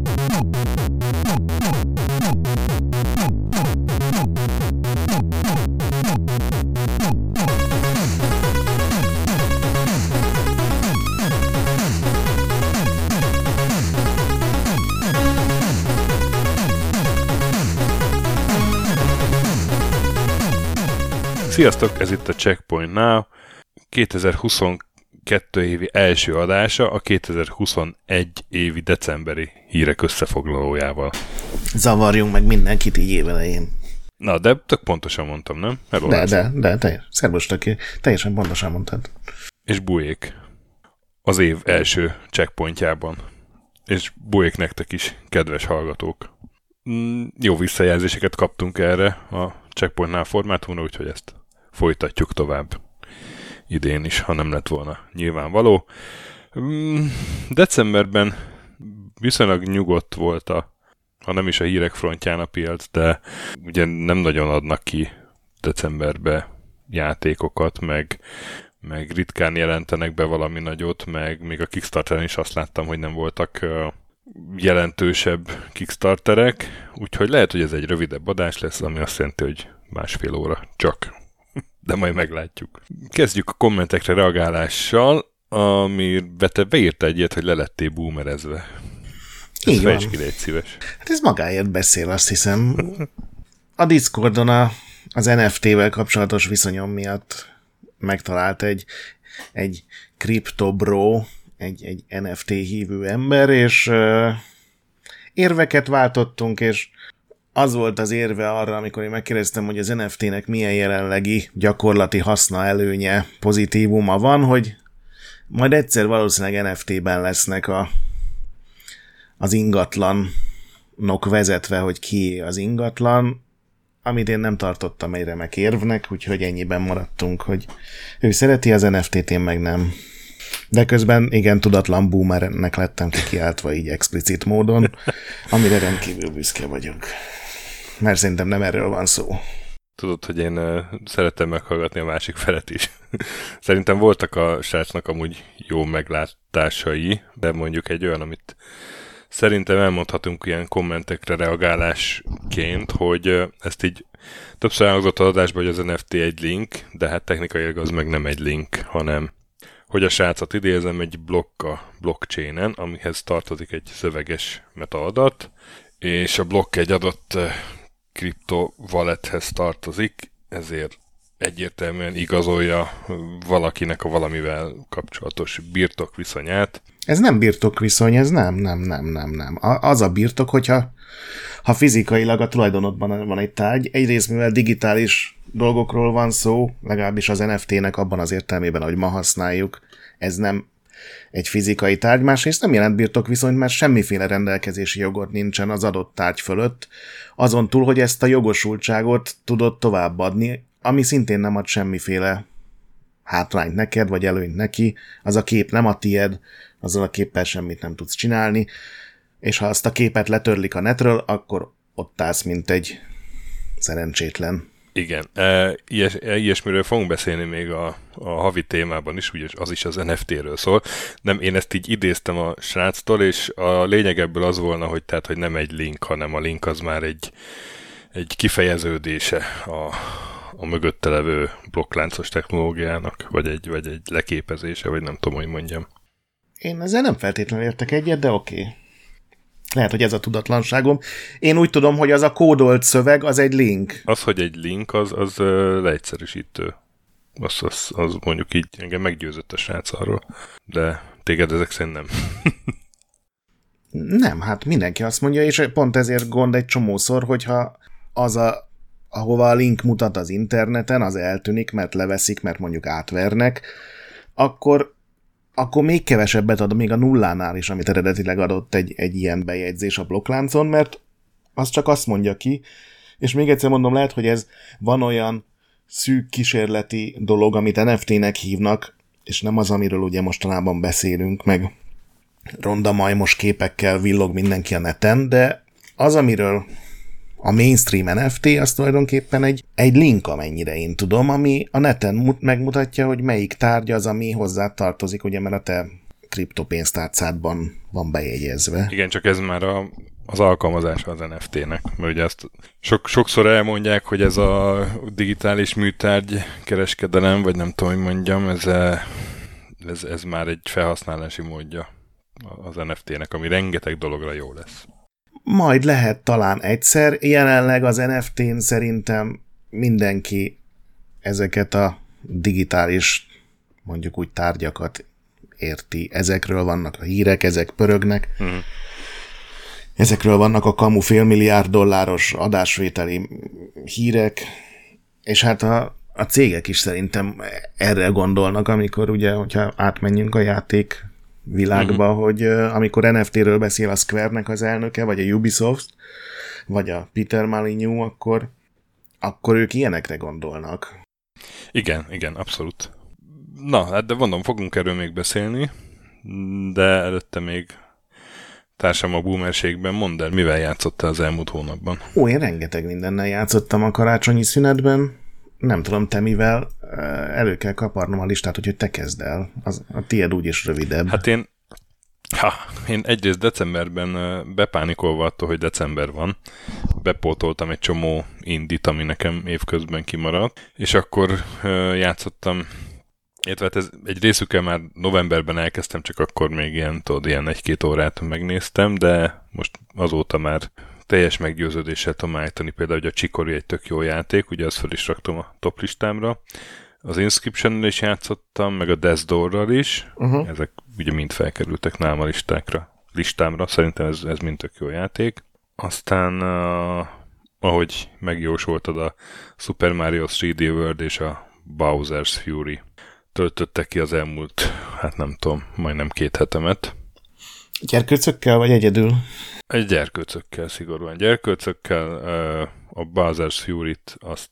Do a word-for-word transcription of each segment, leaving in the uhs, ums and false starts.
Sziasztok, ez itt a Checkpoint Now, kétezer-huszonkettő évi első adása a kétezer-huszonegy évi decemberi hírek összefoglalójával. Zavarjunk meg mindenkit így évelején. Na, de tök pontosan mondtam, nem? Erről de, de, de, de, szervus töké, teljesen pontosan mondtad. És Bujék az év első checkpointjában. És Bujék nektek is, kedves hallgatók. Mm, jó visszajelzéseket kaptunk erre a Checkpointnál formátumra, úgyhogy ezt folytatjuk tovább idén is, ha nem lett volna nyilvánvaló. Decemberben viszonylag nyugodt volt a, ha nem is a hírek frontján a piac, de ugye nem nagyon adnak ki decemberbe játékokat, meg, meg ritkán jelentenek be valami nagyot, meg még a Kickstarteren is azt láttam, hogy nem voltak jelentősebb Kickstarterek, úgyhogy lehet, hogy ez egy rövidebb adás lesz, ami azt jelenti, hogy másfél óra csak. De majd meglátjuk. Kezdjük a kommentekre reagálással, amiben te beírta egy ilyet, hogy le lettél boomerezve. Ezt fejtsd ki, légy szíves. Hát ez magáért beszél, azt hiszem. A Discordon a, az en ef té-vel kapcsolatos viszonyom miatt megtalált egy, egy CryptoBro, egy, egy en ef té hívő ember, és uh, érveket váltottunk, és az volt az érve arra, amikor én megkérdeztem, hogy az en ef té-nek milyen jelenlegi gyakorlati haszna, előnye, pozitívuma van, hogy majd egyszer valószínűleg en ef té-ben lesznek a, az ingatlanok vezetve, hogy kié az ingatlan, amit én nem tartottam egy remek érvnek, úgyhogy ennyiben maradtunk, hogy ő szereti az en ef té-t, én meg nem. De közben igen, tudatlan boomernek lettem kikiáltva így explicit módon, amire rendkívül büszke vagyok. Mert szerintem nem erről van szó. Tudod, hogy én uh, szeretem meghallgatni a másik felet is. Szerintem voltak a srácnak amúgy jó meglátásai, de mondjuk egy olyan, amit szerintem elmondhatunk ilyen kommentekre reagálásként, hogy uh, ezt így többször elhangzott az adásban, hogy az en ef té egy link, de hát technikailag az meg nem egy link, hanem hogy a srácot idézem, egy blokk a blockchainen, amihez tartozik egy szöveges metaadat, és a blokk egy adott uh, kriptovalethez tartozik, ezért egyértelműen igazolja valakinek a valamivel kapcsolatos birtokviszonyát. Ez nem birtokviszony, ez nem, nem, nem, nem, nem. Az a birtok, hogyha ha fizikailag a tulajdonodban van egy tárgy, egyrészt mivel digitális dolgokról van szó, legalábbis az en ef té-nek abban az értelmében, ahogy ma használjuk, ez nem egy fizikai tárgy, másrészt nem jelent birtokviszonyt, mert semmiféle rendelkezési jogod nincsen az adott tárgy fölött, azon túl, hogy ezt a jogosultságot tudod továbbadni, ami szintén nem ad semmiféle hátrányt neked, vagy előnyt neki, az a kép nem a tied, azzal a képpel semmit nem tudsz csinálni, és ha azt a képet letörlik a netről, akkor ott állsz, mint egy szerencsétlen. Igen, e, ilyes, e, ilyesmiről fogunk beszélni még a, a havi témában is, ugye az is az en ef té-ről szól. Nem, én ezt így idéztem a sráctól, és a lényeg ebből az volna, hogy, tehát, hogy nem egy link, hanem a link az már egy, egy kifejeződése a, a mögötte levő blokkláncos technológiának, vagy egy, vagy egy leképezése, vagy nem tudom, hogy mondjam. Én ezzel nem feltétlenül értek egyet, de oké. Okay. Lehet, hogy ez a tudatlanságom. Én úgy tudom, hogy az a kódolt szöveg, az egy link. Az, hogy egy link, az, az leegyszerűsítő. Az, az, az mondjuk így engem meggyőzött a srác arról. De téged ezek szerint nem. Nem, hát mindenki azt mondja, és pont ezért gond egy csomószor, hogyha az a, ahova a link mutat az interneten, az eltűnik, mert leveszik, mert mondjuk átvernek, akkor akkor még kevesebbet ad, még a nullánál is, amit eredetileg adott egy, egy ilyen bejegyzés a blokkláncon, mert az csak azt mondja ki, és még egyszer mondom, lehet, hogy ez van olyan szűk kísérleti dolog, amit en ef té-nek hívnak, és nem az, amiről ugye mostanában beszélünk, meg ronda majmos képekkel villog mindenki a neten, de az, amiről a mainstream en ef té, az tulajdonképpen egy, egy link, amennyire én tudom, ami a neten mut, megmutatja, hogy melyik tárgy az, ami hozzá tartozik, ugye, mert a te kriptopénztárcádban van bejegyezve. Igen, csak ez már a, az alkalmazása az en ef té-nek, mert ugye ezt sok, sokszor elmondják, hogy ez a digitális műtárgy kereskedelem, vagy nem tudom, hogy mondjam, ez, ez, ez már egy felhasználási módja az en ef té-nek, ami rengeteg dologra jó lesz. Majd lehet talán egyszer, jelenleg az en ef té-n szerintem mindenki ezeket a digitális, mondjuk úgy tárgyakat érti. Ezekről vannak a hírek, ezek pörögnek. Uh-huh. Ezekről vannak a kamu félmilliárd dolláros adásvételi hírek, és hát a, a cégek is szerintem erre gondolnak, amikor ugye, hogyha átmenjünk a játék világba, uh-huh. hogy uh, amikor en ef té-ről beszél a Square-nek az elnöke, vagy a Ubisoft, vagy a Peter Molyneux, akkor, akkor ők ilyenekre gondolnak. Igen, igen, abszolút. Na, hát de mondom, fogunk erről még beszélni, de előtte még társam a boomerségben, mondd el, mivel játszottál az elmúlt hónapban? Ó, én rengeteg mindennel játszottam a karácsonyi szünetben. Nem tudom, te mivel, elő kell kaparnom a listát, úgyhogy te kezd el. Az, a tiéd úgyis rövidebb. Hát én, ha, én egyrészt decemberben bepánikolva attól, hogy december van, bepótoltam egy csomó indit, ami nekem évközben kimaradt, és akkor játszottam. Értve, ez egy részükkel már novemberben elkezdtem, csak akkor még ilyen, tudod, ilyen egy-két órát megnéztem, de most azóta már teljes meggyőződéssel tudom állítani, például, hogy a Chicory egy tök jó játék, ugye azt fel is raktam a top listámra. Az Inscription-nel is játszottam, meg a Death's Door-ral is. Uh-huh. Ezek ugye mind felkerültek nálam a listákra, listámra, szerintem ez, ez mind tök jó játék. Aztán, uh, ahogy megjósoltad, a Super Mario három dé World és a Bowser's Fury töltöttek ki az elmúlt, hát nem tudom, majdnem két hetemet. Gyerkőcökkel vagy egyedül? Egy gyerkőcökkel, szigorúan gyerkőcökkel. A Bowser's Fury-t azt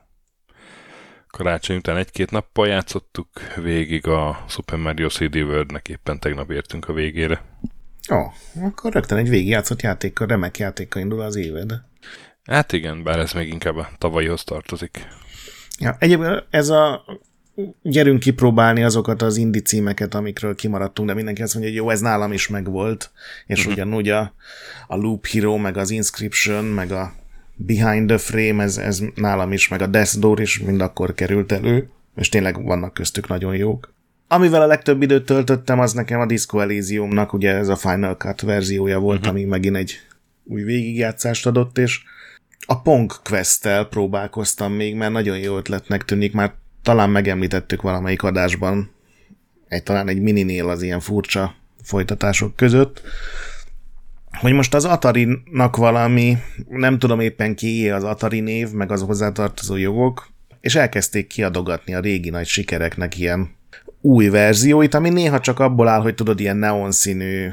karácsony után egy-két nappal játszottuk végig, a Super Mario három dé World-nek éppen tegnap értünk a végére. Ó, oh, akkor rögtön egy végigjátszott játékkal, remek játékkal indul az éved. Hát igen, bár ez még inkább a tavalyihoz tartozik. Ja, egyébként ez a gyerünk kipróbálni azokat az indie címeket, amikről kimaradtunk, de mindenki azt mondja, hogy jó, ez nálam is megvolt, és uh-huh. ugyanúgy a, a Loop Hero, meg az Inscription, meg a Behind the Frame, ez, ez nálam is, meg a Death's Door is mind akkor került elő, és tényleg vannak köztük nagyon jók. Amivel a legtöbb időt töltöttem, az nekem a Disco Elysiumnak, ugye ez a Final Cut verziója volt, uh-huh. ami megint egy új végigjátszást adott, és a Pong Quest-tel próbálkoztam még, mert nagyon jó ötletnek tűnik, már talán megemlítettük valamelyik adásban, egy, talán egy mininél az ilyen furcsa folytatások között, hogy most az Atari-nak valami, nem tudom éppen kié az Atari név, meg az hozzátartozó jogok, és elkezdték kiadogatni a régi nagy sikereknek ilyen új verzióit, ami néha csak abból áll, hogy tudod, ilyen neonszínű,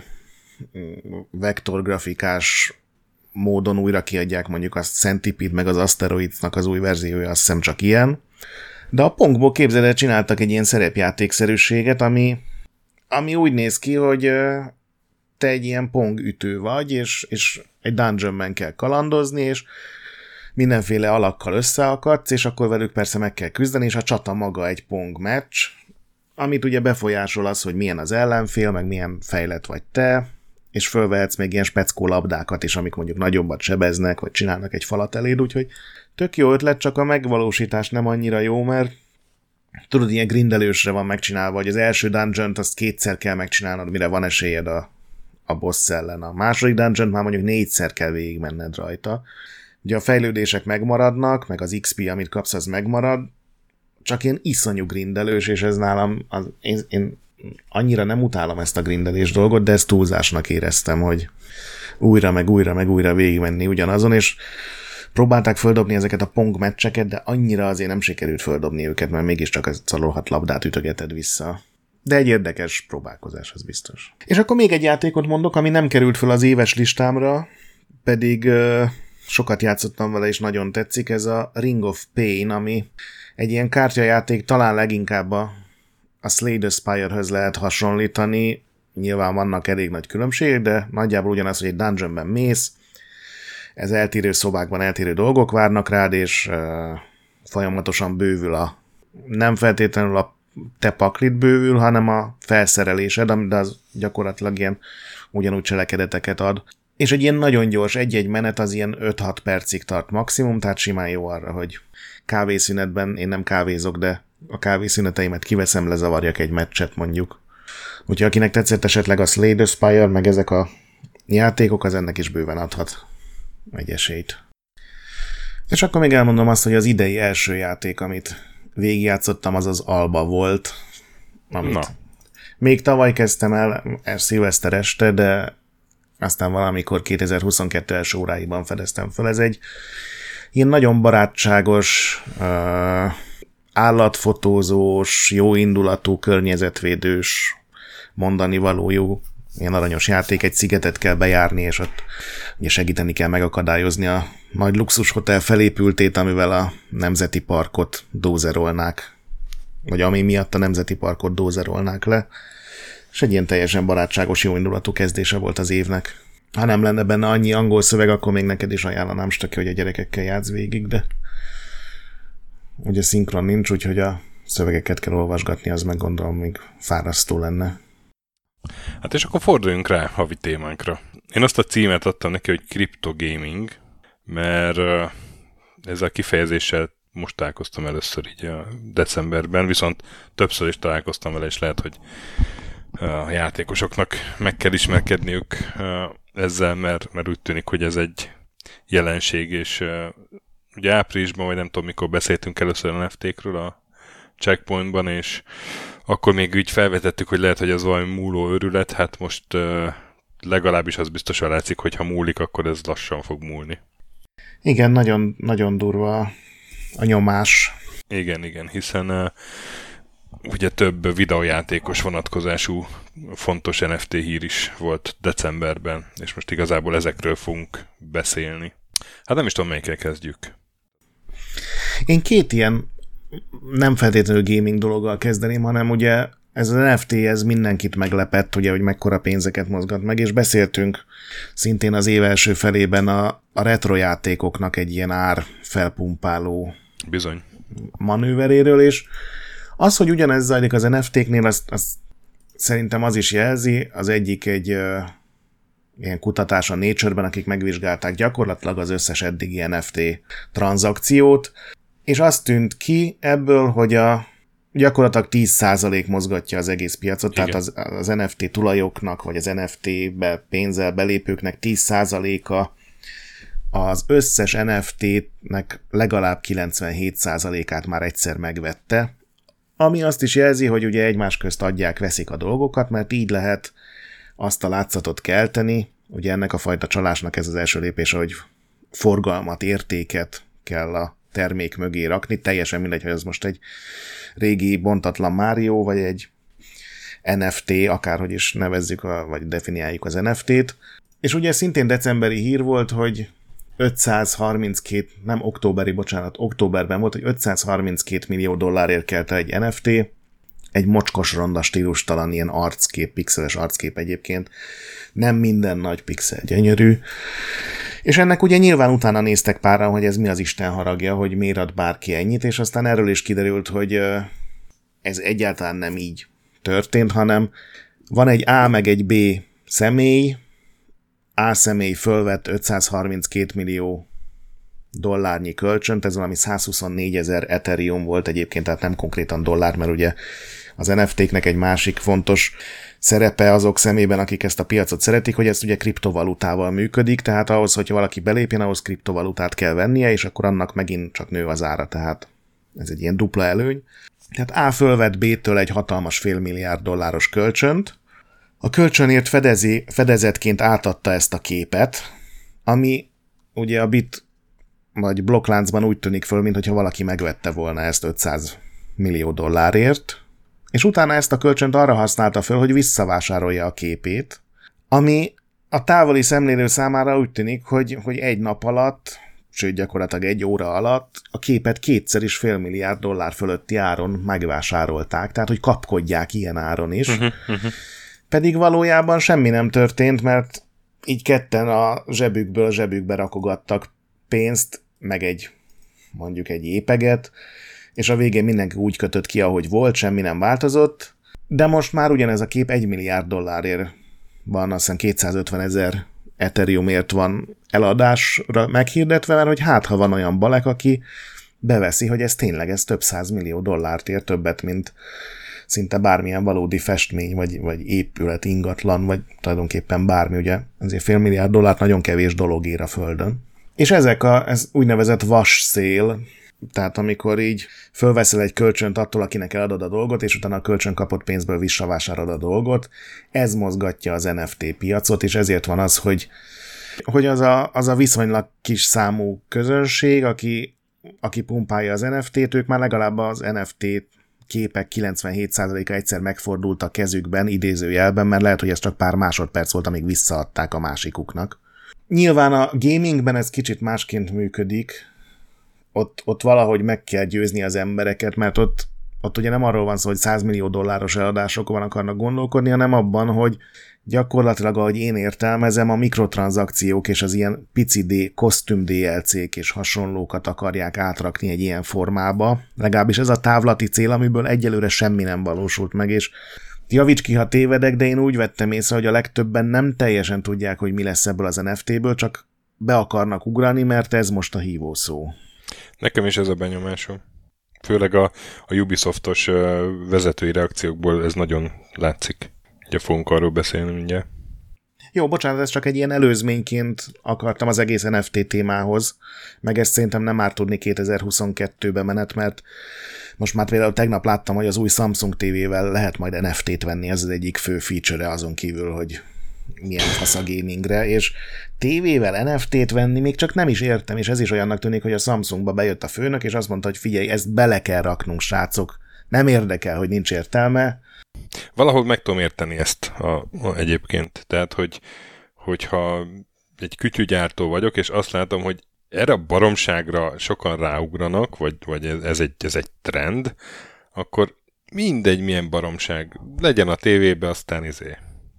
vektorgrafikás módon újra kiadják, mondjuk a Centipede, meg az Asteroidsnak az új verziója, azt hiszem csak ilyen. De a Pongból képzeld el, csináltak egy ilyen szerepjátékszerűséget, ami, ami úgy néz ki, hogy te egy ilyen Pong ütő vagy, és, és egy dungeonben kell kalandozni, és mindenféle alakkal összeakadsz, és akkor velük persze meg kell küzdeni, és a csata maga egy Pong meccs, amit ugye befolyásol az, hogy milyen az ellenfél, meg milyen fejlett vagy te, és fölvehetsz még ilyen speckó labdákat is, amik mondjuk nagyobbat sebeznek, vagy csinálnak egy falat eléd, úgyhogy tök jó ötlet, csak a megvalósítás nem annyira jó, mert tudod, ilyen grindelősre van megcsinálva, hogy az első dungeont azt kétszer kell megcsinálnod, mire van esélyed a, a boss ellen. A második dungeont már mondjuk négyszer kell végigmenned rajta. Ugye a fejlődések megmaradnak, meg az iksz pé, amit kapsz, az megmarad, csak ilyen iszonyú grindelős, és ez nálam, az, én, én annyira nem utálom ezt a grindelés dolgot, de ezt túlzásnak éreztem, hogy újra, meg újra, meg újra végigmenni ugyanazon, és próbálták földobni ezeket a Pong meccseket, de annyira azért nem sikerült földobni őket, mert mégiscsak az szalolhat labdát ütögeted vissza. De egy érdekes próbálkozás, az biztos. És akkor még egy játékot mondok, ami nem került föl az éves listámra, pedig uh, sokat játszottam vele, és nagyon tetszik, ez a Ring of Pain, ami egy ilyen kártyajáték, talán leginkább a, a Slay the Spire-höz lehet hasonlítani. Nyilván vannak elég nagy különbségek, de nagyjából ugyanaz, hogy egy dungeonben mész, ez eltérő szobákban eltérő dolgok várnak rád, és uh, folyamatosan bővül a nem feltétlenül a te paklit bővül, hanem a felszerelésed, de az gyakorlatilag ilyen ugyanúgy cselekedeteket ad. És egy ilyen nagyon gyors, egy-egy menet az ilyen öt-hat percig tart maximum, tehát simán jó arra, hogy kávészünetben, én nem kávézok, de a kávészüneteimet kiveszem, lezavarjak egy meccset mondjuk. Úgyhogy akinek tetszett esetleg a Slay the Spire, meg ezek a játékok, az ennek is bőven adhat egy esélyt. És akkor még elmondom azt, hogy az idei első játék, amit végigjátszottam, az az Alba volt, amit Na. még tavaly kezdtem el, szilveszter este, de aztán valamikor kétezer-huszonkettő első óráiban fedeztem fel. Ez egy ilyen nagyon barátságos, uh, állatfotózós, jóindulatú, környezetvédős, mondani valójú, ilyen aranyos játék, egy szigetet kell bejárni, és ott ugye segíteni kell megakadályozni a nagy luxushotel felépültét, amivel a nemzeti parkot dózerolnák, vagy ami miatt a nemzeti parkot dózerolnák le. És egy ilyen teljesen barátságos, jóindulatú kezdése volt az évnek. Ha nem lenne benne annyi angol szöveg, akkor még neked is ajánlanám, stöki, hogy a gyerekekkel játsz végig, de ugye szinkron nincs, úgyhogy a szövegeket kell olvasgatni, az meg gondolom még fárasztó lenne. Hát és akkor forduljunk rá havi témánkra. Én azt a címet adtam neki, hogy Crypto Gaming, mert ezzel a kifejezéssel most találkoztam először így a decemberben, viszont többször is találkoztam vele, és lehet, hogy a játékosoknak meg kell ismerkedniük ezzel, mert, mert úgy tűnik, hogy ez egy jelenség, és ugye áprilisban, vagy nem tudom mikor beszéltünk először en ef té-kről a Checkpointban, és akkor még úgy felvetettük, hogy lehet, hogy ez valami múló őrület, hát most legalábbis az biztosan látszik, hogy ha múlik, akkor ez lassan fog múlni. Igen, nagyon, nagyon durva a nyomás. Igen, igen, hiszen uh, ugye több videójátékos vonatkozású fontos en ef té hír is volt decemberben, és most igazából ezekről fogunk beszélni. Hát nem is tudom, melyikre kezdjük. Én két ilyen nem feltétlenül gaming dologgal kezdeném, hanem ugye ez az en ef té, ez mindenkit meglepett, ugye, hogy mekkora pénzeket mozgat meg, és beszéltünk szintén az év első felében a, a retro játékoknak egy ilyen ár felpumpáló Bizony. manőveréről, és az, hogy ugyanez zajlik az en ef té-knél, azt, azt szerintem az is jelzi, az egyik egy uh, ilyen kutatás a Nature-ben, akik megvizsgálták gyakorlatilag az összes eddigi en ef té tranzakciót, és azt tűnt ki ebből, hogy a gyakorlatilag tíz százalék mozgatja az egész piacot, Igen. tehát az, az en ef té tulajoknak, vagy az en ef té-be pénzzel belépőknek tíz százaléka az összes en ef té-nek legalább kilencvenhét százalékát már egyszer megvette, ami azt is jelzi, hogy ugye egymás közt adják, veszik a dolgokat, mert így lehet azt a látszatot kelteni, ugye ennek a fajta csalásnak ez az első lépés, hogy forgalmat, értéket kell a termék mögé rakni, teljesen mindegy, hogy az most egy régi bontatlan Mario, vagy egy en ef té, akárhogy is nevezzük, vagy definiáljuk az en ef té-t. És ugye szintén decemberi hír volt, hogy ötszázharminckét, nem októberi, bocsánat, októberben volt, hogy ötszázharminckét millió dollárért kelte egy en ef té, egy mocskos ronda stílustalan ilyen arckép, pixeles arckép egyébként, nem minden nagy pixel gyönyörű. És ennek ugye nyilván utána néztek páran, hogy ez mi az Isten haragja, hogy miért ad bárki ennyit, és aztán erről is kiderült, hogy ez egyáltalán nem így történt, hanem van egy A meg egy B személy, A személy fölvett ötszázharminckét millió dollárnyi kölcsönt, ez valami százhuszonnégy-ezer Ethereum volt egyébként, tehát nem konkrétan dollár, mert ugye az en ef té-knek egy másik fontos szerepe azok szemében, akik ezt a piacot szeretik, hogy ez ugye kriptovalutával működik, tehát ahhoz, hogy valaki belépjen, ahhoz kriptovalutát kell vennie, és akkor annak megint csak nő az ára, tehát ez egy ilyen dupla előny. Tehát A fölvett B-től egy hatalmas félmilliárd dolláros kölcsönt, a kölcsönért fedezi, fedezetként átadta ezt a képet, ami ugye a bit vagy blokkláncban úgy tűnik föl, mintha valaki megvette volna ezt ötszáz millió dollárért, és utána ezt a kölcsönt arra használta föl, hogy visszavásárolja a képét, ami a távoli szemlélő számára úgy tűnik, hogy, hogy egy nap alatt, sőt gyakorlatilag egy óra alatt a képet kétszer is fél milliárd dollár fölötti áron megvásárolták, tehát hogy kapkodják ilyen áron is. Uh-huh, uh-huh. Pedig valójában semmi nem történt, mert így ketten a zsebükből zsebükbe rakogattak pénzt, meg egy mondjuk egy épeget, és a végén mindenki úgy kötött ki, ahogy volt, semmi nem változott, de most már ugyanez a kép egy milliárd dollárért van, azt hiszem kétszázötven ezer Ethereumért van eladásra meghirdetve, mert hogy hát, ha van olyan balek, aki beveszi, hogy ez tényleg ez több száz millió dollárt ér, többet, mint szinte bármilyen valódi festmény, vagy, vagy épület, ingatlan, vagy tulajdonképpen bármi, ugye azért fél milliárd dollárt nagyon kevés dolog ér a Földön. És ezek a ez úgynevezett vas szél, tehát amikor így fölveszel egy kölcsönt attól, akinek eladod a dolgot, és utána a kölcsön kapott pénzből visszavásárolod a dolgot, ez mozgatja az en ef té piacot, és ezért van az, hogy, hogy az, a, az a viszonylag kis számú közönség, aki, aki pumpálja az en ef té-t, ők már legalább az en ef té képek kilencvenhét százaléka egyszer megfordult a kezükben, idézőjelben, mert lehet, hogy ez csak pár másodperc volt, amíg visszaadták a másikuknak. Nyilván a gamingben ez kicsit másként működik, ott, ott valahogy meg kell győzni az embereket, mert ott, ott ugye nem arról van szó, hogy száz millió dolláros eladásokban akarnak gondolkodni, hanem abban, hogy gyakorlatilag, ahogy én értelmezem, a mikrotranszakciók és az ilyen pici D, kosztüm dé el cé-k és hasonlókat akarják átrakni egy ilyen formába. Legalábbis ez a távlati cél, amiből egyelőre semmi nem valósult meg, és javíts ki, ha tévedek, de én úgy vettem észre, hogy a legtöbben nem teljesen tudják, hogy mi lesz ebből az en ef té-ből, csak be akarnak ugrani, mert ez most a hívószó. Nekem is ez a benyomásom. Főleg a, a Ubisoftos uh, vezetői reakciókból ez nagyon látszik. Ugye fogunk arról beszélni mindjárt. Jó, bocsánat, ez csak egy ilyen előzményként akartam az egész en ef té témához, meg ezt szerintem nem árt tudni kétezer-huszonkettőbe menet, mert most már például tegnap láttam, hogy az új Samsung tévével lehet majd en ef té-t venni, ez az egyik fő feature-e azon kívül, hogy milyen fasz a gamingre, és tévével en ef té-t venni még csak nem is értem, és ez is olyannak tűnik, hogy a Samsungba bejött a főnök, és azt mondta, hogy figyelj, ezt bele kell raknunk, srácok, nem érdekel, hogy nincs értelme. Valahol meg tudom érteni ezt a, a, egyébként, tehát, hogy, hogyha egy kütyügyártó vagyok, és azt látom, hogy erre a baromságra sokan ráugranak, vagy, vagy ez, ez, egy, ez egy trend, akkor mindegy milyen baromság, legyen a tévébe, aztán izé.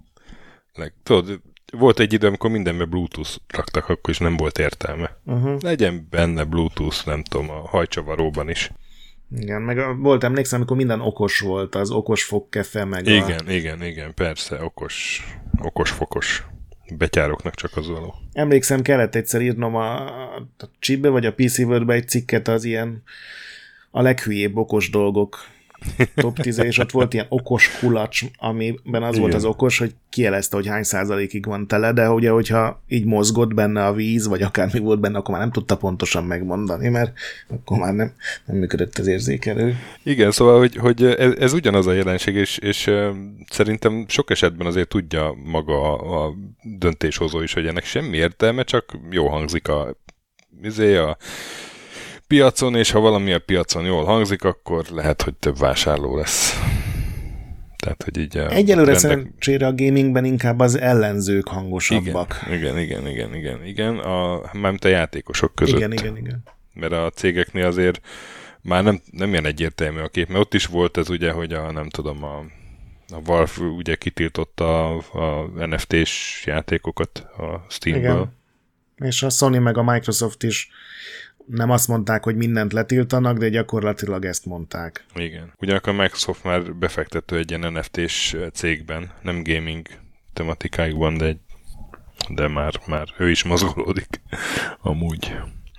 Tudod, volt egy idő, amikor mindenbe Bluetooth raktak, akkor is nem volt értelme. Uh-huh. Legyen benne Bluetooth, nem tudom, a hajcsavaróban is. Igen, meg volt, emlékszem, amikor minden okos volt, az okos fogkefe, meg igen, a... igen, igen, persze, okos, okos fokos. Betyároknak csak az való. Emlékszem, kellett egyszer írnom a, a chipbe, vagy a pé cé Wordbe egy cikket az ilyen a leghülyébb okos dolgok top tíz, és ott volt ilyen okos kulacs, amiben az igen. volt az okos, hogy kijelezte, hogy hány százalékig van tele, de ugye, hogyha így mozgott benne a víz, vagy akármi volt benne, akkor már nem tudta pontosan megmondani, mert akkor már nem, nem működött az érzékelő. Igen, szóval, hogy, hogy ez, ez ugyanaz a jelenség, és, és uh, szerintem sok esetben azért tudja maga a, a döntéshozó is, hogy ennek semmi értelme, csak jó hangzik a, a piacon, és ha valami a piacon jól hangzik, akkor lehet, hogy több vásárló lesz. Tehát, hogy így a Egyelőre trendek... szerencsére a gamingben inkább az ellenzők hangosabbak. Igen, igen, igen, igen, igen. A, mármint a játékosok között. Igen, igen, igen. Mert a cégeknél azért már nem, nem ilyen egyértelmű a kép, mert ott is volt ez ugye, hogy a, nem tudom, a, a Valve ugye kitiltotta a, a en ef té-s játékokat a Steamből. Igen. És a Sony meg a Microsoft is nem azt mondták, hogy mindent letiltanak, de gyakorlatilag ezt mondták. Igen. Ugyanakkor a Microsoft már befektető egy ilyen en ef té-s cégben, nem gaming tematikájukban, de, egy, de már, már ő is mozgolódik amúgy.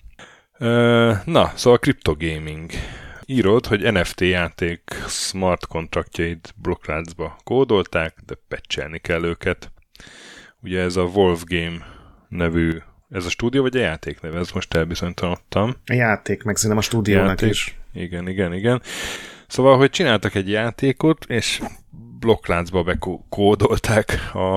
Na, szóval cryptogaming. Írod, hogy en ef té játék smart kontraktjait blokkláncba kódolták, de patchelni kell őket. Ugye ez a Wolf Game nevű, ez a stúdió vagy a játék neve? Ez most elbizonytalanodtam. A játék, meg szerintem a stúdiónak játék. Is. Igen, igen, igen. Szóval, hogy csináltak egy játékot, és blokkláncba bekódolták a,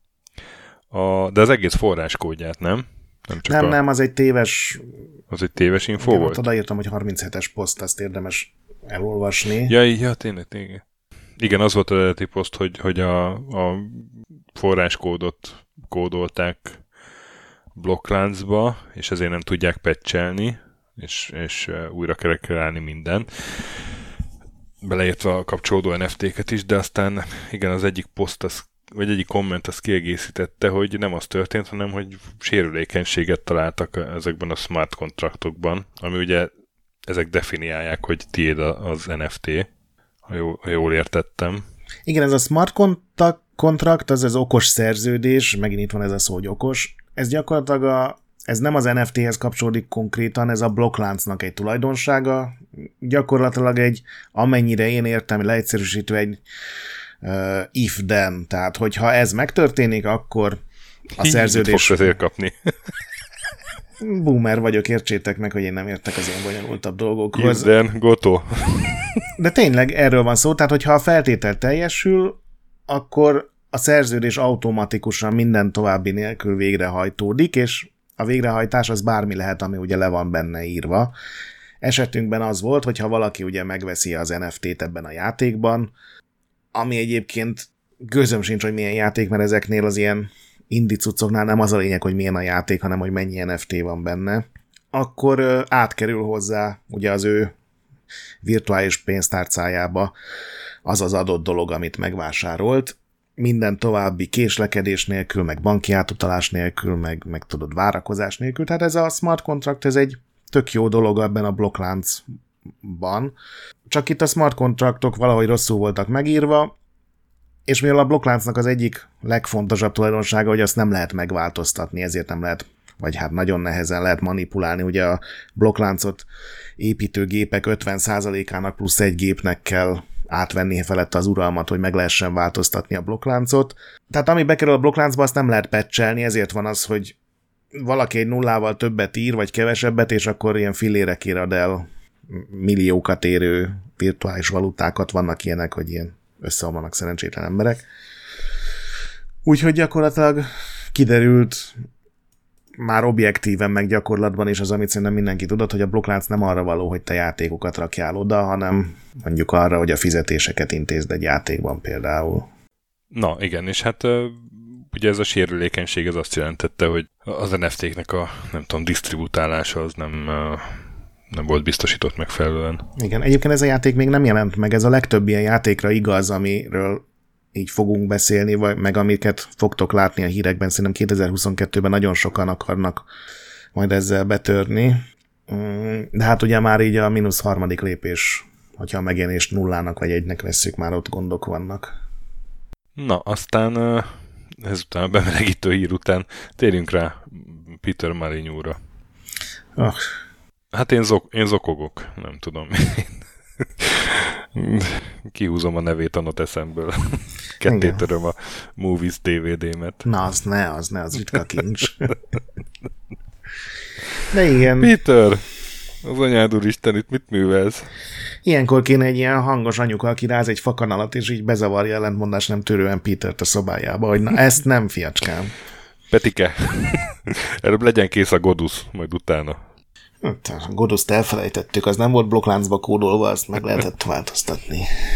a, de az egész forráskódját, nem? Nem, csak nem, a... nem, az egy téves... Az egy téves info igen, volt? Odaírtam, hogy harminchetes poszt, azt érdemes elolvasni. Ja, ja, tényleg, tényleg. Igen, az volt az eredeti poszt, hogy, hogy a, a forráskódot kódolták blokkláncba, és ezért nem tudják patchelni, és, és újra kell kreálni minden. Beleértve a kapcsolódó en ef té-ket is, de aztán igen, az egyik poszt, az, vagy egyik komment azt kiegészítette, hogy nem az történt, hanem hogy sérülékenységet találtak ezekben a smart kontraktokban, ami ugye ezek definiálják, hogy tiéd az en ef té, ha, jó, ha jól értettem. Igen, ez a smart contract, az az okos szerződés, megint itt van ez a szó, hogy okos. Ez gyakorlatilag a, ez nem az en ef té-hez kapcsolódik konkrétan, ez a blokkláncnak egy tulajdonsága. Gyakorlatilag egy, amennyire én értem, leegyszerűsítve egy uh, if-then, tehát hogyha ez megtörténik, akkor a szerződés... Mit fogsz ezért kapni? Boomer vagyok, értsétek meg, hogy én nem értek az ilyen bonyolultabb dolgokhoz. If-then, goto. De tényleg erről van szó, tehát hogyha a feltétel teljesül, akkor a szerződés automatikusan minden további nélkül végrehajtódik, és a végrehajtás az bármi lehet, ami ugye le van benne írva. Esetünkben az volt, hogyha valaki ugye megveszi az en ef té-t ebben a játékban, ami egyébként gőzöm sincs, hogy milyen játék, mert ezeknél az ilyen indie cuccoknál nem az a lényeg, hogy milyen a játék, hanem hogy mennyi en ef té van benne, akkor ö, átkerül hozzá ugye az ő virtuális pénztárcájába az az adott dolog, amit megvásárolt, minden további késlekedés nélkül, meg banki átutalás nélkül, meg, meg tudod, várakozás nélkül. Tehát ez a smart contract, ez egy tök jó dolog ebben a blokkláncban. Csak itt a smart contractok valahogy rosszul voltak megírva, és mivel a blokkláncnak az egyik legfontosabb tulajdonsága, hogy azt nem lehet megváltoztatni, ezért nem lehet, vagy hát nagyon nehezen lehet manipulálni. Ugye a blokkláncot építő gépek ötven százalékának plusz egy gépnek kell átvenni felett az uralmat, hogy meg lehessen változtatni a blokkláncot. Tehát ami bekerül a blokkláncba, azt nem lehet patchelni, ezért van az, hogy valaki egy nullával többet ír, vagy kevesebbet, és akkor ilyen fillérekére ad el milliókat érő virtuális valutákat. Vannak ilyenek, hogy ilyen összeomlanak szerencsétlen emberek. Úgyhogy gyakorlatilag kiderült már objektíven, meg gyakorlatban is az, amit szerintem mindenki tudott, hogy a blokklánc nem arra való, hogy te játékokat rakjál oda, hanem mondjuk arra, hogy a fizetéseket intézd egy játékban például. Na igen, és hát ugye ez a sérülékenység az azt jelentette, hogy az en ef té-knek a, nem tudom, disztributálása az nem, nem volt biztosított megfelelően. Igen, egyébként ez a játék még nem jelent meg, ez a legtöbb ilyen játékra igaz, amiről így fogunk beszélni, vagy meg amiket fogtok látni a hírekben, szerintem kétezer-huszonkettőben nagyon sokan akarnak majd ezzel betörni. De hát ugye már így a mínusz harmadik lépés, hogyha a megjelenést nullának vagy egynek vesszük, már ott gondok vannak. Na, aztán ezután a bemelegítő hír után térjünk rá Peter Molyneux-ra. Oh. Hát én, zok, én zokogok, nem tudom. Kihúzom a nevét a noteszemből. Ketté töröm a Movies dé vé dé-met. Na, az ne, az ne, az ritka kincs. De igen. Peter, az anyád úristen, itt mit művelsz? Ilyenkor kéne egy ilyen hangos anyuka, aki ráz egy fakanalat, és így bezavarja ellentmondás nem törően Petert a szobájába, hogy na ezt nem, fiacskám. Petike, előbb legyen kész a Godus, majd utána. Hát, a Godust elfelejtettük, az nem volt blokkláncba kódolva, azt meg lehetett változtatni.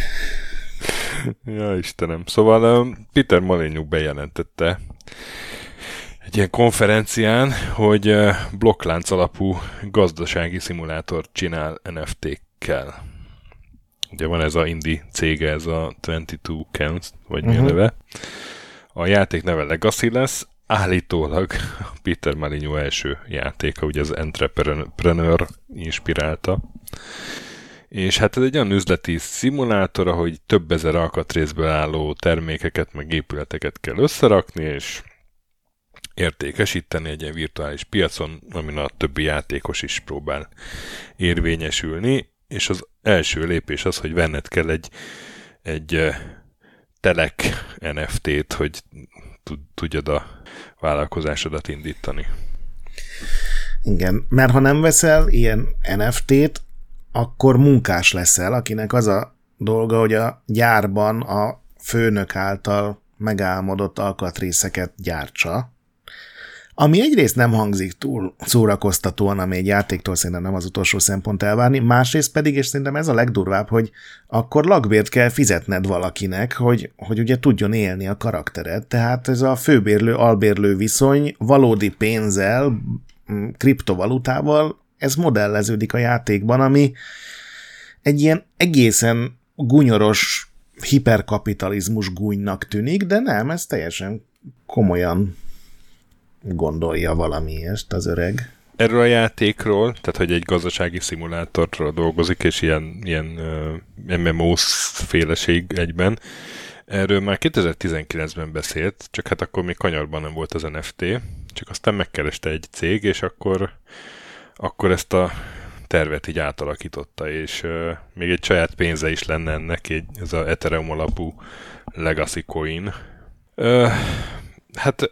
Ja, Istenem. Szóval Peter Molyneux bejelentette egy ilyen konferencián, hogy blokklánc alapú gazdasági szimulátort csinál en ef té-kkel. Ugye van ez a indie cége, ez a huszonkettő Counts, vagy mi uh-huh. a neve. A játék neve Legacy lesz, állítólag Peter Molyneux első játéka, ugye az Entrepreneur inspirálta. És hát ez egy olyan üzleti szimulátor, ahogy több ezer alkatrészből álló termékeket, meg épületeket kell összerakni, és értékesíteni egy ilyen virtuális piacon, amin a többi játékos is próbál érvényesülni, és az első lépés az, hogy venned kell egy, egy telek en ef té-t, hogy tudjad a vállalkozásodat indítani. Igen, mert ha nem veszel ilyen en ef té-t, akkor munkás leszel, akinek az a dolga, hogy a gyárban a főnök által megálmodott alkatrészeket gyártsa, ami egyrészt nem hangzik túl szórakoztatóan, ami egy játéktól szerintem nem az utolsó szempont elvárni, másrészt pedig, és szerintem ez a legdurvább, hogy akkor lakbért kell fizetned valakinek, hogy, hogy ugye tudjon élni a karaktered. Tehát ez a főbérlő-albérlő viszony valódi pénzzel, kriptovalutával, ez modelleződik a játékban, ami egy ilyen egészen gunyoros hiperkapitalizmus gúnynak tűnik, de nem, ez teljesen komolyan gondolja valamiért az öreg. erről a játékról, tehát hogy egy gazdasági szimulátorról dolgozik, és ilyen, ilyen uh, em em o-féleség egyben. Erről már kétezer-tizenkilencben beszélt, csak hát akkor még kanyarban nem volt az en ef té, csak aztán megkereste egy cég, és akkor, akkor ezt a tervet így átalakította, és uh, még egy saját pénze is lenne ennek, egy, ez a Ethereum alapú Legacy Coin. Uh, hát...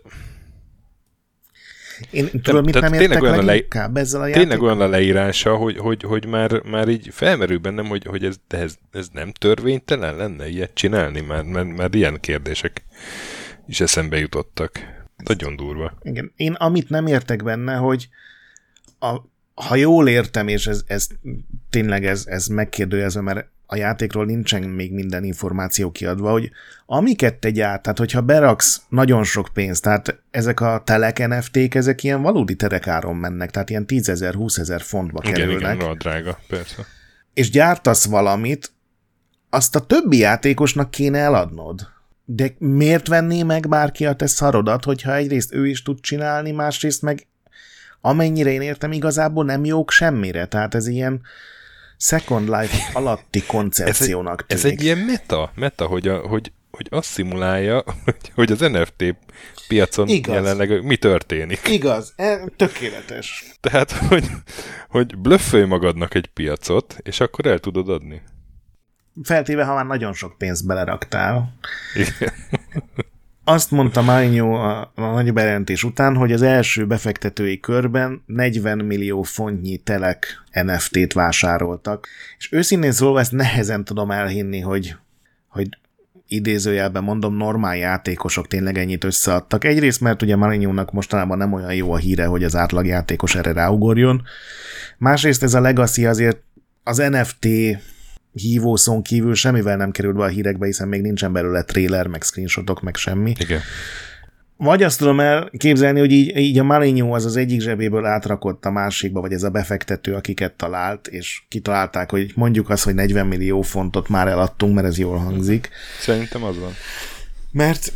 Én tudod, mit nem értek leginkább ezzel a játékkal? Tényleg olyan a leírása, hogy, hogy, hogy már, már így felmerül bennem, hogy, hogy ez, ez, ez nem törvénytelen lenne ilyet csinálni, már, már, már ilyen kérdések is eszembe jutottak. Nagyon durva. Igen. Én amit nem értek benne, hogy a, ha jól értem, és ez, ez tényleg ez, ez megkérdőjelezve, mert a játékról nincsen még minden információ kiadva, hogy amiket te gyárt, tehát hogyha beraksz nagyon sok pénzt, tehát ezek a telek en ef té-k, ezek ilyen valódi terekáron mennek, tehát ilyen tízezer, húszezer fontba igen, kerülnek. Igen, drága, persze. És gyártasz valamit, azt a többi játékosnak kéne eladnod. De miért venné meg bárki a te szarodat, hogyha egyrészt ő is tud csinálni, másrészt meg amennyire én értem, igazából nem jók semmire, tehát ez ilyen Second Life alatti koncepciónak ez egy, tűnik. ez egy ilyen meta, meta hogy, a, hogy, hogy azt szimulálja, hogy, hogy az en ef té piacon igaz. Jelenleg mi történik. Igaz, e, tökéletes. Tehát, hogy, hogy blöffölj magadnak egy piacot, és akkor el tudod adni. Feltéve, ha már nagyon sok pénzt beleraktál. Igen. Azt mondta Marinho a, a nagy bejelentés után, hogy az első befektetői körben negyven millió fontnyi telek en ef té-t vásároltak. És őszintén szólva ezt nehezen tudom elhinni, hogy, hogy idézőjelben mondom, normál játékosok tényleg ennyit összeadtak. Egyrészt, mert ugye Marinho-nak mostanában nem olyan jó a híre, hogy az átlagjátékos erre ráugorjon. Másrészt ez a Legacy azért az en ef té hívószón kívül semmivel nem került be a hírekbe, hiszen még nincsen belőle trailer, meg screenshotok, meg semmi. Igen. Vagy azt tudom elképzelni, hogy így, így a Marinho az az egyik zsebéből átrakott a másikba, vagy ez a befektető, akiket talált, és kitalálták, hogy mondjuk azt, hogy negyven millió fontot már eladtunk, mert ez jól hangzik. Szerintem az van. Mert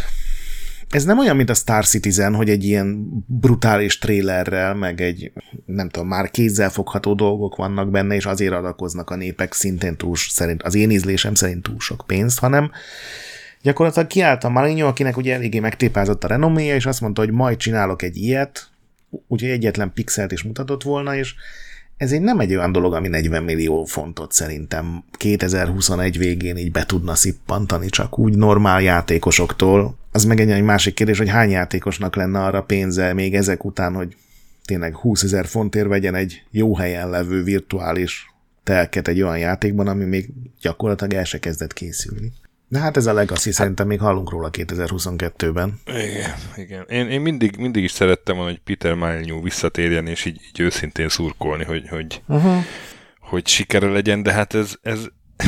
ez nem olyan, mint a Star Citizen, hogy egy ilyen brutális trailerrel, meg egy, nem tudom, már kézzelfogható dolgok vannak benne, és azért adakoznak a népek szintén túl, szerint, az én ízlésem szerint túl sok pénzt, hanem gyakorlatilag kiállt a Marinho, akinek ugye eléggé megtépázott a renoméja, és azt mondta, hogy majd csinálok egy ilyet, úgyhogy egyetlen pixelt is mutatott volna, és ez egy nem egy olyan dolog, ami negyven millió fontot szerintem kétezer-huszonegy végén így be tudna szippantani, csak úgy normál játékosoktól. Az meg egy másik kérdés, hogy hány játékosnak lenne arra pénze még ezek után, hogy tényleg húszezer fontért vegyen egy jó helyen levő virtuális telket egy olyan játékban, ami még gyakorlatilag el se kezdett készülni. De hát ez a Legacy, szerintem még hallunk róla kétezer-huszonkettőben. Igen, igen. Én, én mindig, mindig is szerettem volna, hogy Peter Molyneux visszatérjen, és így, így őszintén szurkolni, hogy, hogy, uh-huh. hogy sikere legyen, de hát ez... Ez,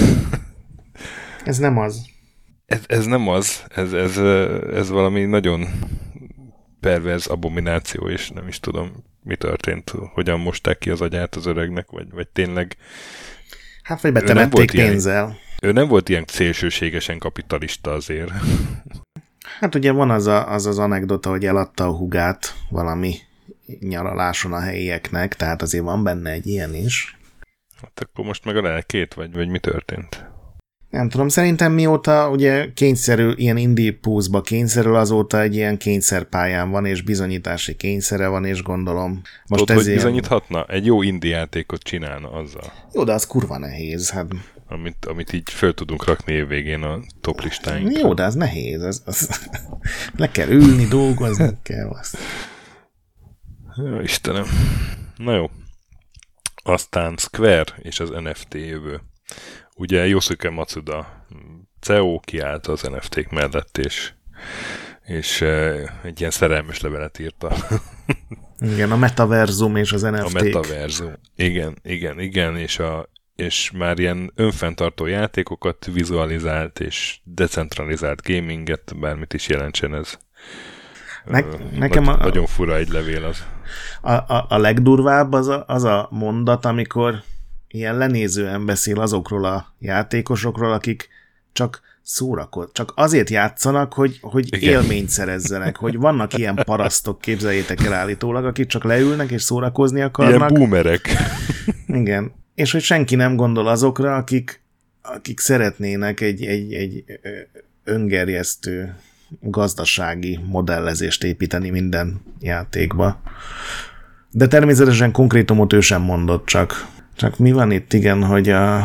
ez nem az. Ez, ez nem az. Ez, ez, ez valami nagyon perverz abomináció, és nem is tudom, mi történt, hogyan mosták ki az agyát az öregnek, vagy, vagy tényleg... Hát, vagy betemették pénzzel. Ilyen, ő nem volt ilyen szélsőségesen kapitalista azért. Hát ugye van az, a, az az anekdota, hogy eladta a hugát valami nyaraláson a helyieknek, tehát azért van benne egy ilyen is. Hát akkor most meg a lelkét, vagy, vagy mi történt? Nem tudom, szerintem mióta ugye kényszerül, ilyen indie púzba kényszerül, azóta egy ilyen kényszerpályán van, és bizonyítási kényszere van, és gondolom... Most Tudod, hogy bizonyíthatna? Egy jó indie játékot csinálna azzal. Jó, de az kurva nehéz, hát... Amit, amit így föl tudunk rakni évvégén a top listáinkra. Jó, de az nehéz. Az, az... Le kell ülni, dolgozni kell azt. Jó, Istenem. Na jó. Aztán Square és az en ef té jövő. Ugye Yosuke Matsuda cé e o kiállt az en ef té-k mellett, és, és egy ilyen szerelmes levelet írta. Igen, a metaverzum és az en ef té-k. A metaverzum. Igen, igen, igen, és a és már ilyen önfenntartó játékokat vizualizált, és decentralizált gaminget, bármit is jelentsen ez. Ne, nekem Nagy, a, nagyon fura egy levél az. A, a, a legdurvább az a, az a mondat, amikor ilyen lenézően beszél azokról a játékosokról, akik csak szórakoz. Csak azért játszanak, hogy, hogy élményt szerezzenek, hogy vannak ilyen parasztok, képzeljétek el állítólag, akik csak leülnek és szórakozni akarnak. Ilyen boomerek. Igen. És hogy senki nem gondol azokra, akik, akik szeretnének egy, egy, egy öngerjesztő gazdasági modellezést építeni minden játékba. De természetesen konkrétumot ő sem mondott, csak, csak mi van itt, igen, hogy a,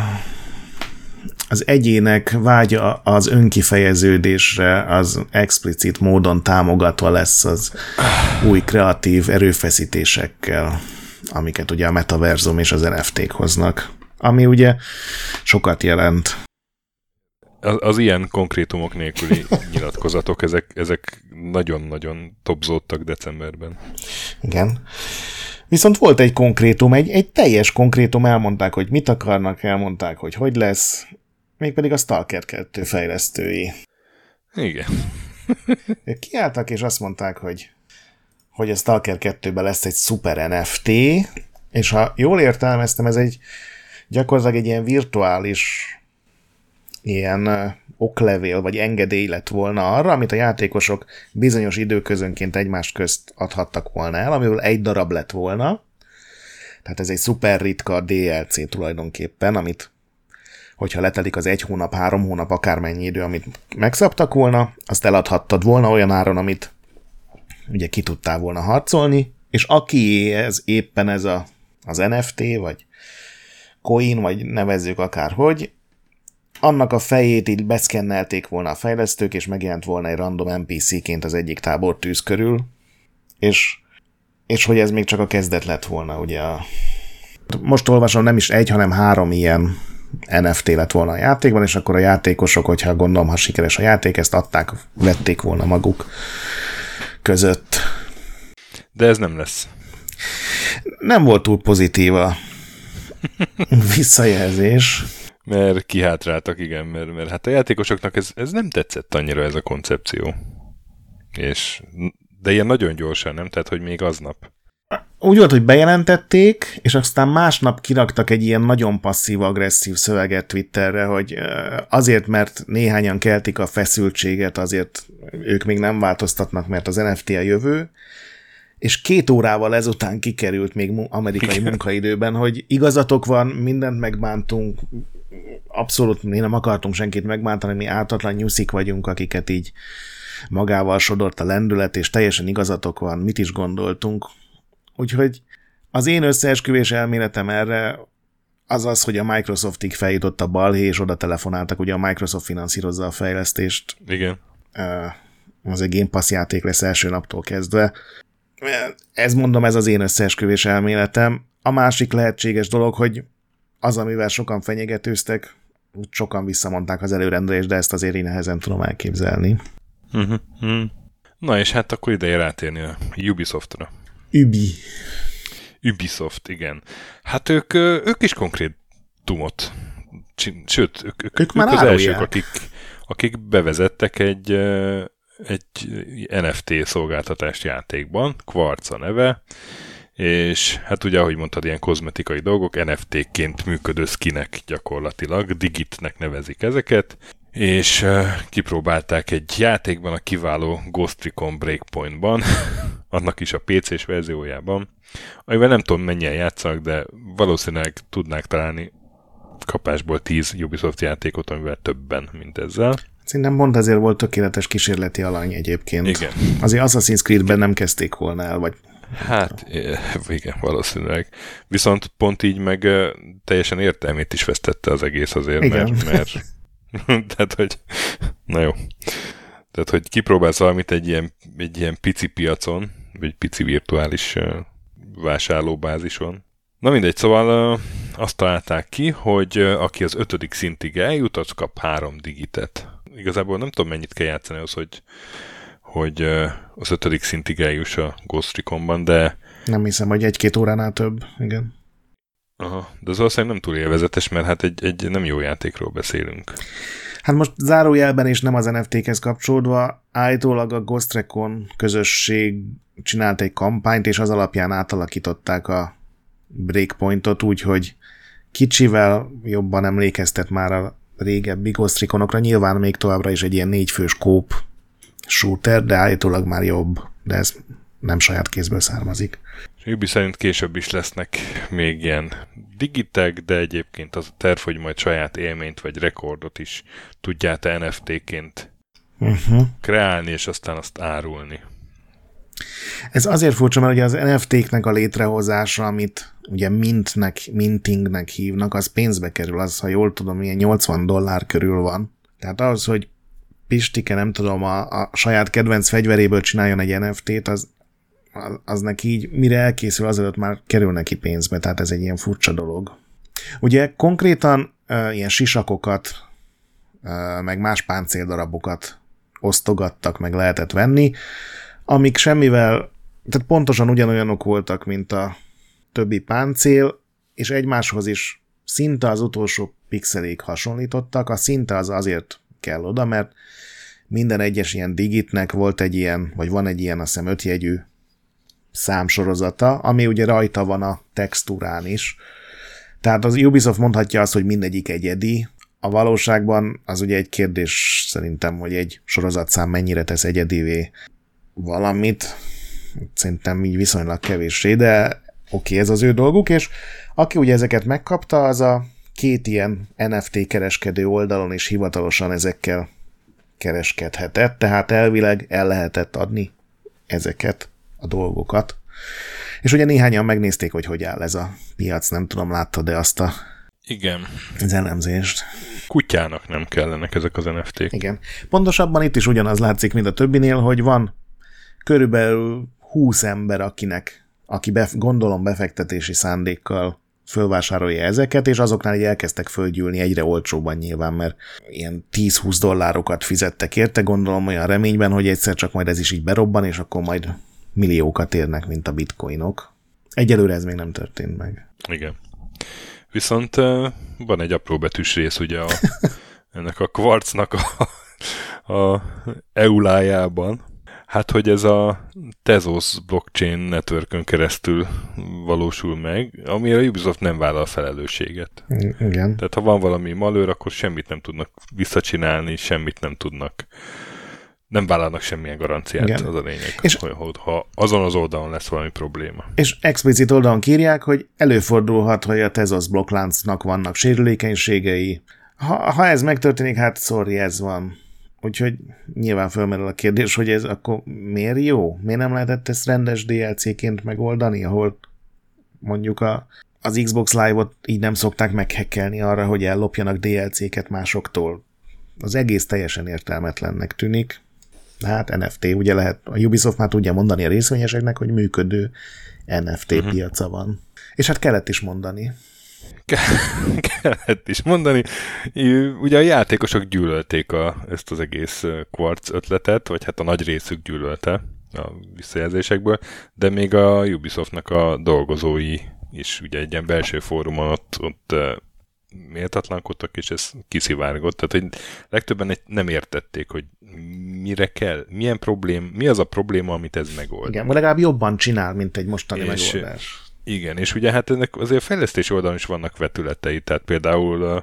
az egyének vágya az önkifejeződésre az explicit módon támogatva lesz az új kreatív erőfeszítésekkel, amiket ugye a metaverzum és az en ef té-k hoznak, ami ugye sokat jelent. Az, az ilyen konkrétumok nélküli nyilatkozatok, ezek, ezek nagyon-nagyon topzódtak decemberben. Igen. Viszont volt egy konkrétum, egy, egy teljes konkrétum, elmondták, hogy mit akarnak, elmondták, hogy hogy lesz, mégpedig a Stalker kettő fejlesztői. Igen. Ők kiálltak, és azt mondták, hogy, hogy a Stalker kettőben lesz egy szuper en ef té, és ha jól értelmeztem, ez egy gyakorlatilag egy ilyen virtuális ilyen oklevél vagy engedély lett volna arra, amit a játékosok bizonyos időközönként egymást közt adhattak volna el, amiből egy darab lett volna. Tehát ez egy szuper ritka dé el cé tulajdonképpen, amit, hogyha letelik az egy hónap, három hónap, akármennyi idő, amit megszabtak volna, azt eladhattad volna olyan áron, amit ugye ki tudtál volna harcolni, és aki ez éppen ez a, az en ef té, vagy coin, vagy nevezzük akárhogy, annak a fejét így beszkennelték volna a fejlesztők, és megjelent volna egy random en pé cé-ként az egyik tábor tűz körül, és, és hogy ez még csak a kezdet lett volna, ugye. Most olvasom, nem is egy, hanem három ilyen en ef té lett volna a játékban, és akkor a játékosok, hogyha gondolom, ha sikeres a játék, ezt adták, vették volna maguk között. De ez nem lesz. Nem volt túl pozitív a visszajelzés. Mert kihátráltak, igen, mert, mert hát a játékosoknak ez, ez nem tetszett annyira, ez a koncepció. És, de ilyen nagyon gyorsan, nem? Tehát, hogy még aznap. Úgy volt, hogy bejelentették, és aztán másnap kiraktak egy ilyen nagyon passzív-agresszív szöveget Twitterre, hogy azért, mert néhányan keltik a feszültséget, azért ők még nem változtatnak, mert az en ef té a jövő, és két órával ezután kikerült még amerikai munkaidőben, hogy igazatok van, mindent megbántunk, abszolút mi nem akartunk senkit megbántani, mi ártatlan nyuszik vagyunk, akiket így magával sodort a lendület, és teljesen igazatok van, mit is gondoltunk. Úgyhogy az én összeesküvés elméletem erre az az, hogy a Microsoftig feljutott a balhé, és oda telefonáltak, ugye a Microsoft finanszírozza a fejlesztést. Igen. Az egy Game Pass játék lesz első naptól kezdve. Ez mondom, ez az én összeesküvés elméletem. A másik lehetséges dolog, hogy az, amivel sokan fenyegetőztek, sokan visszamondták az előrendelést, de ezt azért én nehezen tudom elképzelni. Uh-huh. Na és hát akkor ideje rátérni a Ubisoftra. Ubi. Ubisoft, igen. Hát ők, ők is konkrétumot, sőt, ők, ők, ők, ők az elsők, akik, akik bevezettek egy, egy en ef té szolgáltatást játékban, Quartz a neve, és hát ugye, ahogy mondtad, ilyen kozmetikai dolgok, en ef té-ként működő skinek gyakorlatilag, Digitnek nevezik ezeket, és uh, kipróbálták egy játékban, a kiváló Ghost Recon Breakpointban, annak is a pé cés verziójában, amivel nem tudom mennyien játszanak, de valószínűleg tudnák találni kapásból tíz Ubisoft játékot, amivel többen, mint ezzel. Szerintem pont ezért volt tökéletes kísérleti alany egyébként. Igen. Azért Assassin's Creed-ben nem kezdték volna el, vagy... Hát, igen, valószínűleg. Viszont pont így meg teljesen értelmét is vesztette az egész azért, igen. mert... mert tehát, hogy... Na jó. Tehát, hogy kipróbálsz valamit egy ilyen, egy ilyen pici piacon, vagy pici virtuális vásárlóbázison. Na mindegy, szóval azt találták ki, hogy aki az ötödik szintig eljut, az kap három digitet. Igazából nem tudom, mennyit kell játszani az, hogy, hogy az ötödik szintig eljuss a Ghost Reconban, de... Nem hiszem, hogy egy-két óránál több, igen. Aha, de az valószínűleg nem túl élvezetes, mert hát egy, egy nem jó játékról beszélünk. Hát most zárójelben és nem az en ef té-hez kapcsolódva, állítólag a Ghost Recon közösség csinált egy kampányt, és az alapján átalakították a Breakpointot úgy, hogy kicsivel jobban emlékeztet már a régebbi Ghost Reconokra, nyilván még továbbra is egy ilyen négyfős kóp shooter, de állítólag már jobb, de ez nem saját kézből származik. Ubi szerint később is lesznek még ilyen digitek, de egyébként az a terv, hogy majd saját élményt vagy rekordot is tudját en ef té-ként uh-huh. kreálni, és aztán azt árulni. Ez azért furcsa, mert ugye az en ef té-knek a létrehozása, amit ugye mintnek, mintingnek hívnak, az pénzbe kerül, az, ha jól tudom, ilyen nyolcvan dollár körül van. Tehát az, hogy Pistike, nem tudom, a, a saját kedvenc fegyveréből csináljon egy en ef té-t, az, az, az neki így, mire elkészül, azelőtt már kerül neki pénzbe, tehát ez egy ilyen furcsa dolog. Ugye konkrétan uh, ilyen sisakokat, uh, meg más páncéldarabokat osztogattak, meg lehetett venni, amik semmivel, tehát pontosan ugyanolyanok voltak, mint a többi páncél, és egymáshoz is szinte az utolsó pixeléig hasonlítottak. A szinte az azért kell oda, mert minden egyes ilyen digitnek volt egy ilyen, vagy van egy ilyen, azt hiszem, ötjegyű számsorozata, ami ugye rajta van a textúrán is. Tehát az Ubisoft mondhatja azt, hogy mindegyik egyedi. A valóságban az ugye egy kérdés szerintem, hogy egy sorozatszám mennyire tesz egyedivé valamit. Szerintem így viszonylag kevéssé, de oké, okay, ez az ő dolguk, és aki ugye ezeket megkapta, az a két ilyen en ef té kereskedő oldalon is hivatalosan ezekkel kereskedhetett, tehát elvileg el lehetett adni ezeket a dolgokat. És ugye néhányan megnézték, hogy hogy áll ez a piac, nem tudom, láttad-e azt a Igen. az elemzést. Kutyának nem kellenek ezek az en ef té-k. Igen. Pontosabban itt is ugyanaz látszik, mint a többinél, hogy van körülbelül húsz ember, akinek, aki bef, gondolom befektetési szándékkal fölvásárolja ezeket, és azoknál így elkezdtek földgyűlni egyre olcsóban nyilván, mert ilyen tíz-húsz dollárokat fizettek érte, gondolom olyan reményben, hogy egyszer csak majd ez is így berobban, és akkor majd milliókat érnek, mint a bitcoinok. Egyelőre ez még nem történt meg. Igen. Viszont van egy apró betűs rész ugye a, ennek a Quartznak a, a é u lájában. Hát, hogy ez a Tezos blockchain networkön keresztül valósul meg, amire a Ubisoft nem vállal felelősséget. Igen. Tehát ha van valami malőr, akkor semmit nem tudnak visszacsinálni, semmit nem tudnak, nem vállalnak semmilyen garanciát, igen. Az a lényeg, és hogy, hogy ha azon az oldalon lesz valami probléma. És explicit oldalon kírják, hogy előfordulhat, hogy a Tezos blokkláncnak vannak sérülékenységei. Ha, ha ez megtörténik, hát sorry, ez van. Úgyhogy nyilván fölmerül a kérdés, hogy ez akkor miért jó? Miért nem lehetett ezt rendes dé el cé-ként megoldani, ahol mondjuk a, az Xbox Live-ot így nem szokták meghekkelni arra, hogy ellopjanak dé el cé-ket másoktól. Az egész teljesen értelmetlennek tűnik. Hát en ef té, ugye lehet, a Ubisoft már tudja mondani a részvényeseknek, hogy működő en ef té uh-huh. piaca van. És hát kellett is mondani. Kellett is mondani. Ugye a játékosok gyűlölték a, ezt az egész Quartz ötletet, vagy hát a nagy részük gyűlölte a visszajelzésekből, de még a Ubisoftnak a dolgozói is ugye egy ilyen belső fórumon ott, ott méltatlankodtak, és ez kiszivárgott. Tehát, hogy legtöbben nem értették, hogy mire kell, milyen problém, mi az a probléma, amit ez megold. Igen, legalább jobban csinál, mint egy mostani és, megoldás. Igen, és ugye hát ennek azért a fejlesztési oldalon is vannak vetületei, tehát például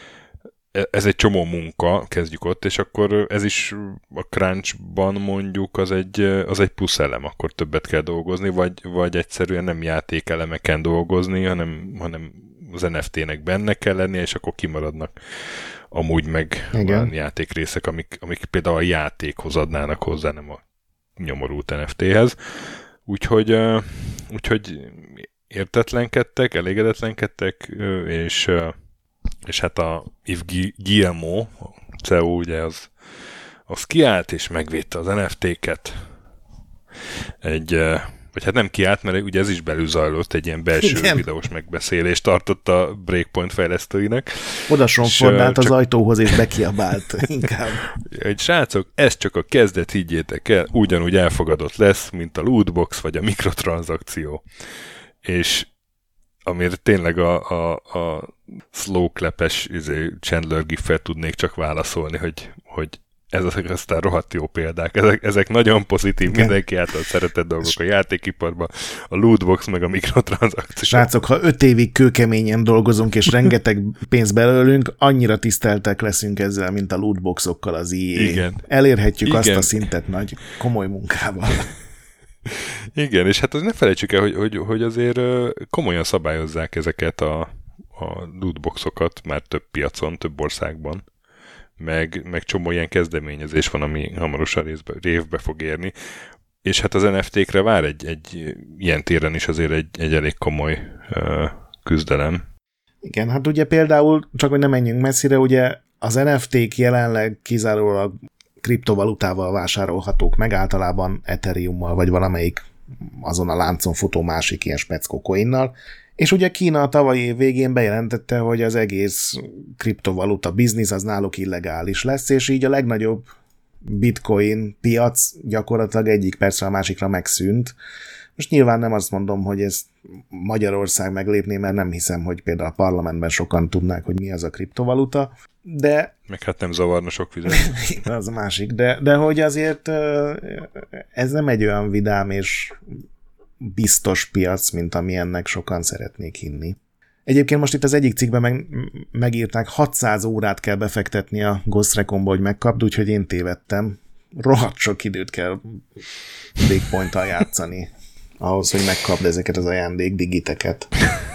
ez egy csomó munka, kezdjük ott, és akkor ez is a crunchban mondjuk az egy, az egy plusz elem, akkor többet kell dolgozni, vagy, vagy egyszerűen nem játékelemeken dolgozni, hanem, hanem az en ef té-nek benne kell lennie, és akkor kimaradnak amúgy meg olyan játékrészek, amik, amik például a játékhoz adnának hozzá, nem a nyomorult en ef té-hez. Úgyhogy, úgyhogy értetlenkedtek, elégedetlenkedtek, és, és hát a Yves Guillemot, a cé e o, ugye az, az kiállt és megvédte az en ef té-ket. Egy, vagy hát nem kiállt, mert ugye ez is belül zajlott, egy ilyen belső igen. videós megbeszélést tartott a Breakpoint fejlesztőinek. Oda sonfordált az ajtóhoz és bekiabált inkább. Egy srácok, ez csak a kezdet, higgyétek el, ugyanúgy elfogadott lesz, mint a lootbox vagy a mikrotranszakció. És amire tényleg a, a, a slow clap-es izé, Chandler Giffel tudnék csak válaszolni, hogy, hogy ezek aztán rohadt jó példák. Ezek, ezek nagyon pozitív, igen. Mindenki által szeretett dolgok a játékiparban, a lootbox meg a mikrotranszakció. Srácok, ha öt évig kőkeményen dolgozunk, és rengeteg pénzt belőlünk, annyira tiszteltek leszünk ezzel, mint a lootboxokkal az í á. Igen. Elérhetjük Igen. azt a szintet nagy, komoly munkával. Igen, és hát az ne felejtsük el, hogy, hogy, hogy azért komolyan szabályozzák ezeket a, a lootboxokat már több piacon, több országban. Meg, meg csomó ilyen kezdeményezés van, ami hamarosan részbe, révbe fog érni. És hát az en ef té-kre vár egy, egy ilyen téren is azért egy, egy elég komoly uh, küzdelem. Igen, hát ugye például, csak hogy ne menjünk messzire, ugye az en ef té-k jelenleg kizárólag kriptovalutával vásárolhatók meg, általában Ethereummal, vagy valamelyik azon a láncon futó másik ilyen speckokóinnal. És ugye Kína a tavalyi év végén bejelentette, hogy az egész kriptovaluta biznisz az náluk illegális lesz, és így a legnagyobb bitcoin piac gyakorlatilag egyik percre a másikra megszűnt. Most nyilván nem azt mondom, hogy ezt Magyarország meglépné, mert nem hiszem, hogy például a parlamentben sokan tudnák, hogy mi az a kriptovaluta, de... Meg hát nem zavarna sok vizet. Az a másik, de, de hogy azért ez nem egy olyan vidám és biztos piac, mint ami ennek sokan szeretnék hinni. Egyébként most itt az egyik cikkben meg, megírták, hatszáz órát kell befektetni a Ghost Reconba, hogy megkapd, úgyhogy én tévedtem. Rohadt sok időt kell Breakpoint-tal játszani ahhoz, hogy megkapd ezeket az ajándékdigiteket.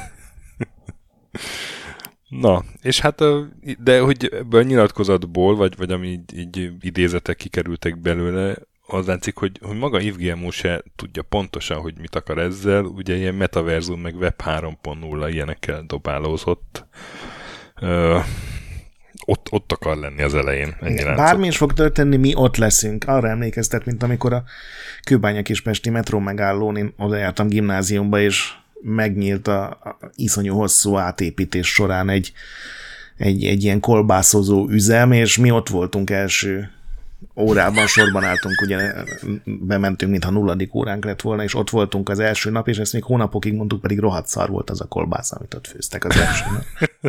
Na, és hát, de hogy ebből a nyilatkozatból, vagy, vagy ami így, így idézetek kikerültek belőle, az látszik, hogy, hogy maga Yves Guillemot se tudja pontosan, hogy mit akar ezzel, ugye ilyen metaverzum, meg web három pont nulla ilyenekkel dobálózott. Ö, ott, ott akar lenni az elején. Bármi is fog történni, mi ott leszünk. Arra emlékeztet, mint amikor a Kőbánya-Kispesti metró megállón én oda jártam gimnáziumba, és megnyílt a, a iszonyú hosszú átépítés során egy, egy, egy ilyen kolbászozó üzem, és mi ott voltunk első órában, sorban álltunk, ugye bementünk, mintha nulladik óránk lett volna, és ott voltunk az első nap, és ezt még hónapokig mondtuk, pedig rohadt szar volt az a kolbász, amit ott főztek az első nap.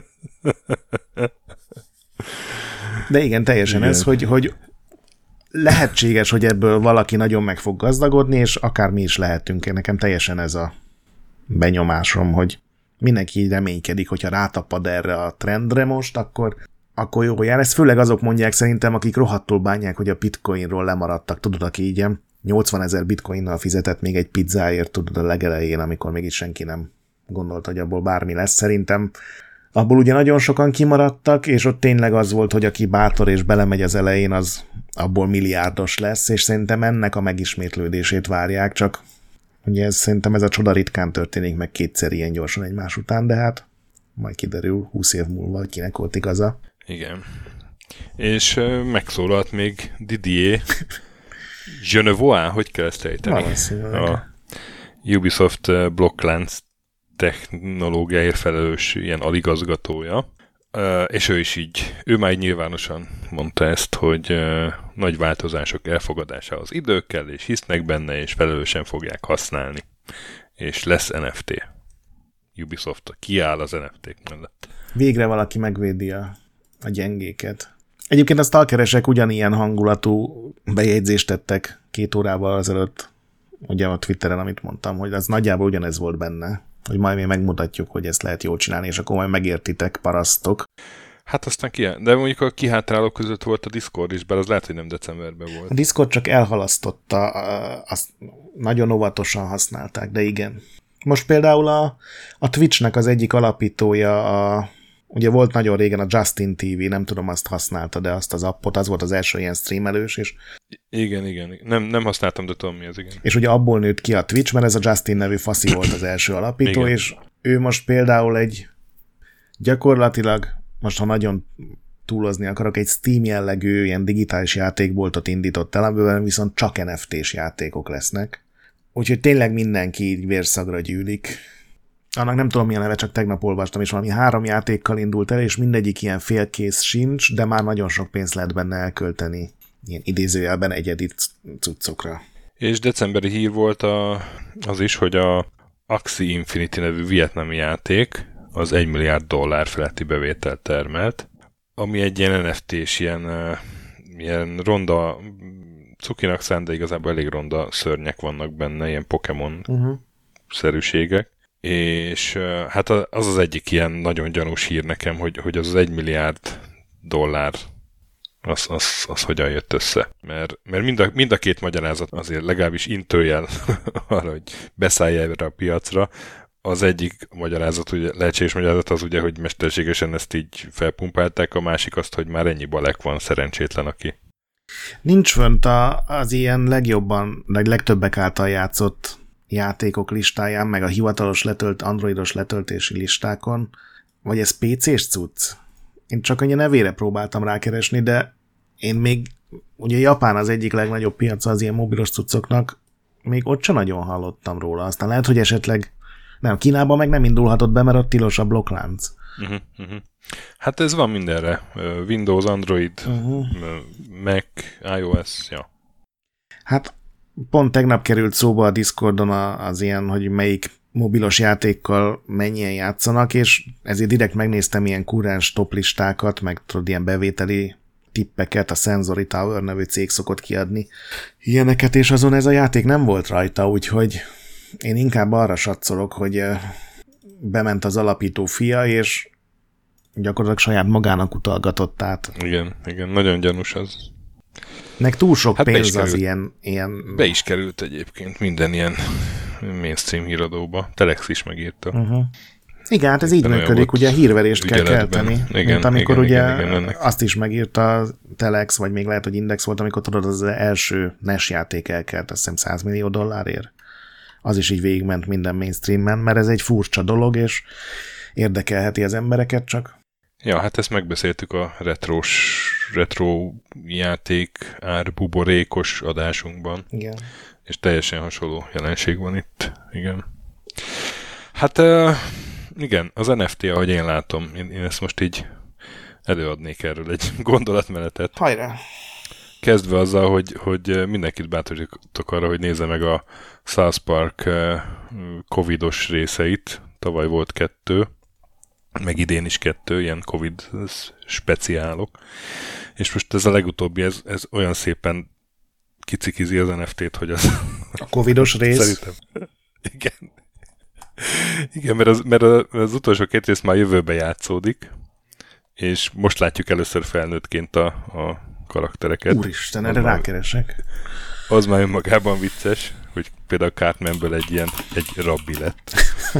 De igen, teljesen igen. Ez, hogy, hogy lehetséges, hogy ebből valaki nagyon meg fog gazdagodni, és akár mi is lehetünk. Én nekem teljesen ez a benyomásom, hogy mindenki így reménykedik, hogyha rátapad erre a trendre most, akkor, akkor jó jár. Ezt főleg azok mondják szerintem, akik rohadtul bánják, hogy a bitcoinról lemaradtak. Tudod, aki így nyolcvanezer bitcoinnal fizetett még egy pizzáért, tudod, a legelején, amikor még itt senki nem gondolta, hogy abból bármi lesz. Szerintem abból ugye nagyon sokan kimaradtak, és ott tényleg az volt, hogy aki bátor és belemegy az elején, az abból milliárdos lesz, és szerintem ennek a megismétlődését várják, csak ugye ez, szerintem ez a csoda ritkán történik meg kétszer ilyen gyorsan egymás után, de hát majd kiderül húsz év múlva, hogy kinek volt igaza. Igen. És uh, megszólalt még Didier Genevois, hogy kell ezt ejteni? A Ubisoft blokklánc technológiáért felelős ilyen aligazgatója, uh, és ő is így, ő már így nyilvánosan mondta ezt, hogy uh, nagy változások elfogadásához idő kell, és hisznek benne, és felelősen fogják használni. És lesz en ef té. Ubisoft kiáll az en ef té mellett. Végre valaki megvédi a, a gyengéket. Egyébként a stalkeresek ugyanilyen hangulatú bejegyzést tettek két órával azelőtt, ugye a Twitteren, amit mondtam, hogy az nagyjából ugyanez volt benne, hogy majd mi megmutatjuk, hogy ezt lehet jól csinálni, és akkor majd megértitek, parasztok. Hát aztán ki, de mondjuk a kihátrálók között volt a Discord is, bár az lehet, hogy nem decemberben volt. A Discord csak elhalasztotta, azt nagyon óvatosan használták, de igen. Most például a, a Twitchnek az egyik alapítója, a, ugye volt nagyon régen a Justin té vé, nem tudom, azt használta, de azt az appot, az volt az első ilyen streamelős, és igen, igen. Nem, nem használtam, de tudom mi az, igen. És ugye abból nőtt ki a Twitch, mert ez a Justin nevű faszi volt az első alapító, igen. És ő most például egy gyakorlatilag, most ha nagyon túlozni akarok, egy Steam jellegű ilyen digitális játékboltot indított el, amiben viszont csak en ef té-s játékok lesznek. Úgyhogy tényleg mindenki így vérszagra gyűlik. Annak nem tudom milyen neve, csak tegnap olvastam, és valami három játékkal indult el, és mindegyik ilyen félkész sincs, de már nagyon sok pénzt lehet benne elkölteni ilyen idézőjelben egyedi cuccokra. És decemberi hír volt a, az is, hogy a Axie Infinity nevű vietnami játék az egy milliárd dollár feletti bevételt termelt, ami egy ilyen en ef té-s ilyen uh, ilyen ronda, cukinak szánt, de igazából elég ronda szörnyek vannak benne, ilyen Pokémon-szerűségek. Uh-huh. És hát az az egyik ilyen nagyon gyanús hír nekem, hogy, hogy az az egy milliárd dollár az, az, az hogyan jött össze. Mert, mert mind, a, mind a két magyarázat azért legalábbis intőjel arra, hogy beszállja erre a piacra. Az egyik magyarázat, ugye, lehetséges magyarázat az ugye, hogy mesterségesen ezt így felpumpálták, a másik azt, hogy már ennyi balek van, szerencsétlen aki. Nincs fönt a, az ilyen legjobban, vagy legtöbbek által játszott játékok listáján, meg a hivatalos letölt, androidos letöltési listákon, vagy ez pé cés cucc? Én csak annyi nevére próbáltam rákeresni, de én még, ugye Japán az egyik legnagyobb piaca az ilyen mobilos cuccoknak, még ott sem nagyon hallottam róla. Aztán lehet, hogy esetleg nem, Kínában meg nem indulhatott be, mert ott tilos a blokklánc. Uh-huh, uh-huh. Hát ez van mindenre. Windows, Android, uh-huh. Mac, iOS, ja. Hát pont tegnap került szóba a Discordon az ilyen, hogy melyik mobilos játékkal mennyien játszanak, és ezért direkt megnéztem ilyen kurrens toplistákat, meg tudod, ilyen bevételi tippeket, a Sensory Tower nevű cég szokott kiadni ilyeneket, és azon ez a játék nem volt rajta, úgyhogy én inkább arra satszolok, hogy bement az alapító fia, és gyakorlatilag saját magának utalgatott át. Igen, igen, nagyon gyanús az. Meg túl sok hát pénz az ilyen, ilyen... Be is került egyébként minden ilyen mainstream híradóba. Telex is megírta. Uh-huh. Igen, hát ez így működik, ugye hírverést kell kelteni. Igen, mint amikor igen, ugye igen, igen, azt is megírta a Telex, vagy még lehet, hogy Index volt, amikor tudod, az első en e es játék elkelt, azt hiszem száz millió dollárért. Az is így végigment minden mainstreamben, mert ez egy furcsa dolog, és érdekelheti az embereket csak. Ja, hát ezt megbeszéltük a retrós, retro játék árbuborékos adásunkban. Igen. És teljesen hasonló jelenség van itt. Igen. Hát uh, igen, az en ef té, ahogy én látom, én, én ezt most így előadnék erről egy gondolatmenetet. Hajrá! Kezdve azzal, hogy, hogy mindenkit bátorítok arra, hogy nézze meg a South Park covidos részeit. Tavaly volt kettő, meg idén is kettő, ilyen covid speciálok. És most ez a legutóbbi, ez, ez olyan szépen kicikizi az en ef té-t, hogy az... A covidos rész? Szerintem. Igen. Igen, mert az, mert az utolsó két rész már jövőben játszódik, és most látjuk először felnőttként a, a karaktereket. Úristen, erre rákeresek. Az már önmagában vicces, hogy például Cartmanből egy ilyen, egy rabbi lett.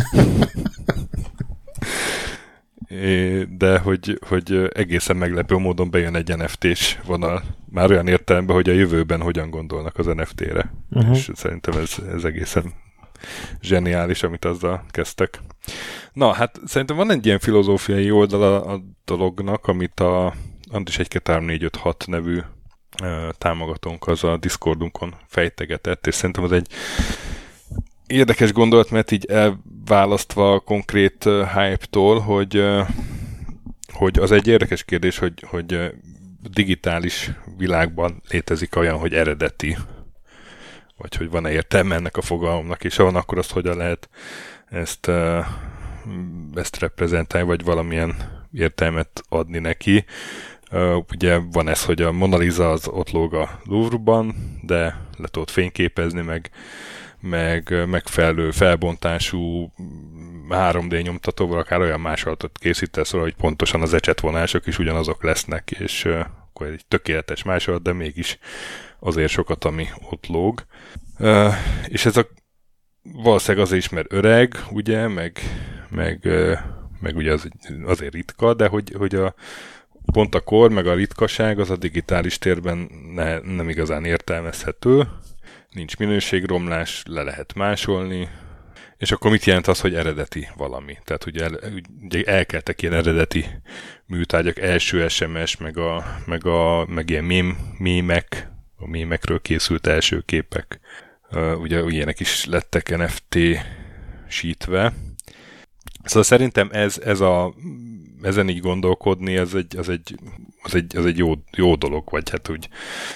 De hogy, hogy egészen meglepő módon bejön egy en ef té-s vonal. Már olyan értelemben, hogy a jövőben hogyan gondolnak az en ef té-re. Uh-huh. És szerintem ez, ez egészen zseniális, amit azzal kezdtek. Na, hát szerintem van egy ilyen filozófiai oldala a dolognak, amit a Andris egy kettő három négy öt hat nevű uh, támogatónk az a Discordunkon fejtegetett, és szerintem az egy érdekes gondolat, mert így elválasztva a konkrét uh, hype-tól, hogy, uh, hogy az egy érdekes kérdés, hogy, hogy uh, digitális világban létezik olyan, hogy eredeti, vagy hogy van-e értelme ennek a fogalomnak, és ha van, akkor azt hogyan lehet ezt, uh, ezt reprezentálni, vagy valamilyen értelmet adni neki. Uh, ugye van ez, hogy a Mona Lisa az ott lóg a Louvre-ban, de le tudod fényképezni, meg, meg megfelelő felbontású három dé nyomtatóval akár olyan másolatot készítesz róla, hogy pontosan az ecsetvonások is ugyanazok lesznek, és uh, akkor egy tökéletes másolat, de mégis azért sokat, ami ott lóg. Uh, és ez a valószínűleg azért is, mert öreg, ugye, meg, meg, uh, meg ugye az, azért ritka, de hogy, hogy a pont a kor, meg a ritkaság az a digitális térben ne, nem igazán értelmezhető, nincs minőségromlás, le lehet másolni, és akkor mit jelent az, hogy eredeti valami? Tehát ugye, el, ugye elkeltek ilyen eredeti műtárgyak, első es em es, meg, a, meg, a, meg ilyen mém, mémek, a mémekről készült első képek, uh, ugye ilyenek is lettek en ef té-sítve. Szóval szerintem ez, ez a, ezen így gondolkodni, ez egy, az egy, az egy, az egy jó, jó dolog, vagy hát úgy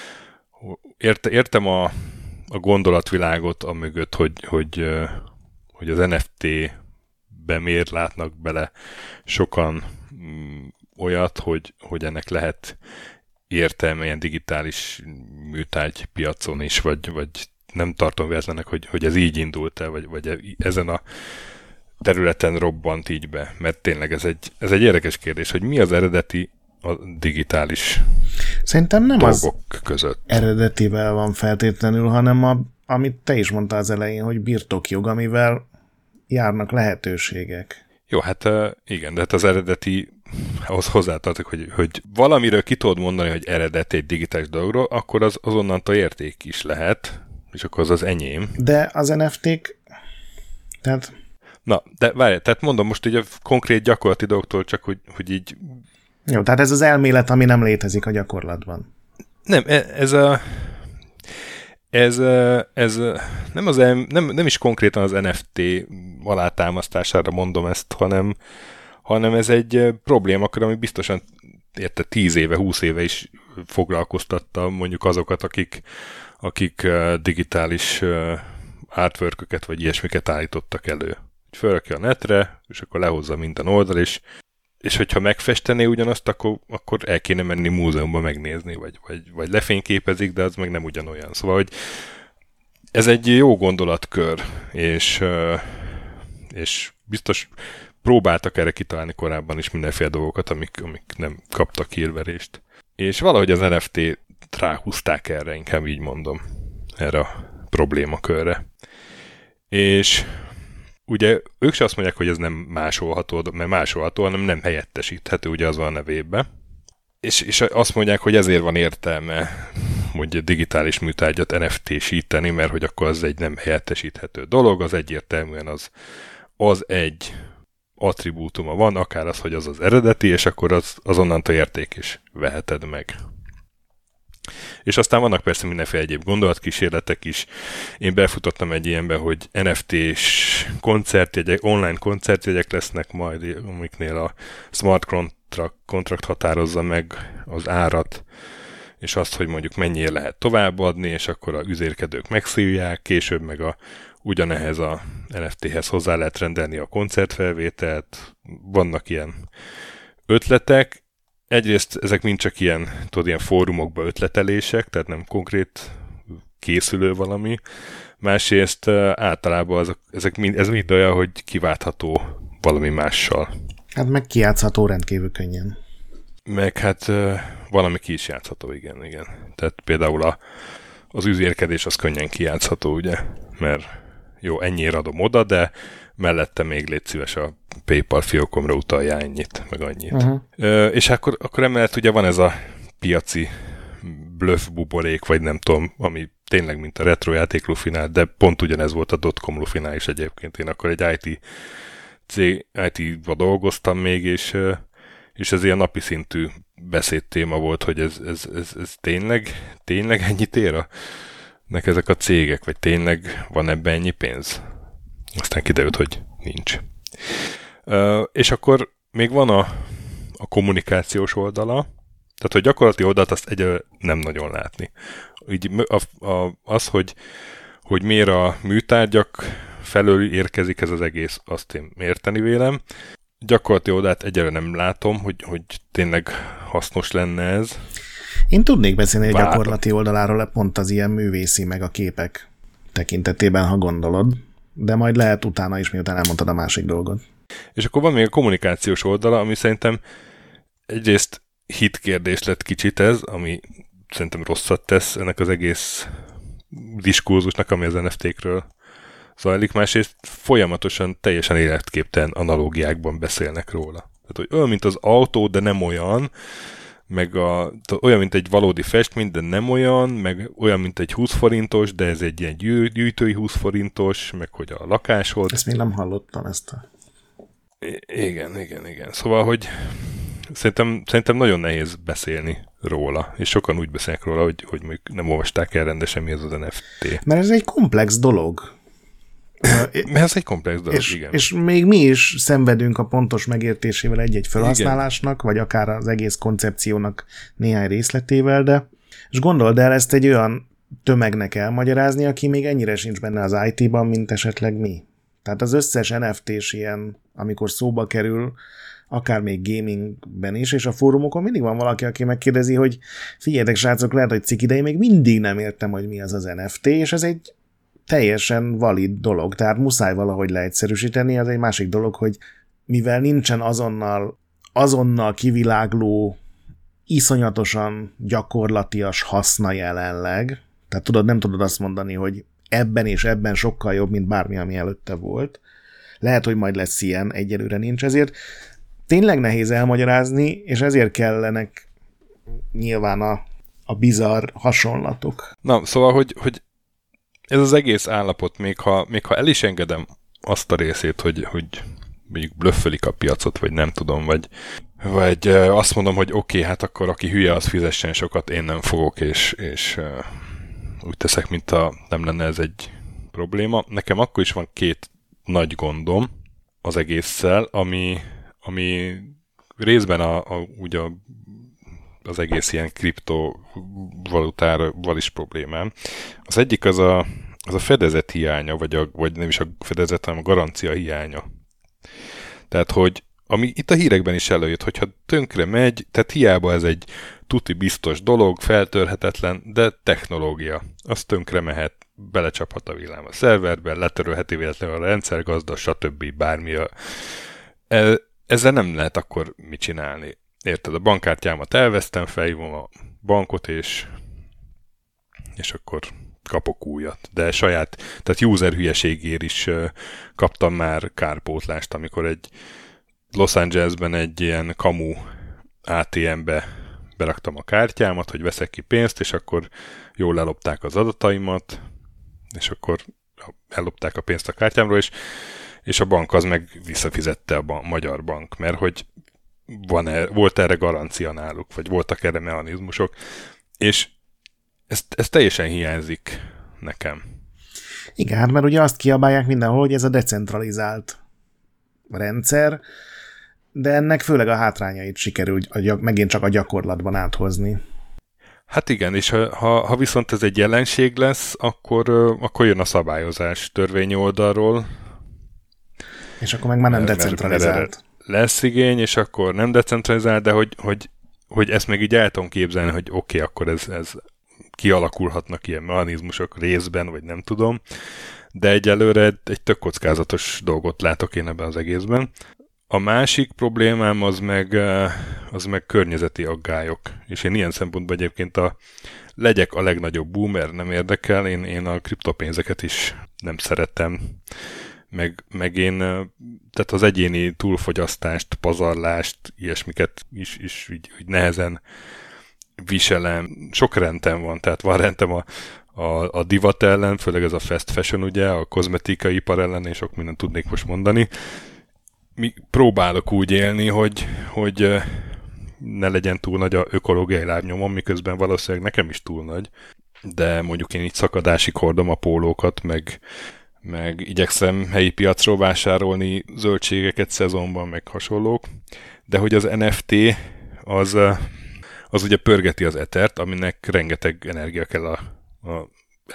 érte, értem a, a gondolatvilágot amögött, hogy, hogy, hogy az en ef té-be miért látnak bele sokan olyat, hogy, hogy ennek lehet értelme ilyen digitális műtárgy piacon is, vagy, vagy nem tartom véletlenek, hogy, hogy ez így indult el, vagy, vagy ezen a területen robbant így be, mert tényleg ez egy, ez egy érdekes kérdés, hogy mi az eredeti a digitális Szerintem nem dolgok az között. Eredetivel van feltétlenül, hanem a, amit te is mondtál az elején, hogy birtokjog, amivel járnak lehetőségek. Jó, hát igen, de hát az eredeti ahhoz hozzátartok, hogy, hogy valamiről ki tudod mondani, hogy eredeti egy digitális dologról, akkor az azonnantól érték is lehet, és akkor az az enyém. De az en ef té-k, tehát... Na, de várj, tehát mondom most így a konkrét gyakorlati dolgoktól csak, hogy, hogy így... Jó, tehát ez az elmélet, ami nem létezik a gyakorlatban. Nem, ez a... Ez, ez nem, az, nem, nem is konkrétan az en ef té alátámasztására mondom ezt, hanem, hanem ez egy problémakör, ami biztosan érte tíz éve, húsz éve is foglalkoztatta mondjuk azokat, akik, akik digitális artworköket vagy ilyesmiket állítottak elő. Fölrakja a netre, és akkor lehozza minden oldal, és, és hogyha megfestené ugyanazt, akkor, akkor el kéne menni múzeumban megnézni, vagy, vagy, vagy lefényképezik, de az meg nem ugyanolyan. Szóval, hogy ez egy jó gondolatkör, és, és biztos próbáltak erre kitalálni korábban is mindenféle dolgokat, amik, amik nem kaptak hírverést. És valahogy az en ef té-t ráhúzták erre, inkább így mondom, erre a problémakörre. És ugye ők se azt mondják, hogy ez nem másolható, mert másolható, hanem nem helyettesíthető, ugye az van a nevében. És, és azt mondják, hogy ezért van értelme, hogy digitális műtárgyat en ef té-síteni, mert hogy akkor az egy nem helyettesíthető dolog, az egyértelműen az, az egy attribútuma van, akár az, hogy az az eredeti, és akkor az, azonnantól érték is veheted meg. És aztán vannak persze mindenféle egyéb gondolatkísérletek is. Én befutottam egy ilyenbe, hogy en ef té-s koncertjegyek, online koncertjegyek lesznek majd, amiknél a smart contract, contract határozza meg az árat, és azt, hogy mondjuk mennyiért lehet továbbadni, és akkor a üzérkedők megszívják, később meg a ugyanehhez a en ef té-hez hozzá lehet rendelni a koncertfelvételt. Vannak ilyen ötletek. Egyrészt ezek mind csak ilyen, tudod, ilyen fórumokba ötletelések, tehát nem konkrét készülő valami. Másrészt általában azok, ezek mind, ez mind olyan, hogy kiváltható valami mással. Hát meg kijátszható rendkívül könnyen. Meg hát valami ki is játszható, igen, igen. Tehát például a, az üzérkedés az könnyen kijátszható, ugye? Mert jó, ennyire adom oda, de mellette még légy szíves a PayPal fiókomra utaljál ennyit, meg annyit. Uh-huh. Ö, és akkor, akkor emellett ugye van ez a piaci bluff buborék, vagy nem tudom, ami tényleg mint a retro játék lufinál, de pont ugyanez volt a dotcom lufinál is egyébként. Én akkor egy i té cég, i té-ba dolgoztam még, és, és ez ilyen napi szintű beszédtéma volt, hogy ez, ez, ez, ez tényleg, tényleg ennyit ér a, nek ezek a cégek, vagy tényleg van ebben ennyi pénz? Aztán kiderült, hogy nincs. Uh, és akkor még van a, a kommunikációs oldala, tehát hogy gyakorlati oldalt azt egyelőre nem nagyon látni. Így a, a, az, hogy, hogy miért a műtárgyak felől érkezik ez az egész, azt én érteni vélem. Gyakorlati oldalt egyelőre nem látom, hogy, hogy tényleg hasznos lenne ez. Én tudnék beszélni a gyakorlati oldaláról, pont az ilyen művészi meg a képek tekintetében, ha gondolod, de majd lehet utána is, miután elmondtad a másik dolgot. És akkor van még a kommunikációs oldala, ami szerintem egyrészt hitkérdés lett kicsit ez, ami szerintem rosszat tesz ennek az egész diskurzusnak, ami az en ef té-kről zajlik. Másrészt folyamatosan teljesen életképtelen analógiákban beszélnek róla. Tehát, hogy olyan, mint az autó, de nem olyan, meg a, olyan, mint egy valódi festmény, de nem olyan, meg olyan, mint egy húsz forintos, de ez egy ilyen gyű, gyűjtői húsz forintos, meg hogy a lakásod. Ezt még nem hallottam, ezt a... I- igen, igen, igen. Szóval, hogy szerintem, szerintem nagyon nehéz beszélni róla, és sokan úgy beszélnek róla, hogy, hogy még nem olvasták el rendesen, mi az az en ef té. Mert ez egy komplex dolog. Mert ez egy komplex dolog, és, igen. És még mi is szenvedünk a pontos megértésével egy-egy felhasználásnak, igen, vagy akár az egész koncepciónak néhány részletével, de és gondold el ezt egy olyan tömegnek elmagyarázni, aki még ennyire sincs benne az í té-ban, mint esetleg mi. Tehát az összes en ef té-s ilyen, amikor szóba kerül, akár még gamingben is, és a fórumokon mindig van valaki, aki megkérdezi, hogy figyeljetek srácok, lehet, hogy ciki, de én még mindig nem értem, hogy mi az az en ef té, és ez egy teljesen valid dolog, tehát muszáj valahogy leegyszerűsíteni, az egy másik dolog, hogy mivel nincsen azonnal, azonnal kivilágló, iszonyatosan gyakorlatias haszna jelenleg, tehát tudod, nem tudod azt mondani, hogy ebben és ebben sokkal jobb, mint bármi, ami előtte volt. Lehet, hogy majd lesz ilyen, egyelőre nincs, ezért tényleg nehéz elmagyarázni, és ezért kellenek nyilván a, a bizarr hasonlatok. Na, szóval, hogy, hogy ez az egész állapot, még ha, még ha el is engedem azt a részét, hogy, hogy mondjuk blöffölik a piacot, vagy nem tudom, vagy, vagy azt mondom, hogy oké, okay, hát akkor aki hülye, az fizessen sokat, én nem fogok, és, és úgy teszek, mint a nem lenne ez egy probléma. Nekem akkor is van két nagy gondom az egésszel, ami, ami részben a, a, ugye a, az egész ilyen kriptovalutával is problémám. Az egyik az a, az a fedezet hiánya, vagy, a, vagy nem is a fedezet, hanem a garancia hiánya. Tehát, hogy ami itt a hírekben is előjött, hogyha tönkre megy, tehát hiába ez egy tuti biztos dolog, feltörhetetlen, de technológia. Az tönkre mehet, belecsaphat a villám a szerverbe, letörölheti véletlenül a rendszergazda, stb. Bármi. A... Ezzel nem lehet akkor mit csinálni. Érted? A bankkártyámat elvesztem, felhívom a bankot, és, és akkor kapok újat. De saját, tehát user hülyeségért is kaptam már kárpótlást, amikor egy Los Angelesben egy ilyen kamu á té em-be beraktam a kártyámat, hogy veszek ki pénzt, és akkor jól ellopták az adataimat, és akkor ellopták a pénzt a kártyámról, és, és a bank az meg visszafizette a ban- magyar bank, mert hogy van er, volt erre garancia náluk, vagy voltak erre mechanizmusok, és ez, ez teljesen hiányzik nekem. Igen, hát mert ugye azt kiabálják mindenhol, hogy ez a decentralizált rendszer, de ennek főleg a hátrányait sikerül a gyak, megint csak a gyakorlatban áthozni. Hát igen, és ha, ha viszont ez egy jelenség lesz, akkor, akkor jön a szabályozás törvényi oldalról. És akkor meg már nem mert, decentralizált. Mert lesz igény, és akkor nem decentralizált, de hogy, hogy, hogy ezt meg így el tudom képzelni, hogy oké, okay, akkor ez, ez kialakulhatnak ilyen mechanizmusok részben, vagy nem tudom. De egyelőre egy tök kockázatos dolgot látok én ebben az egészben. A másik problémám az meg, az meg környezeti aggályok. És én ilyen szempontból egyébként a legyek a legnagyobb boomer, nem érdekel, én, én a kriptopénzeket is nem szeretem. Meg, meg én, tehát az egyéni túlfogyasztást, pazarlást, ilyesmiket is, is így, így nehezen viselem. Sok rendem van, tehát van rendem a, a, a divat ellen, főleg ez a fast fashion, ugye, a kozmetikai ipar ellen, és sok mindent tudnék most mondani. Mi próbálok úgy élni, hogy, hogy ne legyen túl nagy a ökológiai lábnyomom, miközben valószínűleg nekem is túl nagy, de mondjuk én így szakadásig hordom a pólókat, meg, meg igyekszem helyi piacról vásárolni zöldségeket szezonban, meg hasonlók, de hogy az en ef té az, az ugye pörgeti az ethert, aminek rengeteg energia kell a, a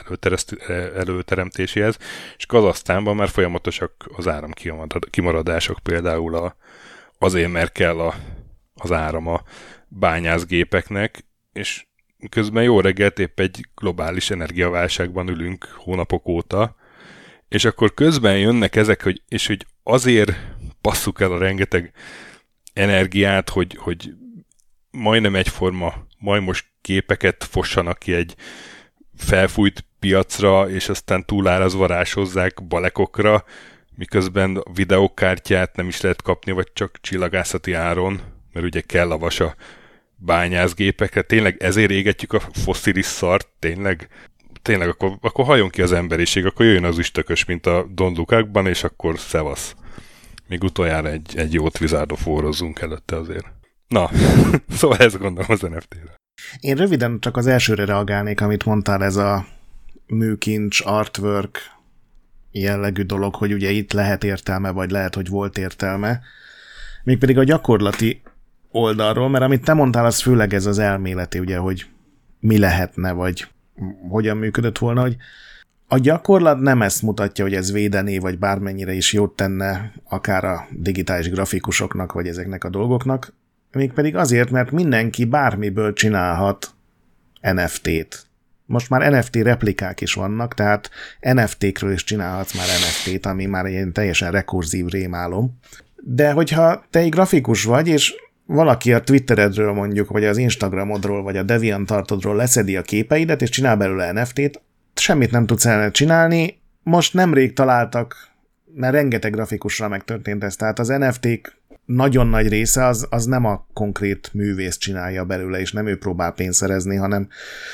előteremtéséhez, és Kazahsztánban már folyamatosak az áramkimaradások, például a, azért, mert kell a, az áram a bányászgépeknek, és közben jó reggelt épp egy globális energiaválságban ülünk hónapok óta, és akkor közben jönnek ezek, hogy, és hogy azért passzuk el a rengeteg energiát, hogy, hogy majdnem egyforma majmos képeket fossanak ki egy felfújt piacra, és aztán túlárazvarásozzák balekokra, miközben a videókártyát nem is lehet kapni, vagy csak csillagászati áron, mert ugye kell a vas a bányászgépekre. Tényleg ezért égetjük a fosszilis szart, tényleg? Tényleg, akkor, akkor halljon ki az emberiség, akkor jöjjön az üstökös, mint a Don Lukákban, és akkor szevasz. Még utoljára egy, egy jót Wizardot forrozzunk előtte azért. Na, szóval ezt gondolom az en ef té-re. Én röviden csak az elsőre reagálnék, amit mondtál, ez a műkincs, artwork jellegű dolog, hogy ugye itt lehet értelme, vagy lehet, hogy volt értelme. Mégpedig a gyakorlati oldalról, mert amit te mondtál, az főleg ez az elméleti, ugye, hogy mi lehetne, vagy hogyan működött volna, hogy A gyakorlat nem ezt mutatja, hogy ez védené, vagy bármennyire is jót tenne akár a digitális grafikusoknak, vagy ezeknek a dolgoknak, mégpedig azért, mert mindenki bármiből csinálhat en ef té-t. Most már en ef té replikák is vannak, tehát en ef té-kről is csinálhatsz már en ef té-t, ami már egy teljesen rekurzív rémálom. De hogyha te egy grafikus vagy, és valaki a Twitteredről mondjuk, vagy az Instagramodról, vagy a DeviantArtodról leszedi a képeidet, és csinál belőle en ef té-t, semmit nem tudsz ellene csinálni. Most nemrég találtak, mert rengeteg grafikusra megtörtént ez, tehát az en ef té-k nagyon nagy része az, az nem a konkrét művész csinálja belőle, és nem ő próbál pénzt szerezni, hanem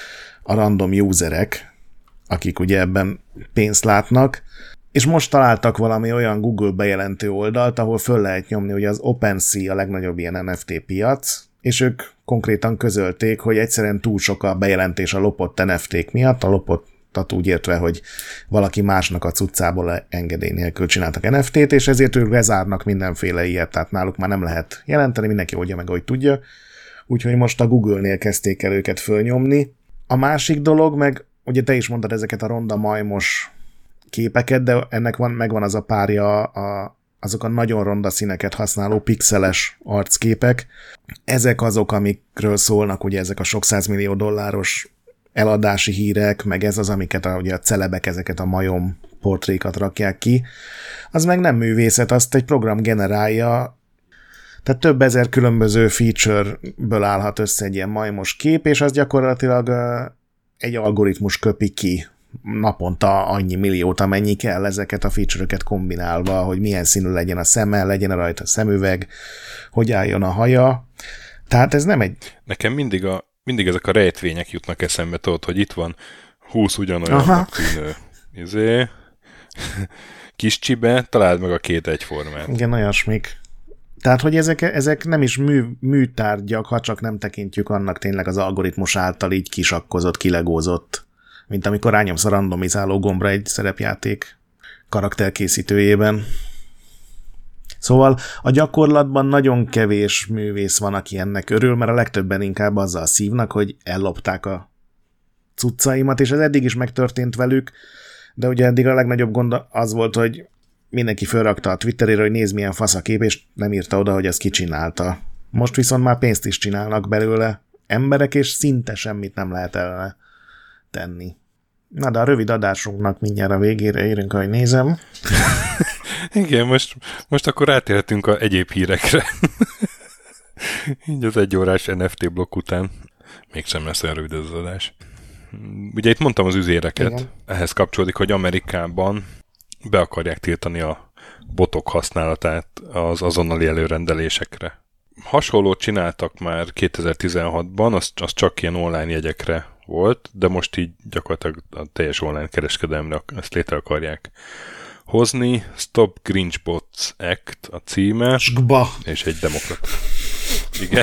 a random userek, akik ugye ebben pénzt látnak, és most találtak valami olyan Google bejelentő oldalt, ahol föl lehet nyomni, hogy az OpenSea a legnagyobb ilyen en ef té piac, és ők konkrétan közölték, hogy egyszerűen túl sok a bejelentés a lopott en ef té-k miatt, a lopottat úgy értve, hogy valaki másnak a cuccából engedély nélkül csináltak en ef té-t, és ezért ők lezárnak mindenféle ilyet, tehát náluk már nem lehet jelenteni, mindenki oldja meg, ahogy tudja, úgyhogy most a Google-nél kezdték el őket fölnyomni. A másik dolog, meg ugye te is mondtad ezeket a ronda majmos képeket, de ennek van, megvan az a párja, a, azok a nagyon ronda színeket használó pixeles arcképek. Ezek azok, amikről szólnak ugye ezek a sok százmillió dolláros eladási hírek, meg ez az, amiket a, ugye a celebek ezeket a majom portrékat rakják ki. Az meg nem művészet, azt egy program generálja, tehát több ezer különböző feature-ből állhat össze egy ilyen majmos kép, és az gyakorlatilag egy algoritmus köpi ki naponta annyi milliót, amennyi kell ezeket a feature-öket kombinálva, hogy milyen színű legyen a szeme, legyen rajta szemüveg, hogy álljon a haja. Tehát ez nem egy... Nekem mindig, a, mindig ezek a rejtvények jutnak eszembe, tudod, hogy itt van húsz ugyanolyannak tűnő izé, kis csibe, találd meg a két egyformát. Igen, olyasmik. Tehát, hogy ezek, ezek nem is mű, műtárgyak, ha csak nem tekintjük annak tényleg az algoritmus által így kisakkozott, kilegózott, mint amikor rányomsz a randomizáló gombra egy szerepjáték karakterkészítőjében. Szóval a gyakorlatban nagyon kevés művész van, aki ennek örül, mert a legtöbben inkább azzal szívnak, hogy ellopták a cuccaimat, és ez eddig is megtörtént velük, de ugye eddig a legnagyobb gond az volt, hogy mindenki felrakta a Twitterére, hogy nézd milyen fasz a kép, és nem írta oda, hogy ezt kicsinálta. Most viszont már pénzt is csinálnak belőle emberek, és szinte semmit nem lehet ellene tenni. Na, de a rövid adásunknak mindjárt a végére érünk, ahogy nézem. Igen, most, most akkor átérhetünk a egyéb hírekre. Így az egyórás en ef té blokk után. Mégsem lesz olyan rövid az adás. Ugye itt mondtam az üzéreket. Igen. Ehhez kapcsolódik, hogy Amerikában be akarják tiltani a botok használatát az azonnali előrendelésekre. Hasonlót csináltak már kétezer-tizenhatban, az, az csak ilyen online jegyekre volt, de most így gyakorlatilag a teljes online kereskedelemre ezt létre akarják hozni. Stop Grinch Bots Act a címe. Skba. És egy demokrata. Igen.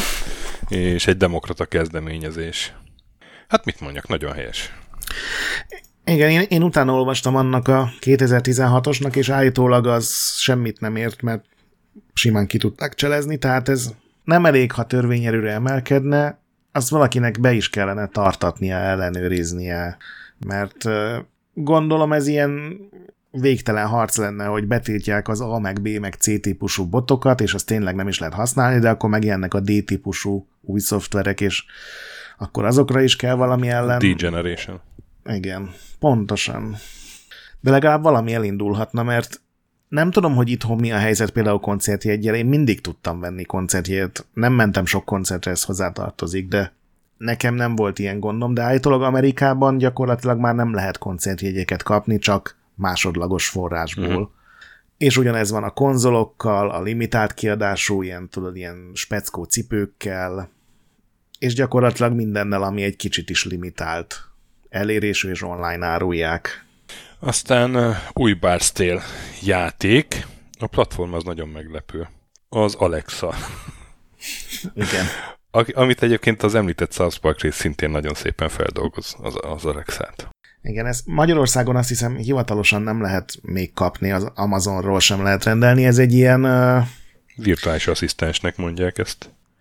És egy demokrata kezdeményezés. Hát mit mondjak, nagyon helyes. Igen, én, én utána olvastam annak a kétezer-tizenhatosnak, és állítólag az semmit nem ért, mert simán ki tudták cselezni, tehát ez nem elég, ha törvényerőre emelkedne, azt valakinek be is kellene tartatnia, ellenőriznie, mert gondolom ez ilyen végtelen harc lenne, hogy betiltják az A meg B meg C típusú botokat, és azt tényleg nem is lehet használni, de akkor megjelennek a D típusú új szoftverek, és akkor azokra is kell valami ellen. D-generation. Igen, pontosan. De legalább valami elindulhatna, mert nem tudom, hogy itthon mi a helyzet például koncertjeggyel. Én mindig tudtam venni koncertjegyet. Nem mentem sok koncertre, ez hozzátartozik, de nekem nem volt ilyen gondom, de állítólag Amerikában gyakorlatilag már nem lehet koncertjegyeket kapni, csak másodlagos forrásból. Mm. És ugyanez van a konzolokkal, a limitált kiadású, ilyen, tudod, ilyen speckó cipőkkel, és gyakorlatilag mindennel, ami egy kicsit is limitált elérésű és online árulják. Aztán uh, új Bard's Tale játék. A platform az nagyon meglepő. Az Alexa. Igen. A, amit egyébként az említett South Park rész szintén nagyon szépen feldolgoz az, az Alexát. Igen, ez Magyarországon azt hiszem hivatalosan nem lehet még kapni, az Amazonról sem lehet rendelni. Ez egy ilyen... Uh... virtuális asszisztensnek mondják ezt.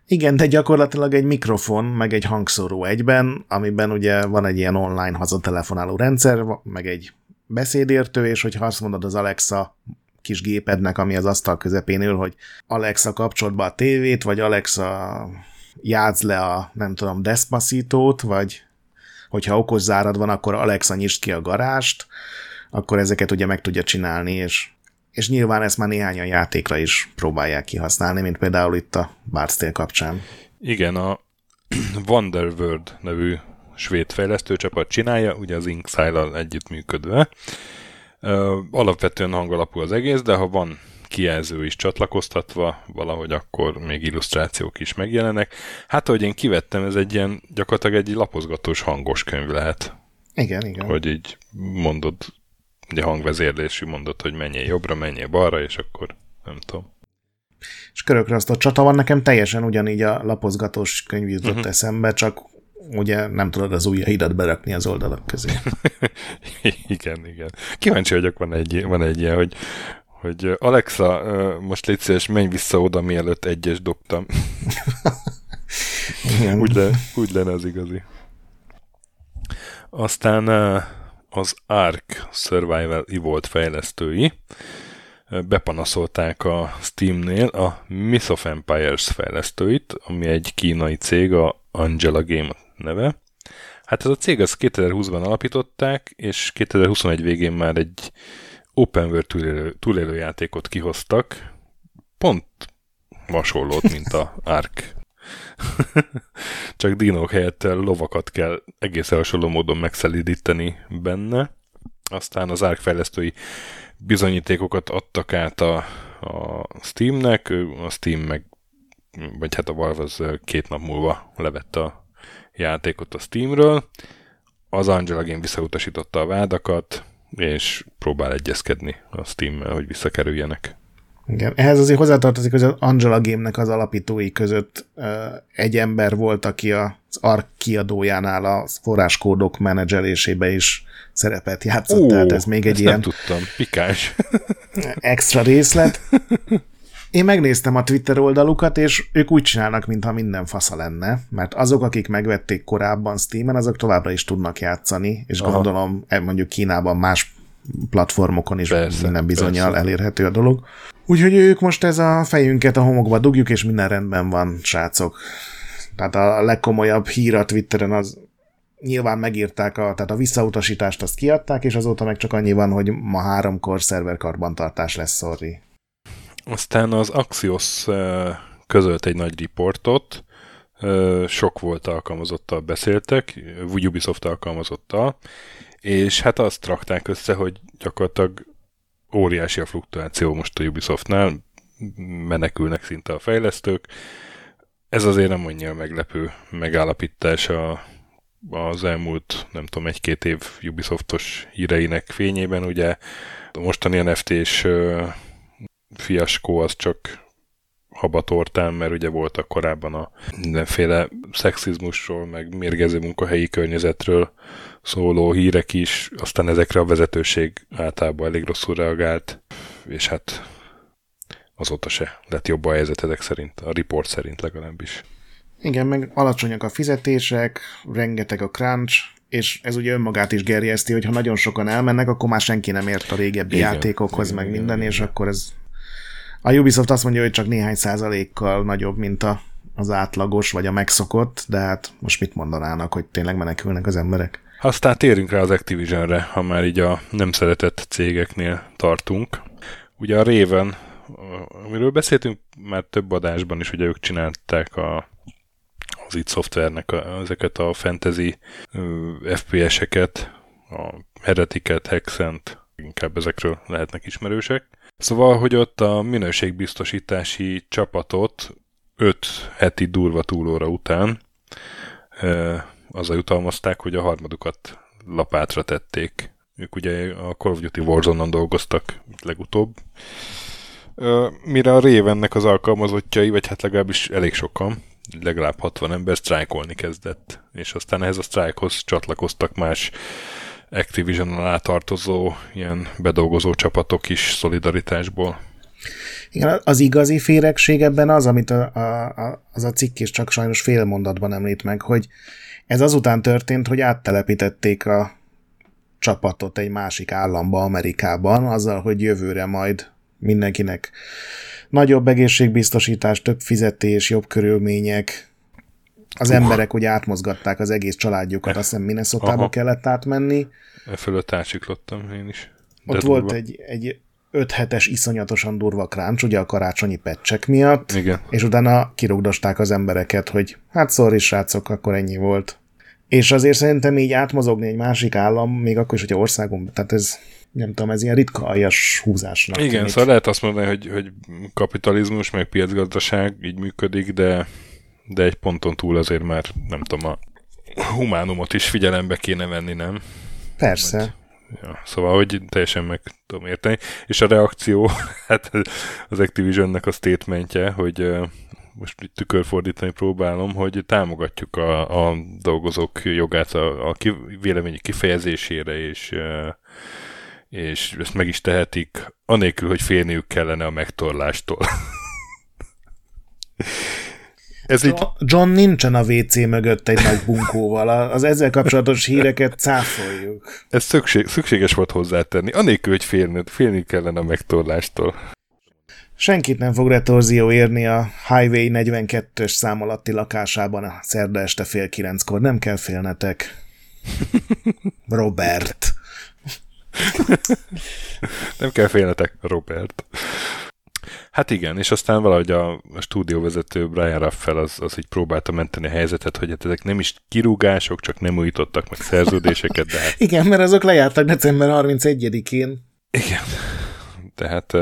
Igen, de gyakorlatilag egy mikrofon, meg egy hangszóró egyben, amiben ugye van egy ilyen online hazatelefonáló rendszer, meg egy beszédértő, és hogyha azt mondod az Alexa kis gépednek, ami az asztal közepén ül, hogy Alexa kapcsolt be a tévét, vagy Alexa játsz le a, nem tudom, Despacitót, vagy hogyha okos zárad van, akkor Alexa nyisd ki a garást, akkor ezeket ugye meg tudja csinálni, és, és nyilván ezt már néhányan játékra is próbálják kihasználni, mint például itt a Bard's Tale kapcsán. Igen, a Wonderworld nevű svéd fejlesztőcsapat csinálja, ugye az Inxile-al együttműködve. Alapvetően hangalapú az egész, de ha van kijelző is csatlakoztatva, valahogy akkor még illusztrációk is megjelenek. Hát, ahogy én kivettem, ez egy ilyen gyakorlatilag egy lapozgatós hangos könyv lehet. Igen, igen. Hogy így mondod, ugye hangvezérlésű mondod, hogy menjél jobbra, menjél balra, és akkor nem tudom. És körökre azt a csata van, nekem teljesen ugyanígy a lapozgatós könyv jutott uh-huh. eszembe, csak ugye nem tudod az ujjaidat berakni az oldalak közé. igen, igen. Kíváncsi vagyok, van egy, van egy ilyen, hogy, hogy Alexa, most légy szíves, menj vissza oda, mielőtt egyes dobtam. úgy, le, úgy lenne az igazi. Aztán az Ark Survival Evolved fejlesztői bepanaszolták a Steamnél a Myth of Empires fejlesztőit, ami egy kínai cég, a Angela Game neve. Hát ez a cég az kétezer-húszban alapították, és kétezer-huszonegy végén már egy open world túlélő, túlélő játékot kihoztak. Pont hasonlót, mint a Ark. Csak dinók helyett lovakat kell egészen hasonló módon megszelídíteni benne. Aztán az Ark fejlesztői bizonyítékokat adtak át a, a Steamnek, a Steam meg, vagy hát a Valve az két nap múlva levette a játékot a Steamről. Az Angela Game visszautasította a vádakat, és próbál egyezkedni a Steammel, hogy visszakerüljenek. Igen. Ehhez azért hozzátartozik, hogy az Angela Game-nek az alapítói között uh, egy ember volt, aki az Ark kiadójánál a forráskódok menedzselésébe is szerepet játszott, Ó, tehát ez még egy ilyen... nem tudtam, pikáns. extra részlet. Én megnéztem a Twitter oldalukat, és ők úgy csinálnak, mintha minden fasza lenne, mert azok, akik megvették korábban Steamen, azok továbbra is tudnak játszani, és Aha. gondolom mondjuk Kínában más platformokon is persze, minden bizonnyal elérhető a dolog. Úgyhogy ők most ez a fejünket a homokba dugjuk, és minden rendben van, srácok. Tehát a legkomolyabb hír a Twitteren az nyilván megírták, a, tehát a visszautasítást azt kiadták, és azóta meg csak annyi van, hogy ma háromkor szerver karbantartás lesz, sorry. Aztán az Axios közölt egy nagy riportot, sok volt alkalmazottal beszéltek, Ubisoft alkalmazottal, és hát azt rakták össze, hogy gyakorlatilag óriási a fluktuáció most a Ubisoftnál, menekülnek szinte a fejlesztők. Ez azért nem annyira meglepő megállapítás a, az elmúlt, nem tudom, egy-két év Ubisoftos híreinek fényében. Ugye a mostani en ef té-s fiaskó az csak habatortán, mert ugye voltak korábban a mindenféle szexizmusról, meg mérgező munkahelyi környezetről szóló hírek is, aztán ezekre a vezetőség általában elég rosszul reagált, és hát azóta se lett jobb a helyzet ezek szerint, a report szerint legalábbis. Igen, meg alacsonyak a fizetések, rengeteg a crunch, és ez ugye önmagát is gerjeszti, hogy ha nagyon sokan elmennek, akkor már senki nem ért a régebbi igen, játékokhoz, igen, meg igen, minden, igen. És akkor ez... A Ubisoft azt mondja, hogy csak néhány százalékkal nagyobb, mint a, az átlagos, vagy a megszokott, de hát most mit mondanának, hogy tényleg menekülnek az emberek? Aztán térünk rá az Activisionre, ha már így a nem szeretett cégeknél tartunk. Ugye a Raven, amiről beszéltünk már több adásban is, ugye ők csinálták a, az id Software-nek a, ezeket a fantasy ef pé es-eket, a Heretiket, Hexent, inkább ezekről lehetnek ismerősek. Szóval, hogy ott a minőségbiztosítási csapatot öt heti durva túlóra után e, azzal jutalmazták, hogy a harmadukat lapátra tették. Ők ugye a Call of Duty Warzone-on dolgoztak legutóbb. E, mire a Ravennek az alkalmazottjai, vagy hát legalábbis elég sokan, legalább hatvan ember sztrájkolni kezdett. És aztán ehhez a sztrájkhoz csatlakoztak más Activision alá tartozó ilyen bedolgozó csapatok is szolidaritásból. Igen, az igazi féregség ebben az, amit a, a, az a cikk is csak sajnos fél mondatban említ meg, hogy ez azután történt, hogy áttelepítették a csapatot egy másik államba, Amerikában, azzal, hogy jövőre majd mindenkinek nagyobb egészségbiztosítás, több fizetés, jobb körülmények. Az uh. emberek ugye átmozgatták az egész családjukat, azt hiszem Minnesotába kellett átmenni. E fölött átsiklottam én is. De Ott durva. Volt egy, egy öt hetes iszonyatosan durva kráncs, ugye a karácsonyi pecsek miatt, igen. És utána kirugdosták az embereket, hogy hát sorry srácok, akkor ennyi volt. És azért szerintem így átmozogni egy másik állam, még akkor is, hogyha országon, tehát ez, nem tudom, ez ilyen ritka aljas húzásnak. Igen, tűnik. Szóval lehet azt mondani, hogy, hogy kapitalizmus, meg piacgazdaság így működik, de, de egy ponton túl azért már, nem tudom, a humánumot is figyelembe kéne venni, nem? Persze. Vagy, ja, szóval, hogy teljesen meg tudom érteni. És a reakció, hát az Activisionnek a statementje, hogy most itt tükörfordítani próbálom, hogy támogatjuk a, a dolgozók jogát a, a véleményi kifejezésére, és, és ezt meg is tehetik, anélkül, hogy félniük kellene a megtorlástól. Ez így... John nincsen a vé cé mögött egy nagy bunkóval, az ezzel kapcsolatos híreket cáfoljuk. Ez szükség, szükséges volt hozzátenni, anélkül, hogy félni, félni kellene a megtorlástól. Senkit nem fog retorzió érni a Highway negyvenkettős szám alatti lakásában a szerda este fél kilenckor. Nem kell félnetek. Robert. Nem kell félnetek, Robert. Hát igen, és aztán valahogy a, a stúdióvezető Brian Raffel az, az így próbálta menteni a helyzetet, hogy hát ezek nem is kirúgások, csak nem újítottak meg szerződéseket, de hát... Igen, mert azok lejártak december harmincegyedikén. Igen. Tehát...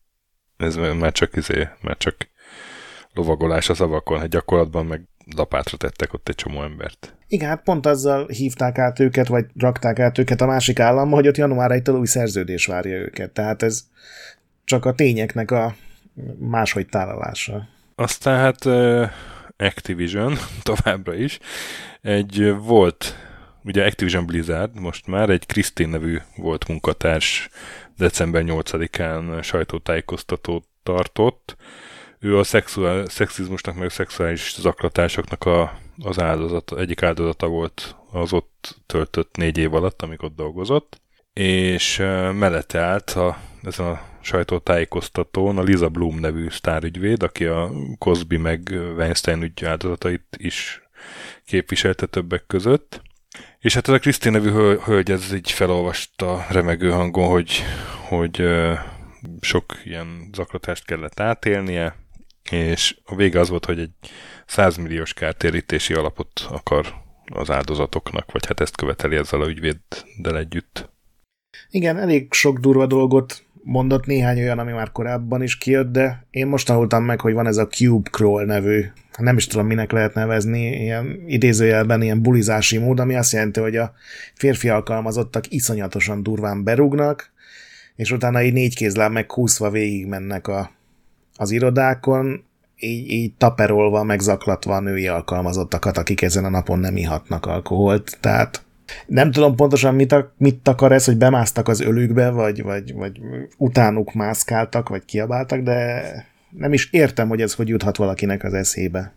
ez már csak, izé, már csak lovagolás a szavakon, hát gyakorlatban meg lapátra tettek ott egy csomó embert. Igen, hát pont azzal hívták át őket, vagy rakták át őket a másik államba, hogy ott január elsejétől új szerződés várja őket. Tehát ez csak a tényeknek a máshogy tálalása. Aztán hát uh, Activision továbbra is. Egy volt, ugye Activision Blizzard most már egy Christine nevű volt munkatárs december nyolcadikán sajtótájékoztatót tartott. Ő a szexuál, szexizmusnak, meg a szexuális zaklatásoknak a, az áldozat, egyik áldozata volt az ott töltött négy év alatt, amikor ott dolgozott, és uh, mellette állt a, ezen a sajtótájékoztatón a Lisa Bloom nevű sztárügyvéd, aki a Cosby meg Weinstein ügy áldozatait is képviselte többek között. És hát ez a Krisztin nevű hölgy ez így felolvasta remegő hangon, hogy, hogy uh, sok ilyen zaklatást kellett átélnie, és a vége az volt, hogy egy száz milliós kártérítési alapot akar az áldozatoknak, vagy hát ezt követeli ezzel a ügyvéddel együtt. Igen, elég sok durva dolgot mondott, néhány olyan, ami már korábban is kijött, de én most tanultam meg, hogy van ez a Cube Crawl nevű, nem is tudom, minek lehet nevezni, ilyen idézőjelben ilyen bulizási mód, ami azt jelenti, hogy a férfi alkalmazottak iszonyatosan durván berúgnak, és utána így négy kézláb meghúzva végigmennek a, az irodákon, így, így taperolva, megzaklatva a női alkalmazottakat, akik ezen a napon nem ihatnak alkoholt, tehát nem tudom pontosan, mit, a, mit akar ez, hogy bemásztak az ölükbe, vagy, vagy, vagy utánuk mászkáltak, vagy kiabáltak, de nem is értem, hogy ez hogy juthat valakinek az eszébe.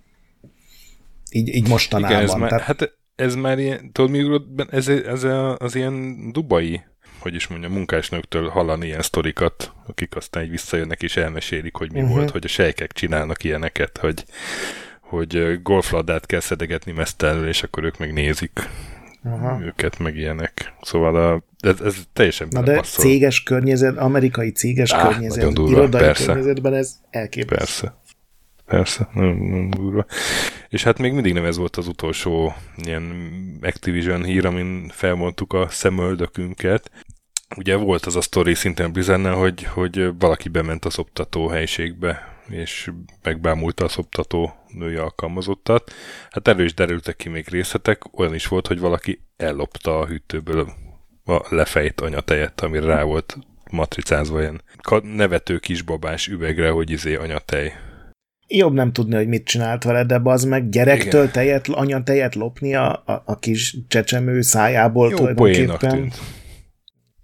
Így, így mostanában. Igen, ez már, Tehát... hát ez már ilyen, tudod mi, ez, ez az ilyen dubai, hogy is mondjam, munkásnőktől hallani ilyen sztorikat, akik aztán így visszajönnek és elmesélik, hogy mi uh-huh. volt, hogy a sejkek csinálnak ilyeneket, hogy, hogy golflabdát kell szedegetni mesztelenül, és akkor ők meg nézik. Aha. őket, meg ilyenek. Szóval a, ez, ez teljesen Na de passzol. Céges környezet, amerikai céges Á, környezet, durva, irodai persze. Környezetben ez elképesztő. Persze. Persze, nem, nem durva. És hát még mindig nem ez volt az utolsó ilyen Activision hír, amin felmondtuk a szemöldökünket. Ugye volt az a sztori szintén Blizzardnál, hogy, hogy valaki bement a szoptató helyiségbe, és megbámulta a szoptató női alkalmazottat. Hát erről is derültek ki még részletek, olyan is volt, hogy valaki ellopta a hűtőből a lefejt anyatejet, amire rá volt matricázva ilyen nevető kisbabás üvegre, hogy izé anyatej. Jobb nem tudni, hogy mit csinált vele, de bazd meg gyerektől tejet, anyatejet lopni a, a, a kis csecsemő szájából jó tulajdonképpen. Tűnt.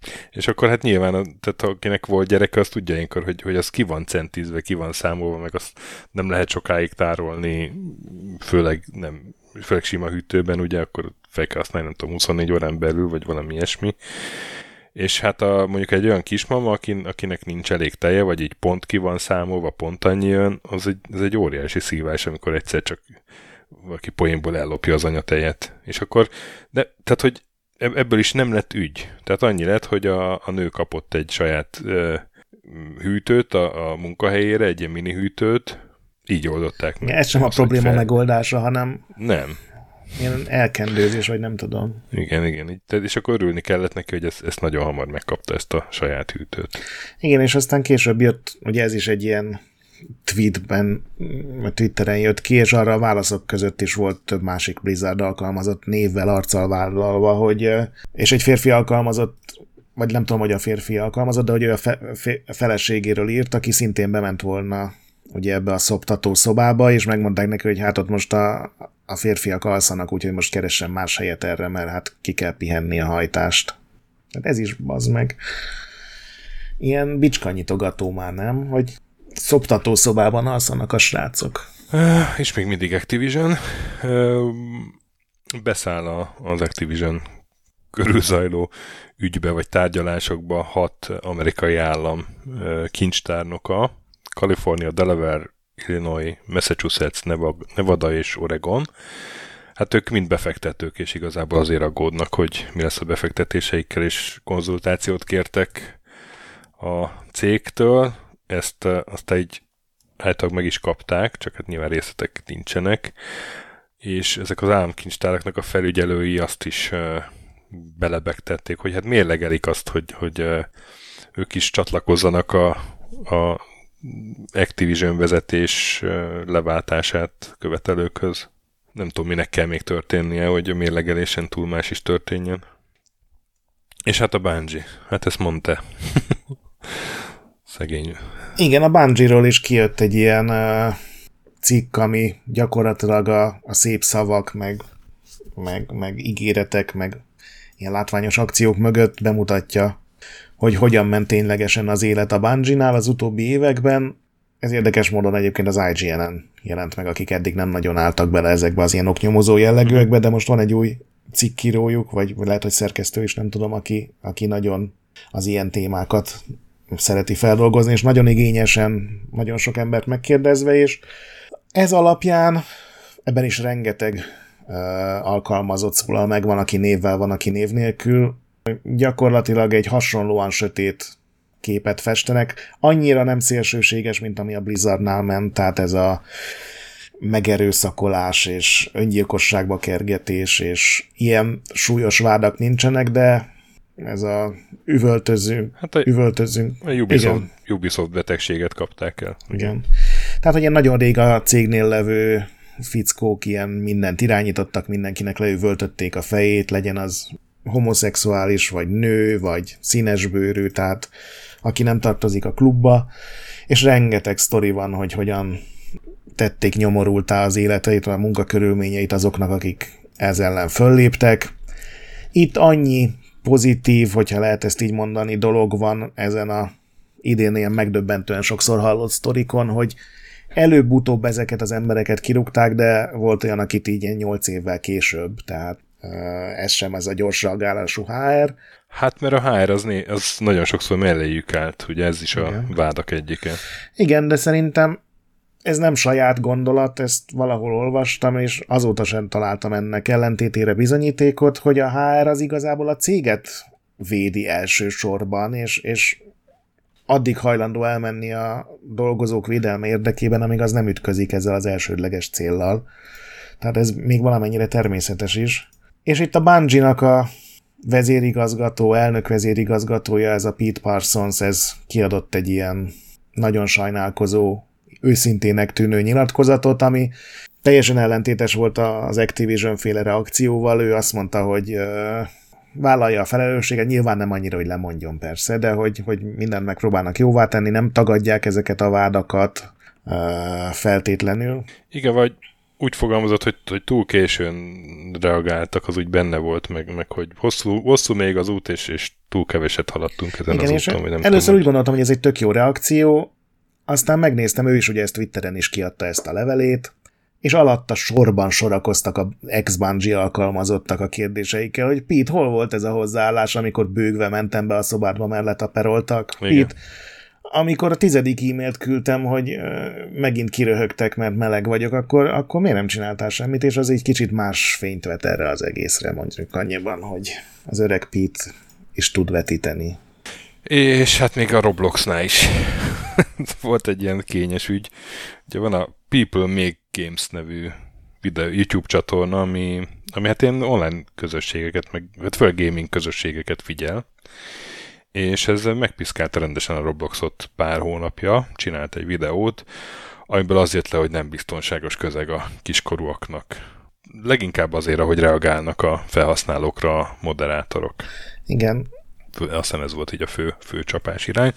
És akkor hát nyilván, tehát akinek volt gyereke, az tudja ilyenkor, hogy, hogy az ki van centízve, ki van számolva, meg azt nem lehet sokáig tárolni, főleg nem, főleg sima hűtőben, ugye, akkor fel kell használni, nem tudom, huszonnégy órán belül, vagy valami ilyesmi. És hát a, mondjuk egy olyan kismama, akin, akinek nincs elég teje, vagy így pont ki van számolva, pont annyi jön, az egy, az egy óriási szívás, amikor egyszer csak valaki poénból ellopja az anyatejet. És akkor, de, tehát, hogy ebből is nem lett ügy. Tehát annyi lett, hogy a, a nő kapott egy saját ö, hűtőt a, a munkahelyére, egy ilyen mini hűtőt, így oldották meg. Ja, ez sem a probléma fel... megoldása, hanem nem. Ilyen elkendőzés, vagy nem tudom. Igen, igen. Így, és akkor örülni kellett neki, hogy ezt, ezt nagyon hamar megkapta, ezt a saját hűtőt. Igen, és aztán később jött, ugye ez is egy ilyen tweetben, Twitteren jött ki, és arra a válaszok között is volt több másik Blizzard alkalmazott névvel, arccal vállalva, hogy, és egy férfi alkalmazott, vagy nem tudom, hogy a férfi alkalmazott, de hogy ő a, fe, a feleségéről írt, aki szintén bement volna ugye ebbe a szoptató szobába, és megmondták neki, hogy hát ott most a, a férfiak alszanak, úgyhogy most keressen más helyet erre, mert hát ki kell pihenni a hajtást. Hát ez is bazd meg. Ilyen bicskanyitogató már, nem? Hogy szoptató szobában alszanak a srácok. Uh, és még mindig Activision. Uh, beszáll a, az Activision körül zajló ügybe vagy tárgyalásokba hat amerikai állam uh, kincstárnoka, Kalifornia, Delaware, Illinois, Massachusetts, Nevada és Oregon. Hát ők mind befektetők, és igazából azért aggódnak, hogy mi lesz a befektetéseikkel, és konzultációt kértek a cégtől. Ezt aztán így általában meg is kapták, csak hát nyilván részletek nincsenek. És ezek az államkincstáraknak a felügyelői azt is belebegtették, hogy hát mérlegelik azt, hogy, hogy ők is csatlakozzanak a, a Activision vezetés leváltását követelőkhöz. Nem tudom, minek kell még történnie, hogy a mérlegelésen túl más is történjen. És hát a Bungie. Hát ezt mondta. Szegény. Igen, a Bungie-ról is kijött egy ilyen uh, cikk, ami gyakorlatilag a, a szép szavak, meg, meg, meg ígéretek, meg ilyen látványos akciók mögött bemutatja, hogy hogyan ment ténylegesen az élet a Bungie-nál az utóbbi években. Ez érdekes módon egyébként az I G N-en jelent meg, akik eddig nem nagyon álltak bele ezekbe az ilyen oknyomozó jellegűekbe, de most van egy új cikkírójuk, vagy lehet, hogy szerkesztő is, nem tudom, aki, aki nagyon az ilyen témákat szereti feldolgozni, és nagyon igényesen, nagyon sok embert megkérdezve, és ez alapján ebben is rengeteg uh, alkalmazott szólal meg, van, aki névvel, van, aki név nélkül, gyakorlatilag egy hasonlóan sötét képet festenek. Annyira nem szélsőséges, mint ami a Blizzardnál ment, tehát ez a megerőszakolás és öngyilkosságba kergetés, és ilyen súlyos vádak nincsenek, de ez a üvöltöző, hát a, üvöltözünk. A Ubisoft, Ubisoft betegséget kapták el. Igen. Tehát, hogy ilyen nagyon rég a cégnél levő fickók ilyen mindent irányítottak, mindenkinek leüvöltötték a fejét, legyen az homoszexuális, vagy nő, vagy színesbőrű, tehát aki nem tartozik a klubba, és rengeteg sztori van, hogy hogyan tették nyomorultá az életeit, a munkakörülményeit azoknak, akik ez ellen fölléptek. Itt annyi pozitív, hogyha lehet ezt így mondani, dolog van ezen a idén ilyen megdöbbentően sokszor hallott sztorikon, hogy előbb-utóbb ezeket az embereket kirúgták, de volt olyan, akit így ilyen nyolc évvel később, tehát ez sem ez a gyors reagálású há er. Hát mert a há er az, né- az nagyon sokszor melléjük állt, ugye ez is igen. A vádak egyike. Igen, de szerintem ez nem saját gondolat, ezt valahol olvastam, és azóta sem találtam ennek ellentétére bizonyítékot, hogy a há er az igazából a céget védi elsősorban, és, és addig hajlandó elmenni a dolgozók védelme érdekében, amíg az nem ütközik ezzel az elsődleges céllal. Tehát ez még valamennyire természetes is. És itt a Bungie-nak a vezérigazgató, elnök vezérigazgatója, ez a Pete Parsons, ez kiadott egy ilyen nagyon sajnálkozó, őszintének tűnő nyilatkozatot, ami teljesen ellentétes volt az Activision-féle reakcióval. Ő azt mondta, hogy uh, vállalja a felelősséget, nyilván nem annyira, hogy lemondjon persze, de hogy, hogy mindent megpróbálnak jóvá tenni, nem tagadják ezeket a vádakat uh, feltétlenül. Igen, vagy úgy fogalmazott, hogy, hogy túl későn reagáltak, az úgy benne volt, meg, meg hogy hosszú, hosszú még az út, és, és túl keveset haladtunk ezen igen, az úton. Vagy nem először tudom, úgy gondoltam, hogy ez egy tök jó reakció, aztán megnéztem, ő is ugye ezt Twitteren is kiadta ezt a levelét, és alatta sorban sorakoztak a ex-Bungie alkalmazottak a kérdéseikkel, hogy Pete, hol volt ez a hozzáállás, amikor bőgve mentem be a szobádba, mert letaperoltak? Pete, amikor a tizedik e-mailt küldtem, hogy megint kiröhögtek, mert meleg vagyok, akkor, akkor miért nem csináltál semmit, és az egy kicsit más fényt vet erre az egészre, mondjuk annyiban, hogy az öreg Pete is tud vetíteni. És hát még a Robloxnál is volt egy ilyen kényes ügy. Ugye van a People Make Games nevű videó, YouTube csatorna, ami, ami hát ilyen online közösségeket, meg hát főleg gaming közösségeket figyel, és ez megpiszkálta rendesen a Robloxot pár hónapja, csinált egy videót, amiből az jött le, hogy nem biztonságos közeg a kiskorúaknak. Leginkább azért, ahogy reagálnak a felhasználókra a moderátorok. Igen. Azt hiszem ez volt így a fő, fő csapás irány.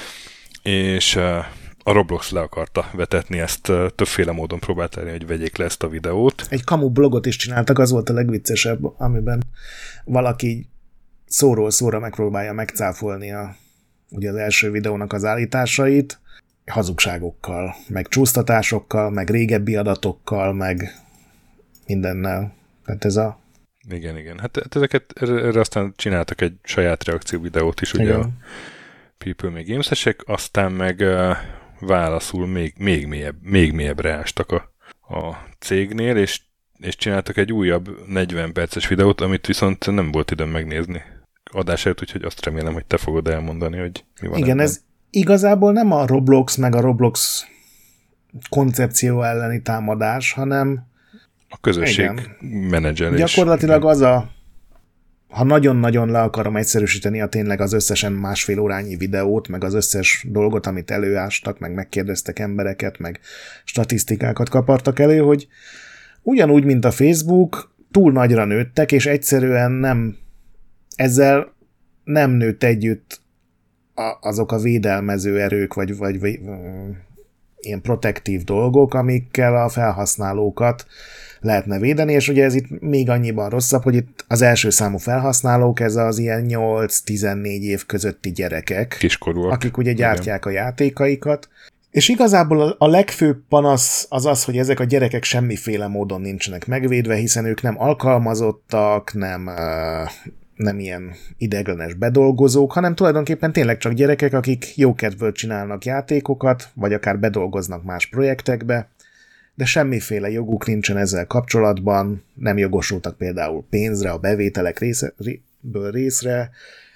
És a Roblox le akarta vetetni ezt, többféle módon próbált elni, hogy vegyék le ezt a videót. Egy kamu blogot is csináltak, az volt a legviccesebb, amiben valaki szóról szóra megpróbálja megcáfolni a, ugye az első videónak az állításait, hazugságokkal, meg csúsztatásokkal, meg régebbi adatokkal, meg mindennel. Tehát ez a... Igen, igen. Hát ezeket, erre aztán csináltak egy saját reakció videót is, ugye igen. A People Make Games-esek, aztán meg uh, válaszul még, még, mélyebb, még mélyebbre ástak a, a cégnél, és, és csináltak egy újabb negyven perces videót, amit viszont nem volt időm megnézni adás előtt, úgyhogy azt remélem, hogy te fogod elmondani, hogy mi van. Igen, ebben. Ez igazából nem a Roblox meg a Roblox koncepció elleni támadás, hanem a közösség menedzselés. Gyakorlatilag az a, ha nagyon-nagyon le akarom egyszerűsíteni a tényleg az összesen másfél órányi videót, meg az összes dolgot, amit előástak, meg megkérdeztek embereket, meg statisztikákat kapartak elő, hogy ugyanúgy, mint a Facebook, túl nagyra nőttek, és egyszerűen nem, ezzel nem nőtt együtt azok a védelmező erők, vagy, vagy, vagy ilyen protektív dolgok, amikkel a felhasználókat lehetne védeni, és ugye ez itt még annyiban rosszabb, hogy itt az első számú felhasználók, ez az ilyen nyolc-tizennégy év közötti gyerekek, kiskorúak, akik ugye gyártják igen. a játékaikat, és igazából a legfőbb panasz az az, hogy ezek a gyerekek semmiféle módon nincsenek megvédve, hiszen ők nem alkalmazottak, nem, nem ilyen ideiglenes bedolgozók, hanem tulajdonképpen tényleg csak gyerekek, akik jókedvből csinálnak játékokat, vagy akár bedolgoznak más projektekbe, de semmiféle joguk nincsen ezzel kapcsolatban, nem jogosultak például pénzre, a bevételek részből részre,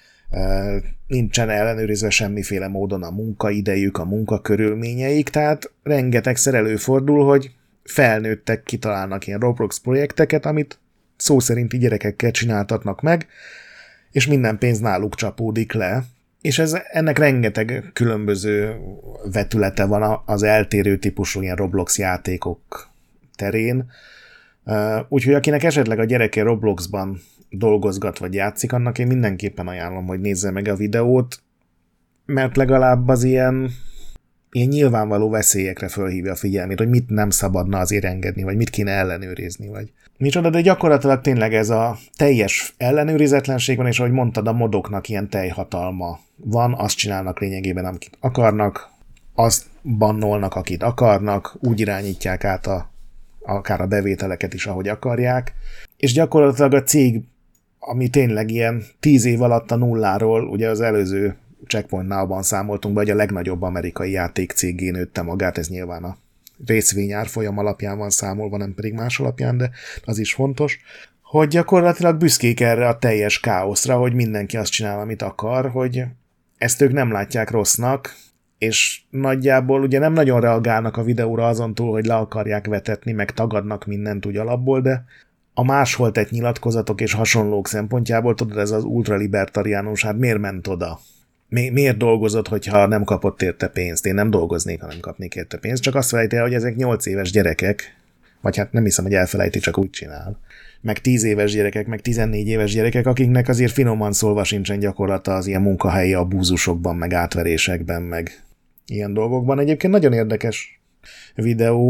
nincsen ellenőrizve semmiféle módon a munkaidejük, a munkakörülményeik, tehát rengetegszer előfordul, hogy felnőttek kitalálnak ilyen Roblox projekteket, amit szó szerinti gyerekekkel csináltatnak meg, és minden pénz náluk csapódik le, és ez, ennek rengeteg különböző vetülete van az eltérő típusú ilyen Roblox játékok terén. Úgyhogy akinek esetleg a gyereke Robloxban dolgozgat vagy játszik, annak én mindenképpen ajánlom, hogy nézze meg a videót, mert legalább az ilyen, ilyen nyilvánvaló veszélyekre fölhívja a figyelmét, hogy mit nem szabadna azért engedni, vagy mit kéne ellenőrizni, vagy micsoda, de gyakorlatilag tényleg ez a teljes ellenőrizetlenség van, és ahogy mondtad, a modoknak ilyen teljhatalma van, azt csinálnak lényegében, amit akarnak, azt bannolnak, akit akarnak, úgy irányítják át a, akár a bevételeket is, ahogy akarják, és gyakorlatilag a cég, ami tényleg ilyen tíz év alatt a nulláról, ugye az előző Checkpoint Now-ban számoltunk be, hogy a legnagyobb amerikai játékcéggé nőtte magát, ez nyilván a részvényárfolyam alapján van számolva, nem pedig más alapján, de az is fontos, hogy gyakorlatilag büszkék erre a teljes káoszra, hogy mindenki azt csinál, amit akar, hogy ezt ők nem látják rossznak, és nagyjából ugye nem nagyon reagálnak a videóra azon túl, hogy le akarják vetetni, meg tagadnak mindent úgy alapból, de a máshol tett nyilatkozatok és hasonlók szempontjából, tudod, ez az ultralibertariánus, hát miért ment oda? Mi, miért dolgozott, hogyha nem kapott érte pénzt? Én nem dolgoznék, ha nem kapnék érte pénzt, csak azt felejti el, hogy ezek nyolc éves gyerekek, vagy hát nem hiszem, hogy elfelejti, csak úgy csinál. Meg tíz éves gyerekek, meg tizennégy éves gyerekek, akiknek azért finoman szólva sincsen gyakorlata az ilyen munkahelyi abúzusokban, meg átverésekben, meg ilyen dolgokban. Egyébként nagyon érdekes videó,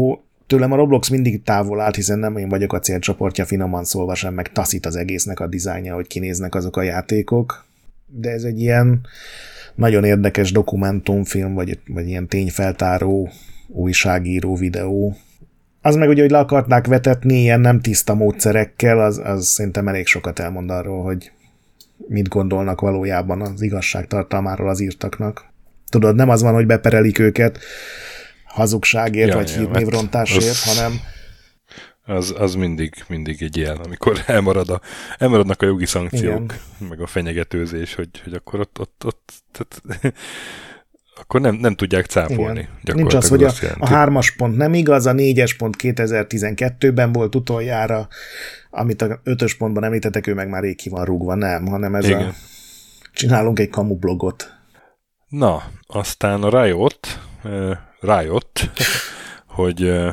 tőlem a Roblox mindig távol állt, hiszen nem én vagyok a célcsoportja, finoman szólva sem, meg taszít az egésznek a dizájnja, hogy kinéznek azok a játékok. De ez egy ilyen nagyon érdekes dokumentumfilm, vagy, vagy ilyen tényfeltáró, újságíró videó. Az meg ugye, hogy le akarták vetetni ilyen nem tiszta módszerekkel, az, az szerintem elég sokat elmond arról, hogy mit gondolnak valójában az igazság tartalmáról az írtaknak. Tudod, nem az van, hogy beperelik őket hazugságért, ja, vagy ja, hírnévrontásért, az, hanem... Az, az mindig, mindig egy ilyen, amikor elmarad a, elmaradnak a jogi szankciók, igen. meg a fenyegetőzés, hogy, hogy akkor ott, ott, ott tehát, akkor nem, nem tudják cáfolni. Nincs az, hogy a, a hármas pont nem igaz, a négyes pont kétezer-tizenkettőben volt utoljára, amit a ötös pontban említettek, ő meg már rég ki van rúgva, nem, hanem ez igen. a... Csinálunk egy kamu blogot. Na, aztán a Riot, uh, Riot, hogy uh,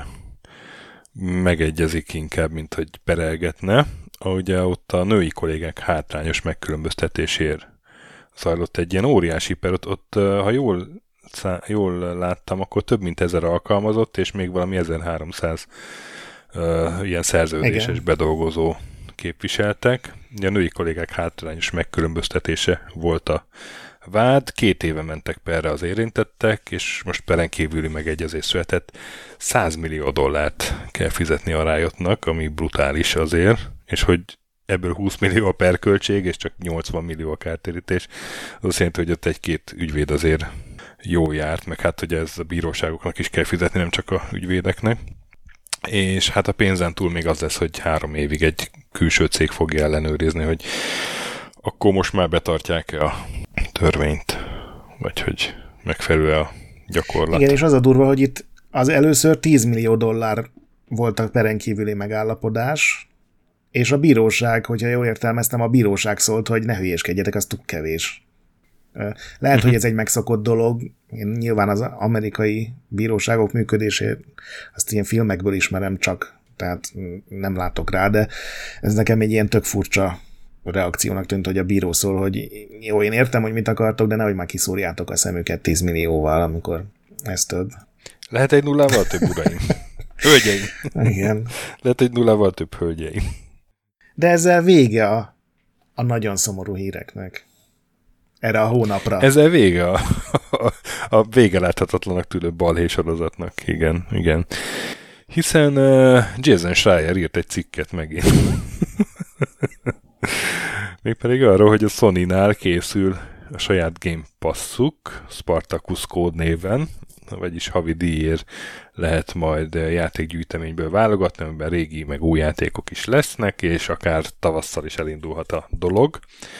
megegyezik inkább, mint hogy perelgetne. Ugye ott a női kollégák hátrányos megkülönböztetésért zajlott egy ilyen óriási per, ott, ott ha jól, jól láttam, akkor több mint ezer alkalmazott, és még valami ezerháromszáz uh, ilyen szerződéses igen. bedolgozó képviseltek. Ugye a női kollégák hátrányos megkülönböztetése volt a vád, két éve mentek perre az érintettek, és most peren kívüli megegyezés született. száz millió dollárt kell fizetni a Riotnak, ami brutális azért, és hogy ebből húsz millió a perköltség, és csak nyolcvan millió a kártérítés. Az azt jelenti, hogy ott egy-két ügyvéd azért jó járt, meg hát ugye ez a bíróságoknak is kell fizetni, nem csak a ügyvédeknek. És hát a pénzen túl még az lesz, hogy három évig egy külső cég fogja ellenőrizni, hogy akkor most már betartják-e a törvényt, vagy hogy megfelelő a gyakorlat. Igen, és az a durva, hogy itt az először tíz millió dollár volt a peren kívüli megállapodás, és a bíróság, hogyha jól értelmeztem, a bíróság szólt, hogy ne hülyéskedjetek, az túl kevés. Lehet, hogy ez egy megszokott dolog. Én nyilván az amerikai bíróságok működését azt ilyen filmekből ismerem csak, tehát nem látok rá, de ez nekem egy ilyen tök furcsa reakciónak tűnt, hogy a bíró szól, hogy jó, én értem, hogy mit akartok, de nehogy már kiszúrjátok a szemüket tíz millióval, amikor ez több. Lehet egy nullával több, uraim. Hölgyeim. Igen. Lehet egy nullával több, hölgyeim. De ezzel vége a, a nagyon szomorú híreknek. Erre a hónapra. Ezzel vége a, a, a vége láthatatlanak tűnő balhé sorozatnak. Igen, igen. Hiszen uh, Jason Schreier írt egy cikket megint. Mégpedig arról, hogy a Sony-nál készül a saját Game Pass-uk, Spartacus kódnéven, vagyis havi díjért lehet majd játékgyűjteményből válogatni, amiben régi meg új játékok is lesznek, és akár tavasszal is elindulhat a dolog.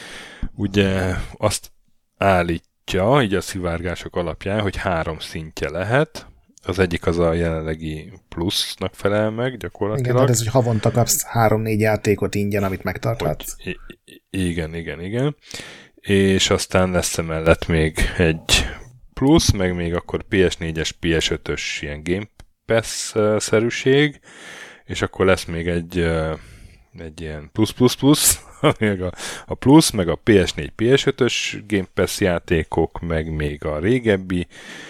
Ugye azt állítja, így a szivárgások alapján, hogy három szintje lehet. Az egyik az a jelenlegi plusznak felel meg gyakorlatilag. Igen, tehát ez, hogy havonta kapsz három-négy játékot ingyen, amit megtarthatsz. Hogy, igen, igen, igen. És aztán lesz emellett még egy plusz, meg még akkor pé es négyes, pé es ötös ilyen Game Pass-szerűség, és akkor lesz még egy, egy ilyen plusz-plusz-plusz, még a, a plusz, meg a pé es négy, pé es ötös Game Pass játékok, meg még a régebbi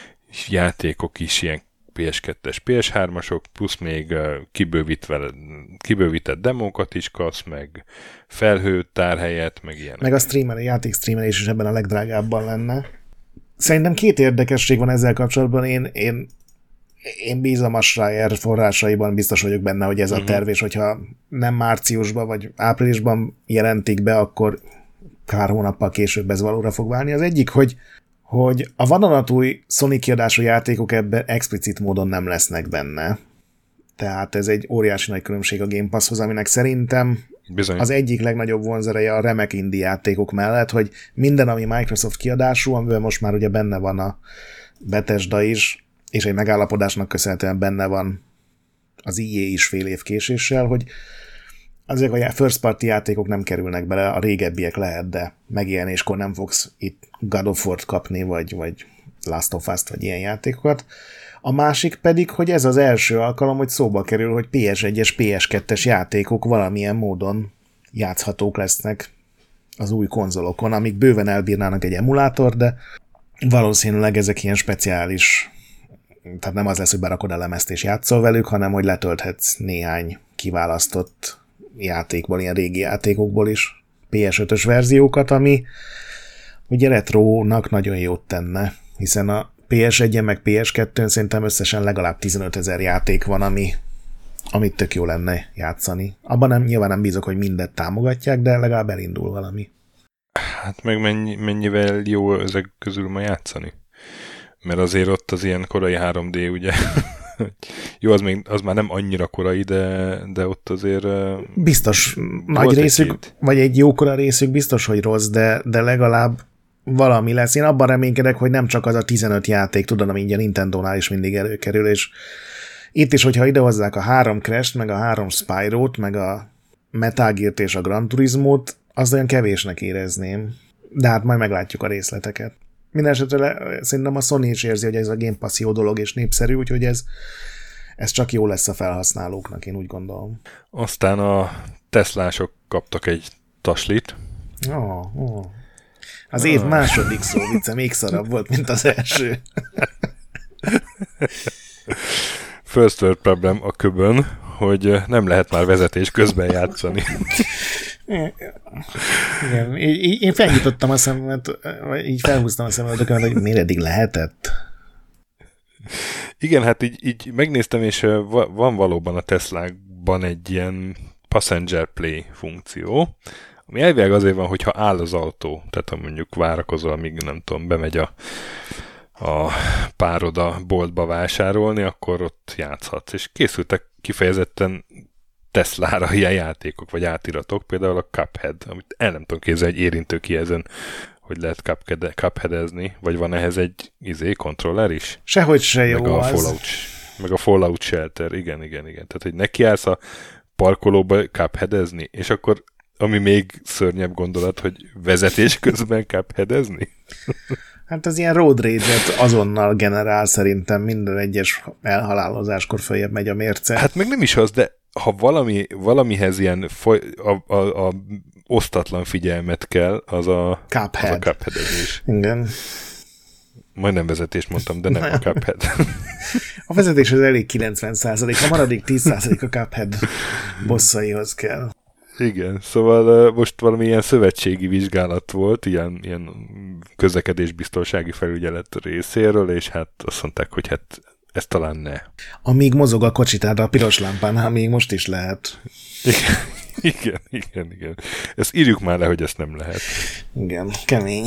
játékok is, ilyen pé es kettes, pé es hármasok, plusz még kibővítve, kibővített demókat is kapsz, meg felhő tárhelyet, meg ilyenek. Meg a streamer, a játék streamelés is ebben a legdrágábban lenne. Szerintem két érdekesség van ezzel kapcsolatban. Én, én, én bízom a Schreier forrásaiban, biztos vagyok benne, hogy ez a terv, és hogyha nem márciusban vagy áprilisban jelentik be, akkor pár hónappal később ez valóra fog válni. Az egyik, hogy hogy a vadonatúj Sony kiadású játékok ebben explicit módon nem lesznek benne. Tehát ez egy óriási nagy különbség a Game Passhoz, aminek szerintem bizony az egyik legnagyobb vonzereje a remek indie játékok mellett, hogy minden, ami Microsoft kiadású, amiben most már ugye benne van a Bethesda is, és egy megállapodásnak köszönhetően benne van az í á is fél év késéssel, hogy azok a first party játékok nem kerülnek bele, a régebbiek lehet, de megjelenéskor nem fogsz itt God of War-t kapni, vagy, vagy Last of Us-t, vagy ilyen játékokat. A másik pedig, hogy ez az első alkalom, hogy szóba kerül, hogy pé es egyes, pé es kettes játékok valamilyen módon játszhatók lesznek az új konzolokon, amik bőven elbírnának egy emulátor, de valószínűleg ezek ilyen speciális tehát nem az lesz, hogy berakod a lemezt és játszol velük, hanem hogy letölthetsz néhány kiválasztott játékból, ilyen régi játékokból is pé es ötös verziókat, ami ugye retrónak nagyon jót tenne, hiszen a pé es egyen meg pé es kettőn szerintem összesen legalább tizenötezer játék van, ami, amit tök jó lenne játszani. Abban nem, nyilván nem bízok, hogy mindet támogatják, de legalább elindul valami. Hát meg mennyi, mennyivel jó ezek közül ma játszani? Mert azért ott az ilyen korai három dé, ugye? Jó, az, még, az már nem annyira korai, de, de ott azért... Biztos nagy részük, egy vagy egy jókora részük biztos, hogy rossz, de, de legalább valami lesz. Én abban reménykedek, hogy nem csak az a tizenöt játék, tudod, ami így a Nintendónál is mindig előkerül, és itt is, hogyha idehozzák a három Crash-t, meg a három Spyro-t, meg a Metal Gear-t és a Gran Turismo-t, az olyan kevésnek érezném. De hát majd meglátjuk a részleteket. Mindenesetre szerintem a Sony is érzi, hogy ez a Game Pass jó dolog és népszerű, úgyhogy ez, ez csak jó lesz a felhasználóknak, én úgy gondolom. Aztán a Teslások kaptak egy taslit. Oh, oh. Az év második szó vicce még szarabb volt, mint az első. First world problem a köbön, hogy nem lehet már vezetés közben játszani. Igen, én felnyitottam a szememet, vagy így felhúztam a szememet, hogy miért eddig lehetett? Igen, hát így, így megnéztem, és van valóban a Teslákban egy ilyen passenger play funkció, ami elvileg azért van, hogyha áll az autó, tehát ha mondjuk várakozol, amíg nem tudom, bemegy a, a párod a boltba vásárolni, akkor ott játszhatsz. És készültek kifejezetten Teslára ilyen játékok, vagy átiratok, például a Cuphead, amit el nem tudom képzelni, egy érintő kijelzőn, hogy lehet cuphead- cupheadezni, vagy van ehhez egy izé, kontroller is? Sehogy se jó meg a az. Fallout, meg a Fallout Shelter, igen, igen, igen. Tehát, hogy nekiállsz a parkolóba cupheadezni, és akkor ami még szörnyebb gondolat, hogy vezetés közben cupheadezni? Hát az ilyen road rage-et azonnal generál szerintem minden egyes elhalálozáskor följebb megy a mérce. Hát meg nem is az, de ha valami, valamihez ilyen foly- a, a, a osztatlan figyelmet kell, az a Cuphead. Az a cupheadezés. Igen. Majdnem vezetést mondtam, de nem, nem. a Cuphead. A vezetés az elég kilencven százalék, a maradék tíz százalék a Cuphead bosszaihoz kell. Igen, szóval most valami ilyen szövetségi vizsgálat volt, ilyen, ilyen közlekedésbiztonsági felügyelet részéről, és hát azt mondták, hogy hát ez talán ne. Amíg mozog a kocsitád a piros lámpánál, még most is lehet. Igen, igen, igen, igen. Ezt írjuk már le, hogy ezt nem lehet. Igen, kemény.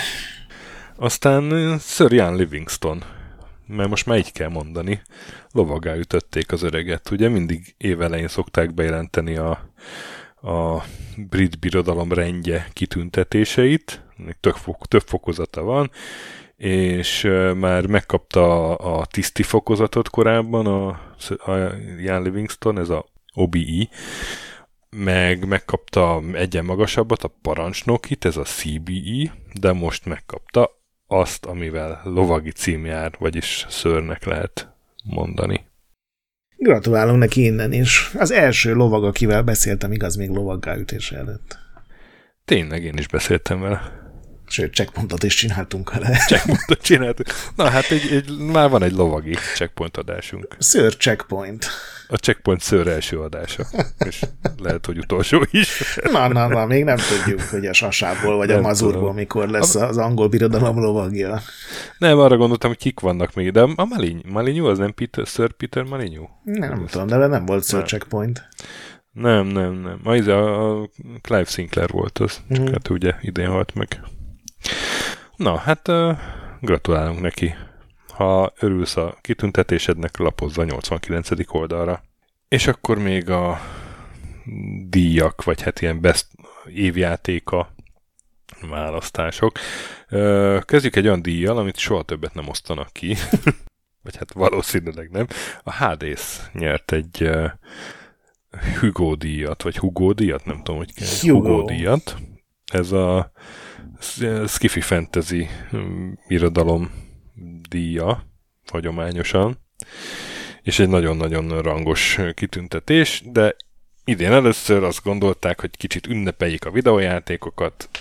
Aztán Sir Ian Livingstone, mert most már így kell mondani, lovaggá ütötték az öreget. Ugye mindig évelején szokták bejelenteni a, a brit birodalom rendje kitüntetéseit, több, fok, több fokozata van, és már megkapta a tiszti fokozatot korábban a, a Ian Livingstone, ez a o bé i, meg megkapta egyen magasabbat, a parancsnokit, ez a cé bé i, de most megkapta azt, amivel lovagi cím jár, vagyis szörnek lehet mondani. Gratulálunk neki innen is. Az első lovag, akivel beszéltem, igaz, még lovaggá ütése előtt. Tényleg, én is beszéltem vele. Sőt, checkpointot is csináltunk vele. Checkpointot csináltunk. Na hát egy, egy, már van egy lovagi checkpoint adásunk. Sir Checkpoint. A Checkpoint Sir első adása. És lehet, hogy utolsó is. Na, na, na, még nem tudjuk, hogy a Sasából vagy nem a Mazurból tudom. Mikor lesz az angol birodalom lovagja. Nem, arra gondoltam, hogy kik vannak még, de a Malinyú az nem Peter, Sir Peter Malinyú? Nem, nem tudom, de nem volt Sir nem. Checkpoint. Nem, nem, nem. A, a Clive Sinclair volt az, csak mm. hát ugye idén halt meg. Na, hát uh, gratulálunk neki. Ha örülsz a kitüntetésednek, lapozz a nyolcvankilencedik oldalra. És akkor még a díjak, vagy hát ilyen best évjátéka választások. Uh, kezdjük egy olyan díjjal, amit soha többet nem osztanak ki. Vagy hát valószínűleg nem. A Hades nyert egy uh, Hugo díjat, vagy Hugo díjat, nem tudom, hogy kell. Hugo, Hugo díjat. Ez a Skiffy Fantasy irodalom díja, hagyományosan, és egy nagyon-nagyon rangos kitüntetés, de idén először azt gondolták, hogy kicsit ünnepeljék a videójátékokat,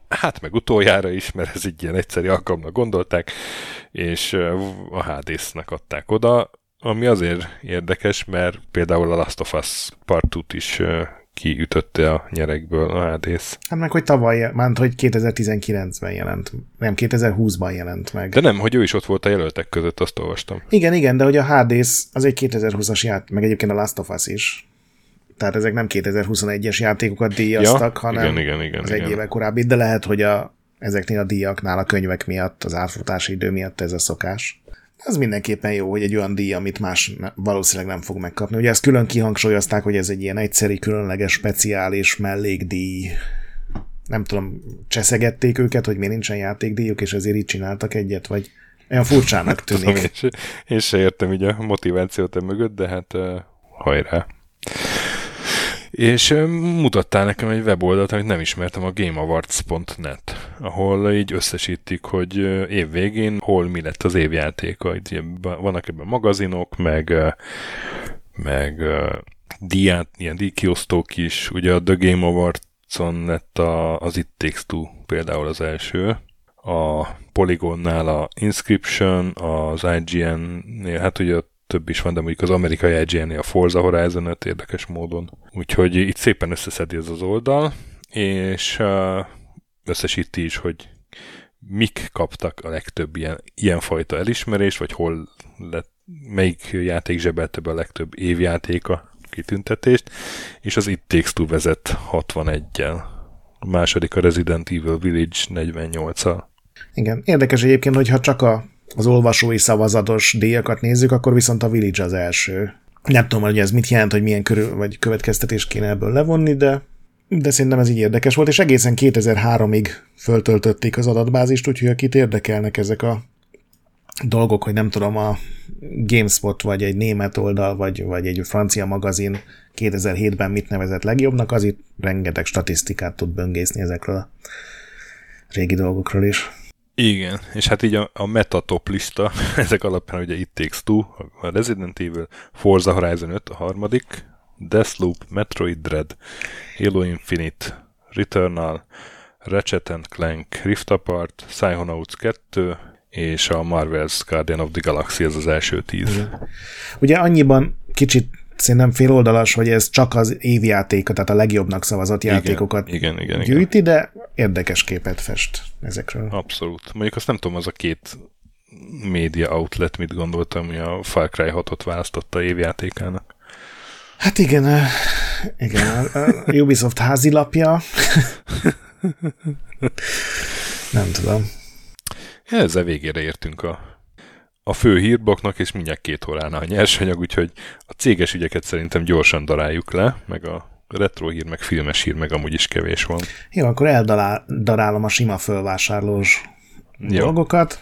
hát meg utoljára is, mert ez egy ilyen egyszerű alkalomnak gondolták, és a Hades-nek adták oda, ami azért érdekes, mert például a Last of Us Part kettőt is kiütötte a nyerekből a Hades. Hát meg, hogy tavaly, már hogy kétezer-tizenkilencben jelent, nem, kétezer-húszban jelent meg. De nem, hogy ő is ott volt a jelöltek között, azt olvastam. Igen, igen, de hogy a Hades az egy kétezer-húszas játék, meg egyébként a Last of Us is. Tehát ezek nem kétezer-huszonegyes játékokat díjaztak, ja, hanem igen, igen, igen, az igen. egy éve korábbi, de lehet, hogy a, ezeknél a díjaknál, a könyvek miatt, az átfutási idő miatt ez a szokás. Ez mindenképpen jó, hogy egy olyan díj, amit más valószínűleg nem fog megkapni. Ugye ezt külön kihangsúlyozták, hogy ez egy ilyen egyszeri, különleges, speciális mellékdíj. Nem tudom, cseszegették őket, hogy miért nincsen játékdíjuk, és ezért így csináltak egyet, vagy olyan furcsának tűnik. Tudom, én, én se értem így a motivációt mögött, de hát uh, hajrá. És uh, mutattál nekem egy weboldalt, amit nem ismertem, a game awards pont net, ahol így összesítik, hogy uh, év végén hol mi lett az évjátéka. Így vannak ebben magazinok, meg, uh, meg uh, díját, ilyen díjkiosztók is. Ugye a The Game Awards-on lett a, az It Takes Two például az első. A Polygonnál a Inscription, az I G N-nél, hát ugye több is van, de mondjuk az amerikai I G N-nél a Forza Horizon öt érdekes módon. Úgyhogy itt szépen összeszedi ez az oldal, és uh, összesíti is, hogy mik kaptak a legtöbb ilyen, ilyenfajta elismerést, vagy hol lett, melyik játék zsebelte be a legtöbb évjátéka kitüntetést, és az It Takes Two vezet hatvaneggyel. A második a Resident Evil Village negyvennyolccal. Igen, érdekes egyébként, hogyha csak a, az olvasói szavazatos díjakat nézzük, akkor viszont a Village az első. Nem tudom, hogy ez mit jelent, hogy milyen körül, vagy következtetést kéne ebből levonni, de, de szerintem ez így érdekes volt, és egészen kétezer-háromig föltöltötték az adatbázist, úgyhogy akit érdekelnek ezek a dolgok, hogy nem tudom, a GameSpot, vagy egy német oldal, vagy, vagy egy francia magazin kétezer-hétben mit nevezett legjobbnak, az itt rengeteg statisztikát tud böngészni ezekről a régi dolgokról is. Igen, és hát így a, a metatop lista, ezek alapján ugye It Takes Two, a Resident Evil, Forza Horizon öt a harmadik, Deathloop, Metroid Dread, Halo Infinite, Returnal, Ratchet and Clank, Rift Apart, Psychonauts kettő, és a Marvel's Guardian of the Galaxy, ez az első tíz. Igen. Ugye annyiban kicsit szerintem féloldalas, hogy ez csak az évjátéka, tehát a legjobbnak szavazott igen, játékokat igen, igen, gyűjti, igen. De érdekes képet fest ezekről. Abszolút. Mondjuk azt nem tudom, az a két média outlet mit gondoltam, hogy a Far Cry hatot választotta évjátékának. Hát igen, igen, a Ubisoft házilapja. Nem tudom. Ezzel végére értünk a, a fő hírbaknak, és mindjárt két óránál a nyersanyag, úgyhogy a céges ügyeket szerintem gyorsan daráljuk le, meg a retro hír, meg filmes hír, meg amúgy is kevés van. Jó, akkor eldarálom a sima fölvásárlós Jó. dolgokat.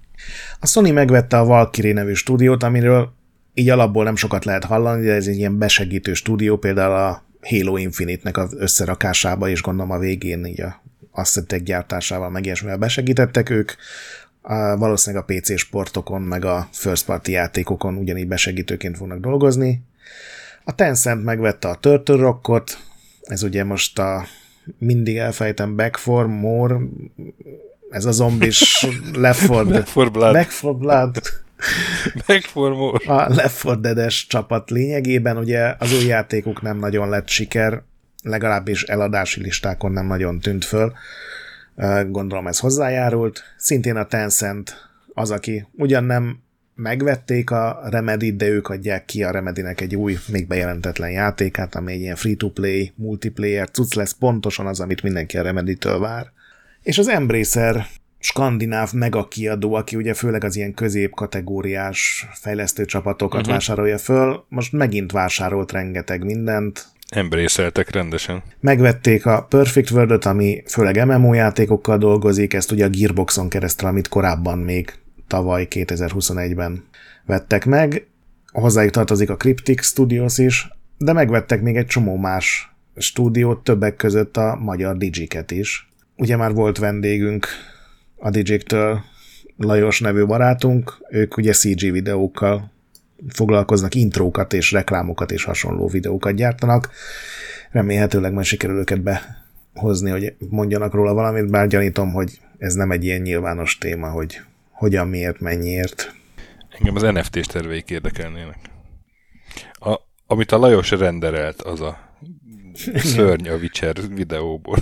A Sony megvette a Valkyrie nevű stúdiót, amiről így alapból nem sokat lehet hallani, de ez egy ilyen besegítő stúdió, például a Halo Infinite-nek az összerakásába, és gondolom a végén így a asszettek gyártásával meg ilyesmivel besegítettek ők. A, valószínűleg a pé cé sportokon, meg a first party játékokon ugyanígy besegítőként fognak dolgozni. A Tencent megvette a Turtle Rockot, ez ugye most a mindig elfejtem Back for More, ez a zombis Left four Dead. Back for Blood. Back for Blood. Back for More. A Left four Dead-es csapat lényegében, ugye az új játékuk nem nagyon lett siker, legalábbis eladási listákon nem nagyon tűnt föl. Gondolom ez hozzájárult. Szintén a Tencent az, aki ugyan nem megvették a Remedy-t, de ők adják ki a Remedy-nek egy új, még bejelentetlen játékát, ami egy ilyen free-to-play, multiplayer cucc lesz, pontosan az, amit mindenki a Remedy-től vár. És az Embracer skandináv megakiadó, aki ugye főleg az ilyen középkategóriás fejlesztő csapatokat uh-huh. vásárolja föl, most megint vásárolt rengeteg mindent. Embraceltek rendesen. Megvették a Perfect World-ot, ami főleg em em o játékokkal dolgozik, ezt ugye a Gearboxon keresztül, amit korábban még tavaly kétezer-huszonegyben vettek meg. Hozzájuk tartozik a Cryptic Studios is, de megvettek még egy csomó más stúdiót, többek között a magyar Digiket is. Ugye már volt vendégünk a Digiktől, Lajos nevű barátunk, ők ugye cé gé videókkal foglalkoznak, intrókat és reklámokat és hasonló videókat gyártanak. Remélhetőleg majd sikerül őket hozni, hogy mondjanak róla valamit, bár gyanítom, hogy ez nem egy ilyen nyilvános téma, hogy hogyan, miért, mennyiért. Engem az en ef té-s terveik érdekelnének. A, amit a Lajos renderelt, az a szörny a Witcher videóból.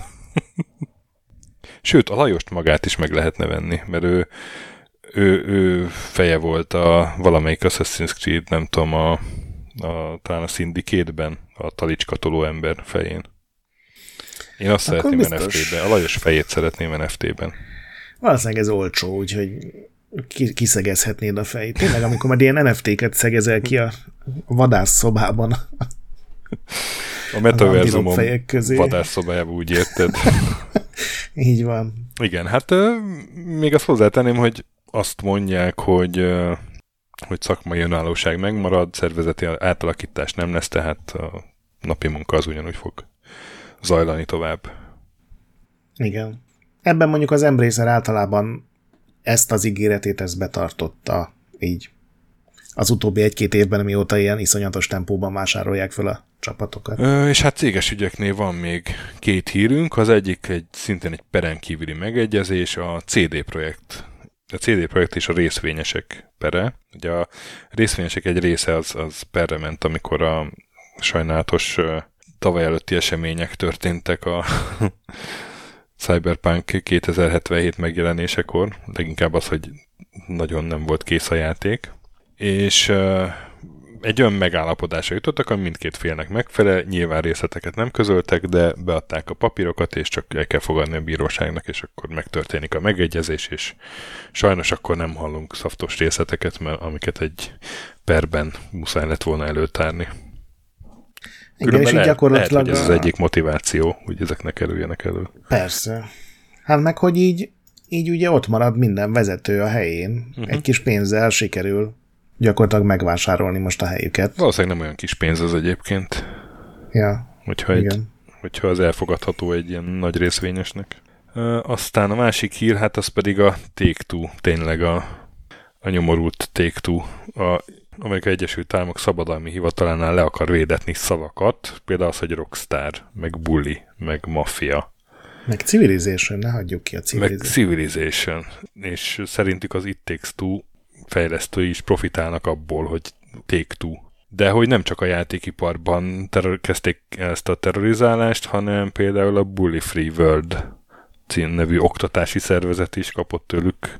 Sőt, a Lajost magát is meg lehetne venni, mert ő, ő, ő feje volt a valamelyik Assassin's Creed, nem tudom, a, a, talán a Syndicate-ben, a talicskatoló ember fején. Én azt akkor szeretném biztos. en ef té-ben, a Lajos fejét szeretném en ef té-ben. Valószínűleg ez olcsó, úgyhogy kiszegezhetnéd a fejét. Tényleg, amikor már ilyen en ef té-ket szegezel ki a vadászszobában. A metaverzumom vadászszobájában, úgy érted. Így van. Igen, hát még azt hozzátenném, hogy azt mondják, hogy, hogy szakmai önállóság megmarad, szervezeti átalakítás nem lesz, tehát a napi munka az ugyanúgy fog zajlani tovább. Igen. Ebben mondjuk az Embracer általában ezt az ígéretét ezt betartotta így. Az utóbbi egy-két évben, mióta ilyen iszonyatos tempóban vásárolják fel a csapatokat. Ö, és hát céges ügyeknél van még két hírünk. Az egyik egy szintén egy peren kívüli megegyezés, a cé dé Projekt. A cé dé Projekt és a részvényesek pere. Ugye a részvényesek egy része az, az perre ment, amikor a sajnálatos tavaly előtti események történtek a Cyberpunk kétezer-hetvenhét megjelenésekor. Leginkább az, hogy nagyon nem volt kész a játék. És uh, egy olyan megállapodásra jutottak, ami mindkét félnek megfelel, nyilván részleteket nem közöltek, de beadták a papírokat, és csak el kell fogadni a bíróságnak, és akkor megtörténik a megegyezés, és sajnos akkor nem hallunk szaftos részleteket, mert amiket egy perben muszáj lett volna előtárni. Igen, és így lehet, gyakorlatilag... lehet, hogy ez az egyik motiváció, hogy ezek ne kerüljenek elő. Persze. Hát meg, hogy így, így ugye ott marad minden vezető a helyén. Uh-huh. Egy kis pénzzel sikerül gyakorlatilag megvásárolni most a helyüket. Valószínűleg nem olyan kis pénz az egyébként. Ja, hogyha, egy, hogyha az elfogadható egy ilyen nagy részvényesnek. E, aztán a másik hír, hát az pedig a Take-Two, tényleg a, a nyomorult Take-Two. A Amerikai Egyesült Államok Szabadalmi Hivatalánál le akar védetni szavakat, például az, hogy Rockstar, meg Bully, meg Mafia. Meg Civilization, ne hagyjuk ki a Civilization. Meg Civilization. És szerintük az It Takes Two fejlesztői is profitálnak abból, hogy Take-Two. De hogy nem csak a játékiparban terror- kezdték ezt a terrorizálást, hanem például a Bully Free World nevű oktatási szervezet is kapott tőlük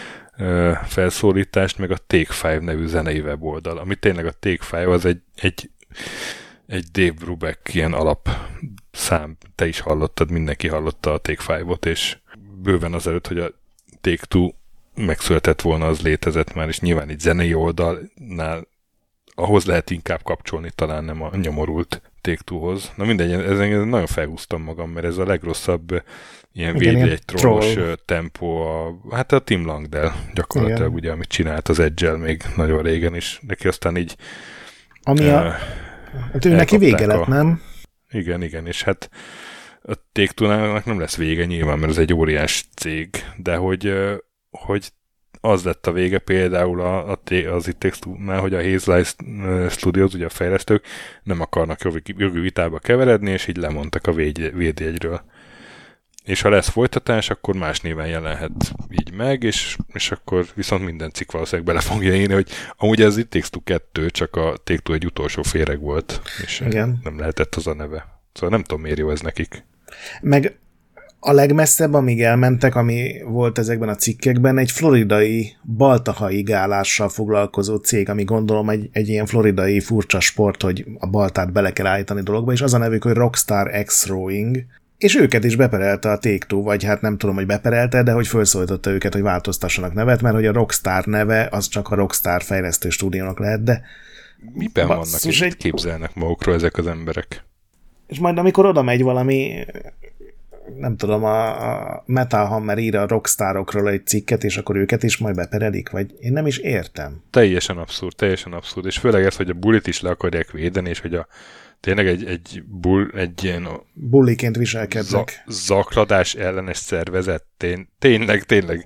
ö, felszólítást, meg a Take Five nevű zenei weboldal, ami tényleg a Take Five az egy, egy, egy Dave Brubeck ilyen alapszám, te is hallottad, mindenki hallotta a Take Five-ot, és bőven azelőtt, hogy a Take-Two megszületett volna, az létezett már, és nyilván egy zenei oldalnál ahhoz lehet inkább kapcsolni, talán nem a nyomorult Take-Two-hoz. Na mindegy, ezen nagyon felhúztam magam, mert ez a legrosszabb ilyen védi egy trollos tempó, a, hát a Tim Langdell gyakorlatilag, igen. Ugye, amit csinált az Edge-el még nagyon régen is. Neki aztán így ami a... Uh, hát ő neki vége lett, a, nem? Igen, igen, és hát a Take-Two-nak nem lesz vége nyilván, mert ez egy óriás cég, de hogy hogy az lett a vége például a, a, az It Takes Two-nál, hogy a Haze Light Studios, ugye a fejlesztők nem akarnak jogi, jogi vitába keveredni, és így lemondtak a védjegyről. És ha lesz folytatás, akkor más néven jelenhet így meg, és, és akkor viszont minden cikk valószínűleg bele fogja írni, hogy amúgy ez It Takes Two kettő, csak a Take-Two egy utolsó féreg volt, és igen. Nem lehetett az a neve. Szóval nem tudom, miért jó ez nekik. Meg a legmesszebb, amíg elmentek, ami volt ezekben a cikkekben, egy floridai baltahai gálással foglalkozó cég, ami gondolom egy, egy ilyen floridai furcsa sport, hogy a baltát bele kell állítani dologba, és az a nevük, hogy Rockstar X-Rowing, és őket is beperelte a Take-Two, vagy hát nem tudom, hogy beperelte, de hogy felszólította őket, hogy változtassanak nevet, mert hogy a Rockstar neve az csak a Rockstar fejlesztő stúdiónak lehet, de... Miben vannak, és egy... képzelnek magukról ezek az emberek? És majd amikor oda megy valami... nem tudom, a Metal Hammer ír a rockstárokról egy cikket, és akkor őket is majd beperedik, vagy én nem is értem. Teljesen abszurd, teljesen abszurd, és főleg ez, hogy a bullit is le akarják védeni, és hogy a tényleg egy, egy, bull, egy ilyen bulliként viselkednek. Za- zakladás ellenes szervezet, tény, tényleg, tényleg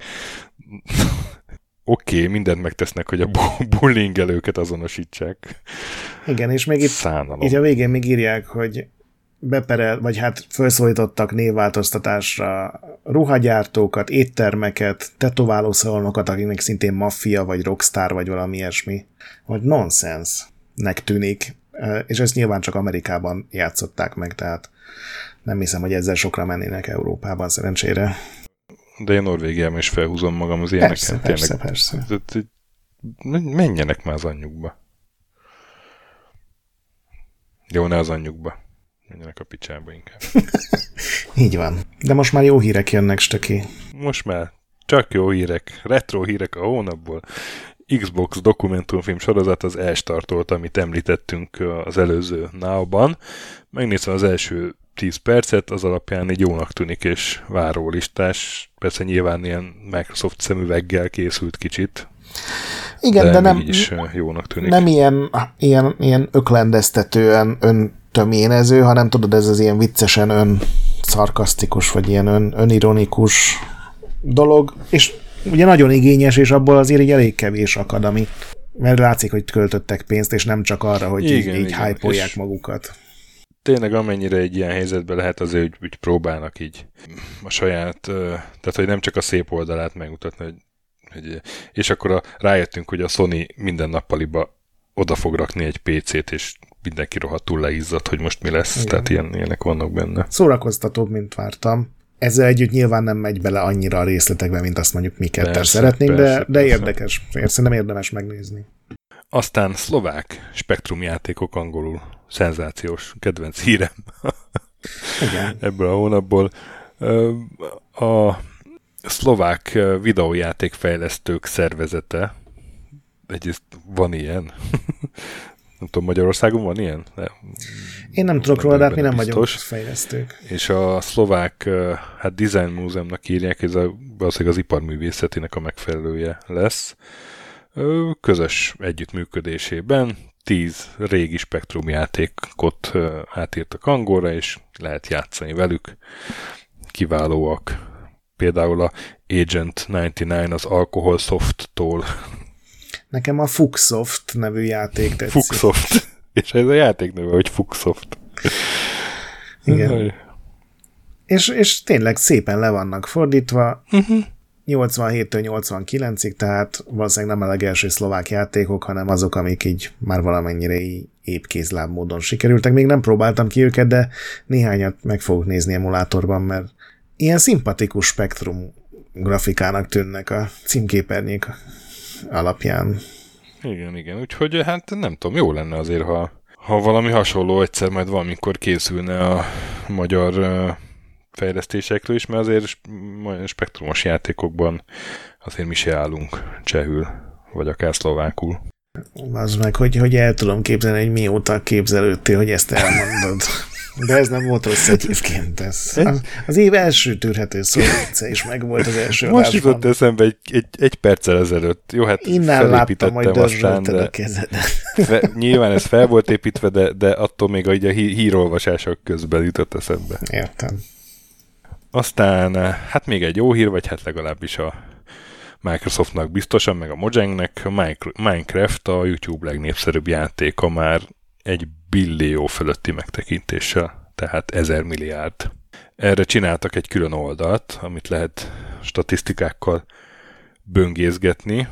oké, okay, mindent megtesznek, hogy a bullingelőket azonosítsák. Igen, és még itt, itt a végén még írják, hogy beperel, vagy hát felszólítottak névváltoztatásra ruhagyártókat, éttermeket, tetoválószalonokat, akiknek szintén maffia, vagy rockstar, vagy valami ilyesmi. Vagy nonsensnek tűnik. És ezt nyilván csak Amerikában játszották meg, tehát nem hiszem, hogy ezzel sokra mennének Európában szerencsére. De én Norvégiában is felhúzom magam az ilyeneken. Persze, persze, persze. Menjenek már az anyjukba. Jó, ne az anyjukba. Menjenek a picsába inkább. Így van. De most már jó hírek jönnek, Stöki. Most már csak jó hírek. Retro hírek a hónapból. Xbox dokumentumfilm sorozat az elstartolt, amit említettünk az előző Now-ban. Megnézve az első tíz percet, az alapján így jónak tűnik, és várólistás. Persze nyilván ilyen Microsoft szemüveggel készült kicsit. Igen, de, de nem, is jónak tűnik. Nem ilyen, ilyen, ilyen öklendeztetően öntöményező, hanem tudod, ez az ilyen viccesen ön szarkasztikus, vagy ilyen ön, önironikus dolog, és ugye nagyon igényes, és abból azért így elég kevés akad, ami, mert látszik, hogy költöttek pénzt, és nem csak arra, hogy igen, így, így hype-olják magukat. Tényleg amennyire egy ilyen helyzetben lehet, azért úgy, úgy próbálnak így a saját, tehát hogy nem csak a szép oldalát megmutatni, hogy, hogy és akkor a, rájöttünk, hogy a Sony minden nappaliba oda fog rakni egy pé cét, és mindenki rohadtul leizzadt, hogy most mi lesz. Igen. Tehát ilyen, ilyenek vannak benne. Szórakoztatóbb, mint vártam. Ezzel együtt nyilván nem megy bele annyira a részletekbe, mint azt mondjuk mi ketten szeretnénk, persze, de, de persze. Érdekes. Szerintem érdemes megnézni. Aztán szlovák Spektrum játékok angolul. Szenzációs kedvenc hírem. Igen. Ebből a hónapból. A szlovák videójátékfejlesztők szervezete, egyrészt van ilyen. Nem tudom, Magyarországon van ilyen? De én nem tudok róla, de hát mi nem vagyunk fejlesztők. És a szlovák hát Design Múzeumnak írják, ez a, valószínűleg az iparművészetének a megfelelője lesz. Közös együttműködésében tíz régi Spektrum játékot átírtak angolra, és lehet játszani velük. Kiválóak. Például a Agent kilencvenkilenc az Alcohol Soft-tól. Nekem a Fuxsoft nevű játék tetszik. Fuxsoft. És ez a játék neve, hogy Fuxsoft. Igen. és, és tényleg szépen le vannak fordítva. Uh-huh. nyolcvanhéttől nyolcvankilencig, tehát valószínűleg nem a legelső szlovák játékok, hanem azok, amik így már valamennyire így épkézláb módon sikerültek. Még nem próbáltam ki őket, de néhányat meg fogok nézni emulátorban, mert ilyen szimpatikus Spektrum grafikának tűnnek a címképernyék alapján. Igen, igen. Úgyhogy hát nem tudom, jó lenne azért, ha, ha valami hasonló egyszer majd valamikor készülne a magyar uh, fejlesztésekről is, mert azért spektrumos játékokban azért mi se állunk csehül, vagy akár szlovákul. Az meg, hogy, hogy el tudom képzelni, hogy mióta képzelődtél, hogy ezt elmondod. De ez nem volt rossz egyébként. Ez. Az év első tűrhető szóvice is megvolt az első most adásban. Most jutott eszembe egy, egy, egy perccel ezelőtt. Jó, hát innen láttam, hogy dörzsölted a kezedet. Fe, nyilván ez fel volt építve, de, de attól még a, a hírolvasások közben jutott eszembe. Értem. Aztán hát még egy jó hír, vagy hát legalábbis a Microsoftnak biztosan, meg a Mojangnek, a Minecraft a YouTube legnépszerűbb játéka már egy billió fölötti megtekintéssel, tehát ezer milliárd. Erre csináltak egy külön oldalt, amit lehet statisztikákkal böngészgetni.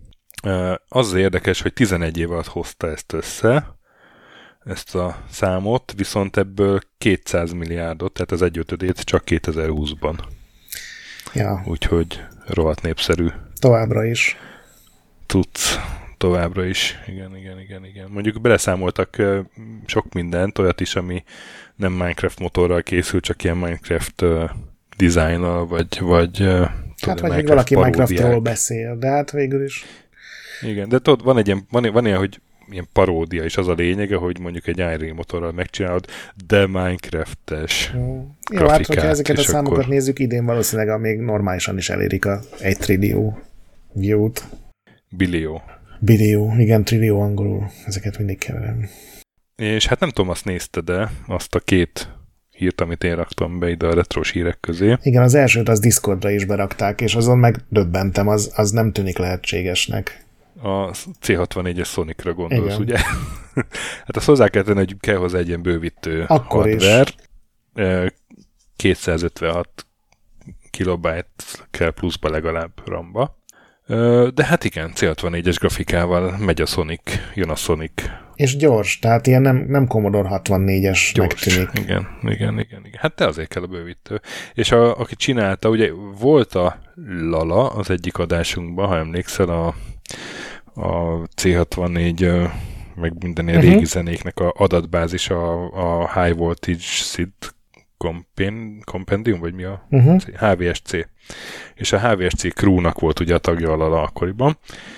Az érdekes, hogy tizenegy év alatt hozta ezt össze, ezt a számot, viszont ebből kétszáz milliárdot, tehát az egyötödét csak kétezer-húszban. Ja. Úgyhogy rohadt népszerű. Továbbra is. Tudsz. Továbbra is. Igen, igen, igen, igen. Mondjuk beleszámoltak uh, sok mindent, olyat is, ami nem Minecraft motorral készül, csak ilyen Minecraft uh, designnal, vagy, vagy uh, hát, vagy még valaki Minecraftról beszél, de hát végül is. Igen, de tudod, van egy ilyen, van, van ilyen, hogy ilyen paródia is az a lényege, hogy mondjuk egy Unreal motorral megcsinálod, de Minecraft-es Jó, Jó hát, hogyha ezeket a számokat akkor... nézzük, idén valószínűleg még normálisan is elérik a egy trillió view-t. Billió. Billió, igen, trillió angolul. Ezeket mindig keverem. És hát nem tudom, azt nézted, de azt a két hírt, amit én raktam be ide a retros hírek közé. Igen, az elsőt az Discordra is berakták, és azon megdöbbentem, az, az nem tűnik lehetségesnek. A cé hatvannégyes Sonicra gondolsz, igen. ugye? Hát azt hozzá kell tenni, hogy kell hozzá egy ilyen bővítő akkor hardware. Is. kétszázötvenhat kilobájt kell pluszba legalább ramba. De hát igen, cé hatvannégyes grafikával megy a Sonic, jön a Sonic. És gyors, tehát ilyen nem, nem Commodore hatvannégyesnek tűnik. Igen, igen, igen, igen. Hát te azért kell a bővítő. És a, aki csinálta, ugye volt a Lala az egyik adásunkban, ha emlékszel, a, a cé hatvannégy meg minden ilyen uh-huh. régi zenéknek a adatbázis, a, a High Voltage S I D Compendium, vagy mi a uh-huh. há vé es cé. És a há vé es cé Crew-nak volt ugye a tagja a Lala akkoriban,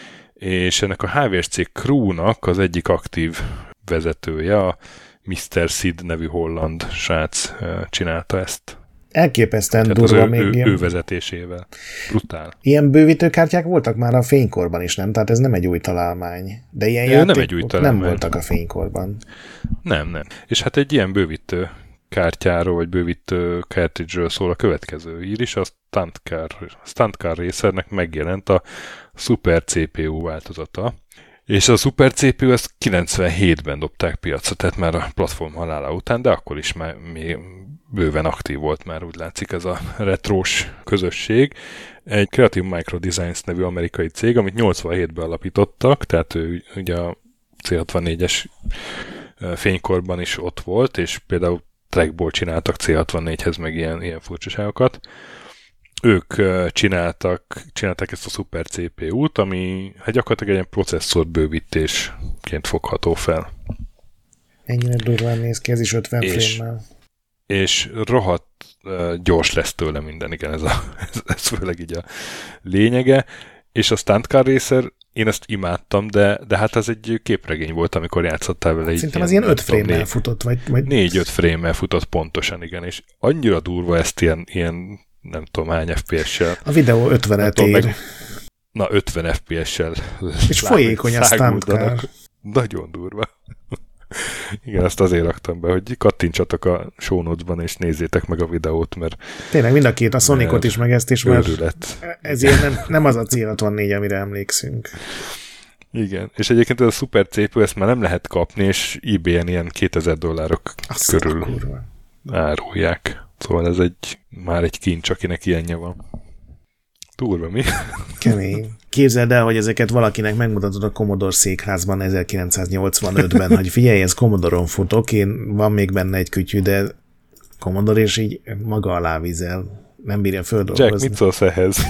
és ennek a há vé es cé Crew-nak az egyik aktív vezetője, a miszter Sid nevű holland srác csinálta ezt. Elképesztően tehát durva az ő, még ő, ilyen. ő vezetésével. Brutál. Ilyen bővítőkártyák voltak már a fénykorban is, nem? Tehát ez nem egy új találmány. De ilyen játékok nem, egy új találmány. Nem voltak a fénykorban. Nem, nem. És hát egy ilyen bővítő kártyáról, vagy bővítő cartridge-ről szól a következő ír is, a Stunt Car, Stunt Car Racernek megjelent a Super cé pé u változata. És a Super cé pé u ezt kilencvenhétben dobták piacra, tehát már a platform halála után, de akkor is már még bőven aktív volt már, úgy látszik, ez a retrós közösség. Egy Creative Micro Designs nevű amerikai cég, amit nyolcvanhétben alapítottak, tehát ő ugye a cé hatvannégyes fénykorban is ott volt, és például trackból csináltak cé hatvannégyhez meg ilyen, ilyen furcsaságokat. Ők csináltak, csináltak ezt a Super cé pé u-t, ami hát gyakorlatilag egy ilyen processzor bővítésként fogható fel. Ennyire durván néz ki, ez is ötven frame-mel. És rohadt uh, gyors lesz tőle minden, igen, ez, a, ez, ez főleg így a lényege. És a Stunt Car Racer, én ezt imádtam, de, de hát ez egy képregény volt, amikor játszottál vele. Szerintem az ilyen öt frame-mel futott, vagy... vagy... négy-öt frame-mel futott pontosan, igen, és annyira durva ezt ilyen, ilyen nem tudom hány ef pé es-sel. A videó ötvenet ér. Meg, na, ötven ef pé es-sel. És folyékony a Stunt Car. Nagyon durva. Igen, ezt azért raktam be, hogy kattintsatok a show notes-ban, és nézzétek meg a videót, mert... Tényleg mind a két, a Sonicot is, meg ezt is, mert őrület. Ezért nem, nem az a cé hatvannégy, amire emlékszünk. Igen, és egyébként ez a Super cé pé u, ezt már nem lehet kapni, és eBay-en ilyen kétezer dollárok azt körül árulják. Szóval ez egy, már egy kincs, akinek ilyenje van. Durva, mi? Kemény. Képzeld el, hogy ezeket valakinek megmutatod a Commodore székházban ezerkilencszáznyolcvanötben, hogy figyelj, ez Commodore-on futok, én van még benne egy kütyű, de Commodore, és így maga alá vizel. Nem bírja földolgozni. Jack, mit szólsz ehhez?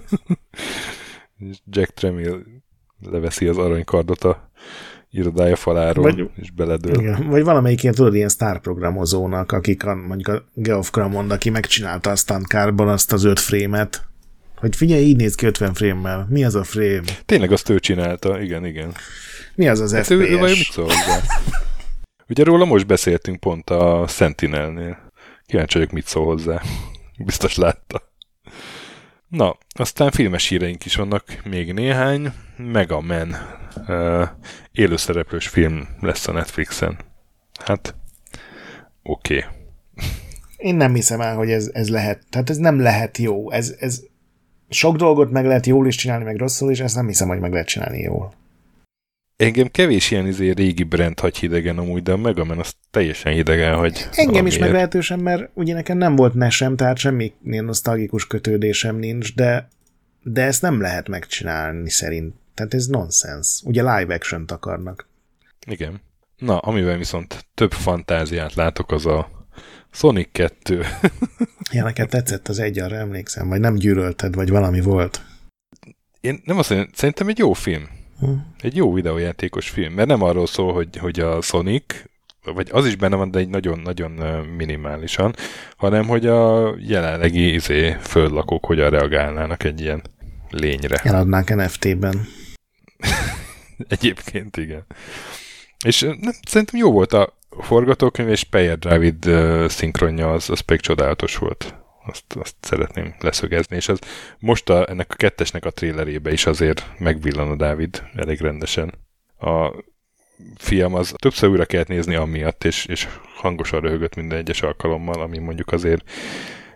Jack Tramiel leveszi az aranykardot a irodája faláról, vagy, és beledől. Igen, vagy valamelyik ilyen, tudod, ilyen sztárprogramozónak, akik a, mondjuk a Geoff Crammond, aki megcsinálta a Stunt Car-ban azt az öt frame-et, hogy figyelj, így néz ki ötven frame-mel. Mi az a frame? Tényleg azt ő csinálta, igen, igen. Mi az az hát ef pé es? Ő, ő vajon mit szól hozzá? Ugye róla most beszéltünk pont a Sentinelnél. Kíváncsi vagyok, mit szól hozzá. Biztos látta. Na, aztán filmes híreink is vannak még néhány. Mega Man uh, élőszereplős film lesz a Netflixen. Hát, oké. Okay. Én nem hiszem el, hogy ez, ez lehet. Tehát ez nem lehet jó. Ez, ez sok dolgot meg lehet jól is csinálni, meg rosszul is, ezt nem hiszem, hogy meg lehet csinálni jól. Engem kevés ilyen izé régi brand hagy hidegen amúgy, de a Mega Man az teljesen hidegen, hogy... Engem is meglehetősen, mert ugye nekem nem volt nesem, tehát semmi ilyen nosztalgikus kötődésem nincs, de, de ezt nem lehet megcsinálni szerint. Tehát ez nonsens. Ugye live action-t akarnak. Igen. Na, amiben viszont több fantáziát látok, az a Sonic kettő. Ja, neked tetszett az egy, arra emlékszem, vagy nem gyűlölted, vagy valami volt. Én nem azt mondom, szerintem egy jó film. Hm. Egy jó videójátékos film, mert nem arról szól, hogy, hogy a Sonic, vagy az is benne van, de egy nagyon-nagyon minimálisan, hanem hogy a jelenlegi izé, földlakók hogyan reagálnának egy ilyen lényre. Eladnánk en ef té-ben. Egyébként igen. És nem, szerintem jó volt a forgatókönyv, és Peyer Dávid uh, szinkronja, az, az pedig csodálatos volt. Azt, azt szeretném leszögezni, és az most a, ennek a kettesnek a trélerébe is azért megvillan a Dávid elég rendesen. A fiam az többször újra kellett nézni amiatt, és, és hangosan röhögött minden egyes alkalommal, ami mondjuk azért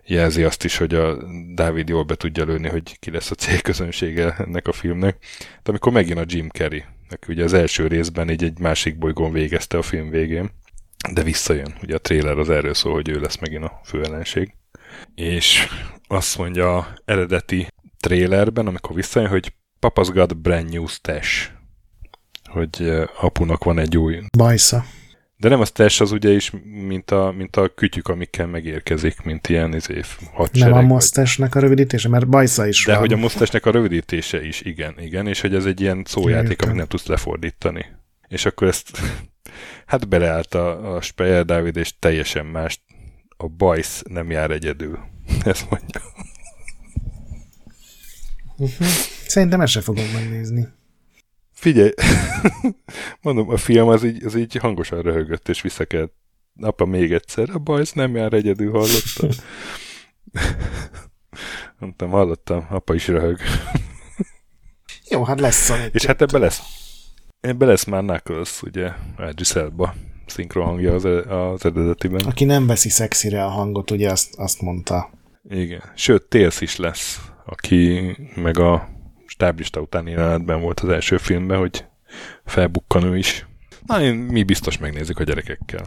jelzi azt is, hogy a Dávid jól be tudja lőni, hogy ki lesz a célközönsége ennek a filmnek. De amikor megint a Jim Carrey, aki ugye az első részben így egy másik bolygón végezte a film végén, de visszajön. Ugye a trailer az erről szól, hogy ő lesz megint a főellenség. És azt mondja az eredeti trailerben, amikor visszajön, hogy Papa's got brand new stash. Hogy apunak van egy új... Bajsza. De nem a stash az ugye is, mint a, mint a kütyük, amikkel megérkezik, mint ilyen izé, hadsereg. Nem a mostesnek a rövidítése, mert bajsza is De van. hogy a mostesnek a rövidítése is, igen, igen, és hogy ez egy ilyen szójáték, amit nem tudsz lefordítani. És akkor ezt, hát beleállt a, a Speyer Dávid, és teljesen más. A bajsz nem jár egyedül. Ezt mondja. Uh-huh. Szerintem ezt se fogom megnézni. Figyelj, mondom, a film az így, az így hangosan röhögött, és vissza kell, apa, még egyszer, a bajsz nem jár egyedül, hallottam. Mondtam, hallottam, apa is röhög. Jó, hát lesz a És hát ebbe lesz, ebbe lesz már Knuckles, ugye, Idris Elba szinkron hangja az, az eredetiben. Aki nem veszi szexire a hangot, ugye azt, azt mondta. Igen, sőt, Tails is lesz, aki meg a stáblista utáni jelenetben volt az első filmben, hogy felbukkan ő is. Na, én, mi biztos megnézzük a gyerekekkel.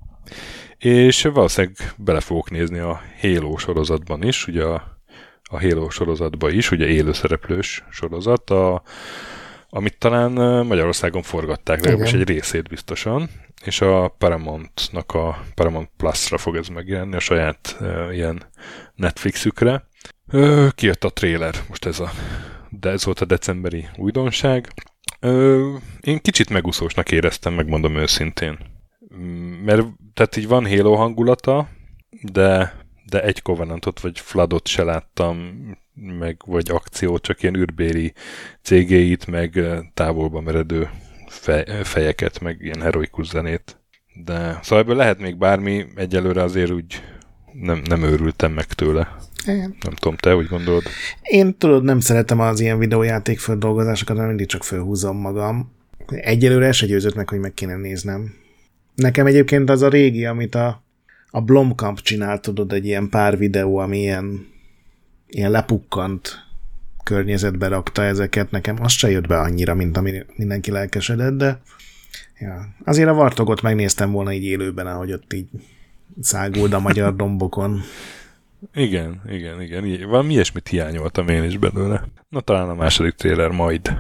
És valószínűleg bele fogok nézni a Halo sorozatban is, ugye a, a Halo sorozatban is, ugye élőszereplős sorozat, a, amit talán Magyarországon forgatták, de most egy részét biztosan, és a Paramountnak a Paramount Plus-ra fog ez megjelenni, a saját uh, ilyen Netflixükre. Uh, kijött a trailer, most ez a de ez volt a decemberi újdonság. Ö, én kicsit megúszósnak éreztem, megmondom őszintén. Mert tehát így van Halo hangulata, de, de egy Covenantot vagy Floodot se láttam, meg vagy akciót, csak ilyen űrbéli cégéit, meg távolba meredő fej, fejeket, meg ilyen heroikus zenét. De szóval ebből lehet még bármi, egyelőre azért úgy nem, nem őrültem meg tőle. Igen. Nem tudom, te úgy gondolod? Én tudod, nem szeretem az ilyen videójáték földolgozásokat, mert mindig csak fölhúzom magam. Egyelőre se győzött meg, hogy meg kéne néznem. Nekem egyébként az a régi, amit a, a Blomkamp csinált, tudod, egy ilyen pár videó, ami ilyen, ilyen lepukkant környezetbe rakta ezeket. Nekem az se jött be annyira, mint ami mindenki lelkesedett, de ja. Azért a Vartogot megnéztem volna így élőben, ahogy ott így száguld a magyar dombokon. Igen, igen, igen. Valami ilyesmit hiányoltam én is belőle. Na talán a második trailer majd.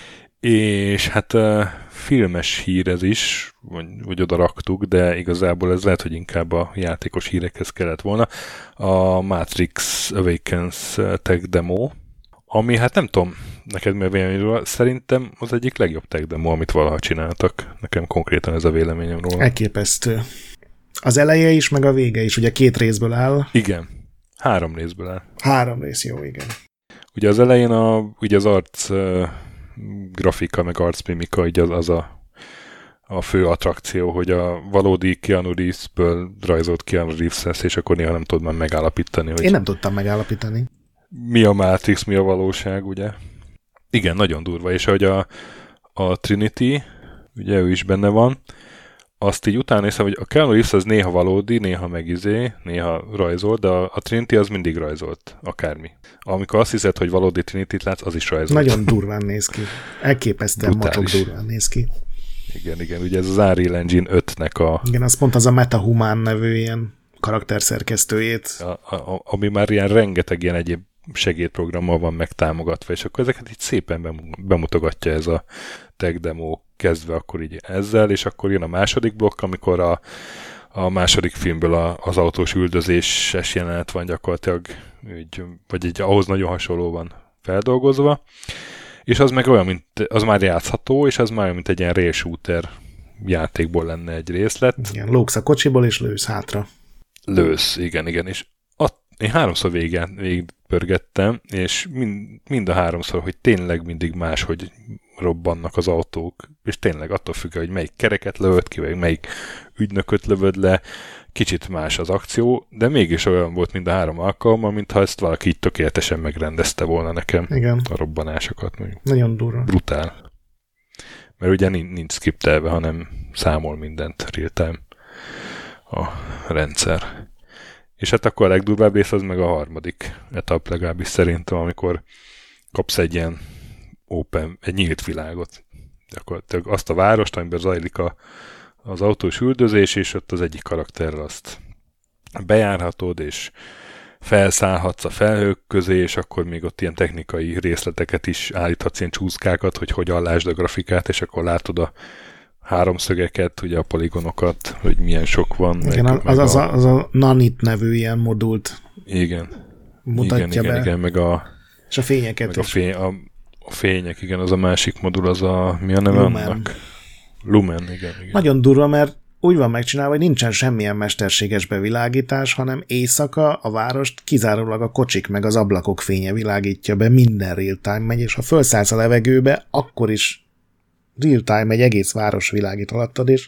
És hát uh, filmes hír ez is, vagy, vagy oda raktuk, de igazából ez lehet, hogy inkább a játékos hírekhez kellett volna. A Matrix Awakens tech demo, ami hát nem tudom, neked mi a véleményről, szerintem az egyik legjobb tech demo, amit valaha csináltak. Nekem konkrétan ez a véleményem róla. Elképesztő. Az eleje is, meg a vége is, ugye két részből áll. Igen. Három részből áll. Három rész, jó, igen. Ugye az elején a, ugye az arc uh, grafika, meg arcmimika, ugye az, az a, a fő attrakció, hogy a valódi Keanu Reeves-ből rajzolt Keanu Reeves lesz, és akkor néha nem tudod már megállapítani, hogy... Én nem tudtam megállapítani. Mi a Matrix, mi a valóság, ugye? Igen, nagyon durva, és ahogy a, a Trinity, ugye ő is benne van, azt így utána néztem, hogy a Keanu Reeves az néha valódi, néha megizé, néha rajzolt, de a, a Trinity az mindig rajzolt, akármi. Amikor azt hiszed, hogy valódi Trinity-t látsz, az is rajzolt. Nagyon durván néz ki. Elképesztően matok durván néz ki. Igen, igen, ugye ez az Unreal Engine ötnek a... Igen, az pont az a MetaHuman nevű ilyen karakterszerkesztőjét. A, a, ami már ilyen rengeteg ilyen egyéb segédprogrammal van megtámogatva, és akkor ezeket így szépen bemutogatja ez a tech demo, kezdve akkor így ezzel, és akkor jön a második blokk, amikor a, a második filmből a, az autós üldözéses jelenet van gyakorlatilag, úgy, vagy egy ahhoz nagyon hasonló van feldolgozva, és az meg olyan, mint, az már játszható, és az már olyan, mint egy ilyen rail shooter játékból lenne egy részlet. Igen, lógsz a kocsiból, és lősz hátra. Lősz, igen, igen, és a, én háromszor végig, végigpörgettem, és mind, mind a háromszor, hogy tényleg mindig más, hogy robbannak az autók, és tényleg attól függ, hogy melyik kereket lövöd ki, vagy melyik ügynököt lövöd le, kicsit más az akció, de mégis olyan volt mind a három alkalommal, mintha ezt valaki így tökéletesen megrendezte volna nekem. Igen. A robbanásokat. Nagyon durva. Brutál. Mert ugye nincs skriptelve, hanem számol mindent real time a rendszer. És hát akkor a legdurvább rész az meg a harmadik etap, legalábbis szerintem, amikor kapsz egy ilyen open, egy nyílt világot. Gyakorlatilag azt a várost, amiben zajlik a, az autós üldözés, és ott az egyik karakterrel azt bejárhatod, és felszállhatsz a felhők közé, és akkor még ott ilyen technikai részleteket is állíthatsz, ilyen csúszkákat, hogy hogyan lásd a grafikát, és akkor látod a háromszögeket, ugye a poligonokat, hogy milyen sok van. Igen, meg, az, meg az, a, az a Nanit nevű ilyen modult igen, mutatja igen, be. Igen, igen, meg a, és a fényeket meg is. A, fény, a, a fények, igen, az a másik modul, az a, mi a neve Lumen. annak? Lumen, igen, igen. Nagyon durva, mert úgy van megcsinálva, hogy nincsen semmilyen mesterséges bevilágítás, hanem éjszaka a várost kizárólag a kocsik meg az ablakok fénye világítja be, minden real-time megy, és ha felszállsz a levegőbe, akkor is real-time egy egész város világít alattad, és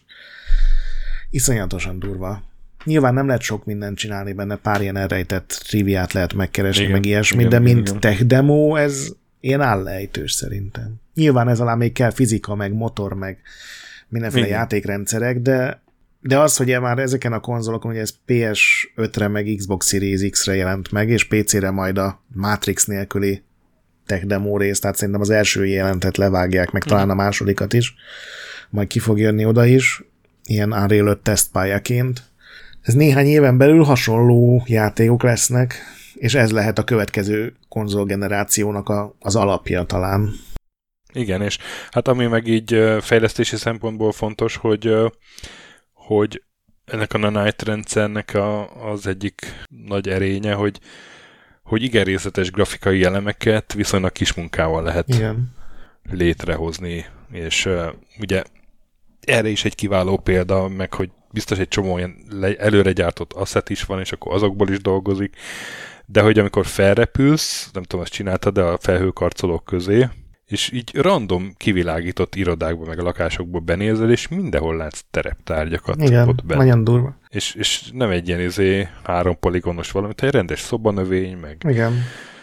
iszonyatosan durva. Nyilván nem lehet sok mindent csinálni benne, pár ilyen elrejtett triviát lehet megkeresni, igen, meg ilyesmi, igen, de igen, mint igen. tech demo, ez ilyen állejtős szerintem. Nyilván ez alá még kell fizika, meg motor, meg mindenféle igen. játékrendszerek, de, de az, hogy már ezeken a konzolokon, hogy ez pé es ötre, meg Xbox Series X-re jelent meg, és pé cére majd a Matrix nélküli tech demo rész, tehát szerintem az első jelentet levágják, meg talán a másodikat is, majd ki fog jönni oda is, ilyen Unreal öt tesztpályaként. Ez néhány éven belül hasonló játékok lesznek, és ez lehet a következő konzolgenerációnak a, az alapja talán. Igen, és hát ami meg így fejlesztési szempontból fontos, hogy, hogy ennek a Nanite rendszernek a, az egyik nagy erénye, hogy, hogy igen részletes grafikai elemeket viszonylag kis munkával lehet igen. létrehozni, és uh, ugye erre is egy kiváló példa, meg hogy biztos egy csomó olyan előre gyártott asset is van, és akkor azokból is dolgozik, de hogy amikor felrepülsz, nem tudom, azt csináltad, de a felhőkarcolók közé, és így random kivilágított irodákba, meg a lakásokba benézel, és mindenhol látsz tereptárgyakat. Igen, ott benne. Nagyon durva. És, és nem egy ilyen izé, három poligonos valamit, egy rendes szobanövény, meg igen.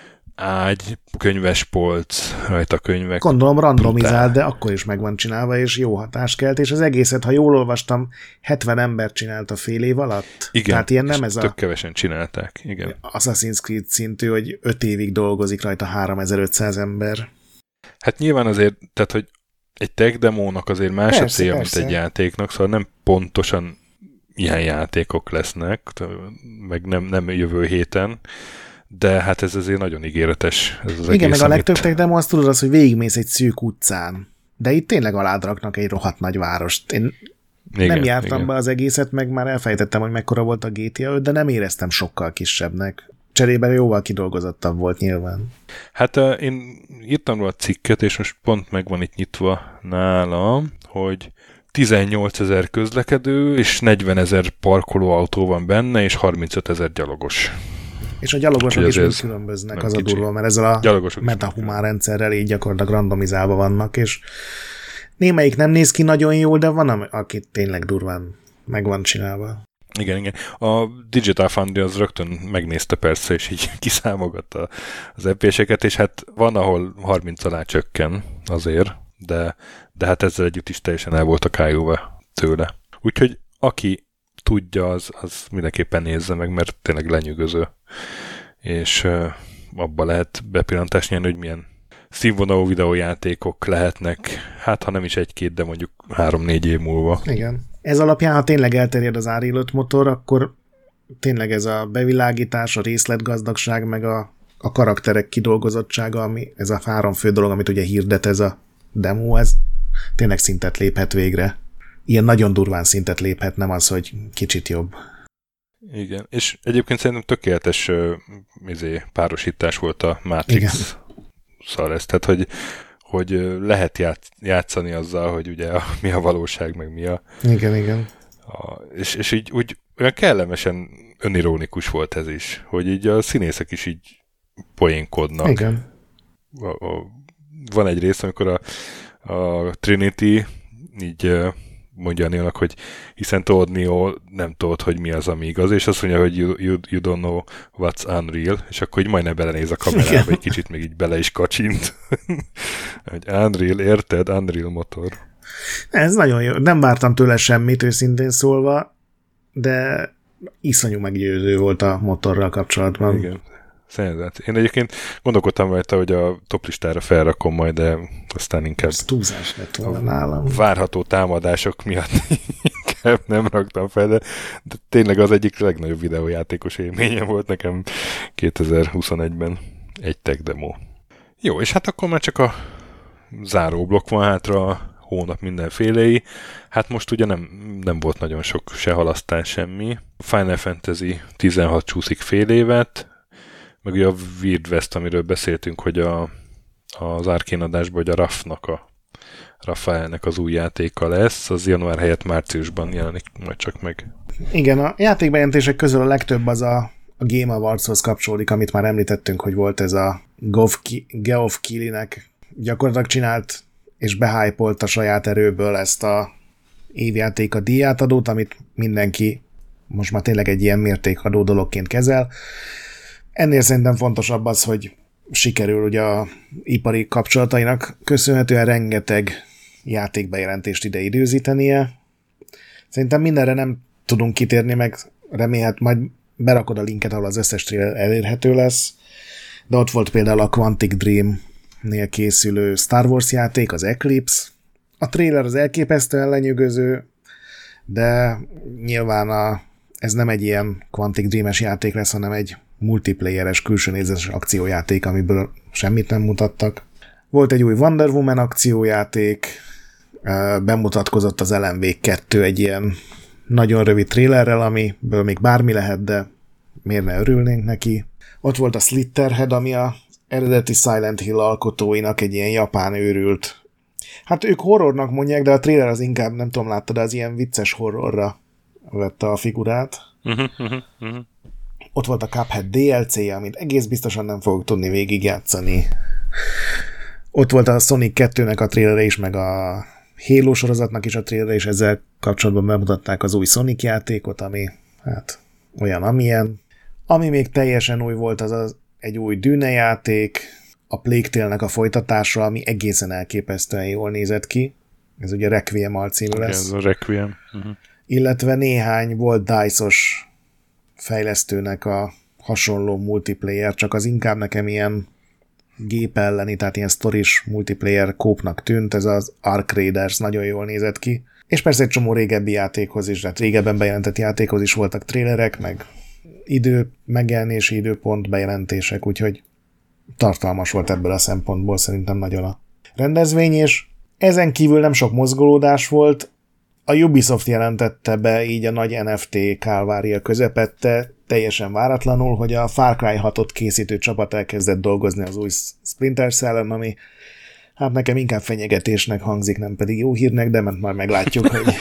ágy, könyvespolc, rajta könyvek. Gondolom randomizált, de akkor is meg van csinálva, és jó hatást kelt, és az egészet, ha jól olvastam, hetven ember csinálta fél év alatt. Igen, tehát ilyen nem ez tök a kevesen csinálták. Igen. Assassin's Creed szintű, hogy öt évig dolgozik rajta háromezer-ötszáz ember. Hát nyilván azért, tehát, hogy egy tech demónak azért más a célja, mint egy játéknak, szóval nem pontosan ilyen játékok lesznek, meg nem, nem jövő héten, de hát ez azért nagyon ígéretes. Ez az igen, egész, meg a amit... legtöbb tech demo azt tudod az, hogy végigmész egy szűk utcán, de itt tényleg alád raknak egy rohadt nagy várost. Én igen, nem jártam igen. be az egészet, meg már elfejtettem, hogy mekkora volt a gé té á öt, de nem éreztem sokkal kisebbnek. Cserében jóval kidolgozottabb volt nyilván. Hát uh, én írtam róla a cikket, és most pont meg van itt nyitva nálam, hogy tizennyolcezer közlekedő, és negyvenezer parkolóautó van benne, és harmincötezer gyalogos. És a gyalogosok is mind különböznek, az kicsi. A durva, mert ezzel a metahumán rendszerrel így gyakorlatilag randomizálva vannak, és némelyik nem néz ki nagyon jól, de van, aki tényleg durván meg van csinálva. Igen, igen. A Digital Foundry az rögtön megnézte persze, és így kiszámogatta az é pé es-eket, és hát van, ahol harminc alá csökken azért, de, de hát ezzel együtt is teljesen el volt a kájóva tőle. Úgyhogy aki tudja, az, az mindenképpen nézze meg, mert tényleg lenyűgöző. És uh, abba lehet bepillantást nyerni, hogy milyen színvonalú videójátékok lehetnek, hát ha nem is egy-két, de mondjuk három-négy év múlva. Igen. Ez alapján, ha tényleg elterjed az Unreal öt motor, akkor tényleg ez a bevilágítás, a részletgazdagság, meg a, a karakterek kidolgozottsága, ami, ez a három fő dolog, amit ugye hirdet ez a demo, ez tényleg szintet léphet végre. Ilyen nagyon durván szintet léphet, nem az, hogy kicsit jobb. Igen, és egyébként szerintem tökéletes uh, izé, párosítás volt a Matrix szal ez, tehát hogy hogy lehet játsz, játszani azzal, hogy ugye a, mi a valóság, meg mi a... Igen, igen. A, és, és így úgy olyan kellemesen önironikus volt ez is, hogy így a színészek is így poénkodnak. Igen. A, a, van egy rész, amikor a, a Trinity így mondja Neonak, hogy hiszen tudod, Neo, nem tudod, hogy mi az, ami igaz, és azt mondja, hogy you, you, you don't know what's unreal, és akkor így majdnem belenéz a kamerába, igen. Egy kicsit még így bele is kacsint. Hogy Unreal, érted? Unreal motor. Ez nagyon jó. Nem vártam tőle semmit, őszintén szólva, de iszonyú meggyőző volt a motorral kapcsolatban. Igen. Szerzett. Én egyébként gondolkodtam rajta, hogy a toplistára felrakom majd, de aztán inkább... Ez túlzás lett volna nálam. Várható támadások miatt inkább nem raktam fel, de, de tényleg az egyik legnagyobb videójátékos élményem volt nekem kétezer-huszonegyben egy tech demo. Jó, és hát akkor már csak a záró blokk van hátra, a hónap mindenfélei. Hát most ugye nem, nem volt nagyon sok se halasztás, semmi. Final Fantasy tizenhat csúszik fél évet, meg ugye a Weird West, amiről beszéltünk, hogy a, az Arkane adásban, hogy a Raffnak, a Rafaelnek az új játéka lesz, az január helyett márciusban jelenik majd csak meg. Igen, a játékbejelentések közül a legtöbb az a, a Game Awardshoz kapcsolódik, amit már említettünk, hogy volt ez a Geoff Keighley-nek gyakorlatilag csinált és behypolt a saját erőből ezt a évjáték a díjátadót, amit mindenki most már tényleg egy ilyen mértékadó dologként kezel. Ennél szerintem fontosabb az, hogy sikerül ugye a ipari kapcsolatainak köszönhetően rengeteg játékbejelentést ide időzítenie. Szerintem mindenre nem tudunk kitérni, meg remélhet majd berakod a linket, ahol az összes trailer elérhető lesz. De ott volt például a Quantic Dream-nél készülő Star Wars játék, az Eclipse. A trailer az elképesztően lenyűgöző, de nyilván a, ez nem egy ilyen Quantic Dream-es játék lesz, hanem egy multiplayeres, külső nézetes akciójáték, amiből semmit nem mutattak. Volt egy új Wonder Woman akciójáték, bemutatkozott az Alan Wake kettő egy ilyen nagyon rövid trailerrel, amiből még bármi lehet, de miért ne örülnénk neki. Ott volt a Slitterhead, ami a eredeti Silent Hill alkotóinak egy ilyen japán őrült. Hát ők horrornak mondják, de a trailer az inkább, nem tudom, láttad, az ilyen vicces horrorra vette a figurát. Ott volt a Cuphead dé el cé-je, amit egész biztosan nem fogok tudni végigjátszani. Ott volt a Sonic kettőnek a trailere is, meg a Halo sorozatnak is a trailere, és ezzel kapcsolatban bemutatták az új Sonic játékot, ami hát olyan, amilyen. Ami még teljesen új volt, az, az egy új Dune játék, a Plague Tale-nek a folytatása, ami egészen elképesztően jól nézett ki. Ez ugye Requiem alcímű lesz. Ez a Requiem. Uh-huh. Illetve néhány volt dice-os fejlesztőnek a hasonló multiplayer, csak az inkább nekem ilyen gép elleni, tehát ilyen sztoris multiplayer kópnak tűnt, ez az Ark Raiders nagyon jól nézett ki. És persze egy csomó régebbi játékhoz is, tehát régebben bejelentett játékhoz is voltak trailerek, meg idő, megjelenési időpont, bejelentések, úgyhogy tartalmas volt ebből a szempontból szerintem nagyon a rendezvény, és ezen kívül nem sok mozgolódás volt. A Ubisoft jelentette be így a nagy en ef té kálvária közepette, teljesen váratlanul, hogy a Far Cry hatot készítő csapat elkezdett dolgozni az új Splinter Cell-en, ami hát nekem inkább fenyegetésnek hangzik, nem pedig jó hírnek, de ment már meglátjuk, hogy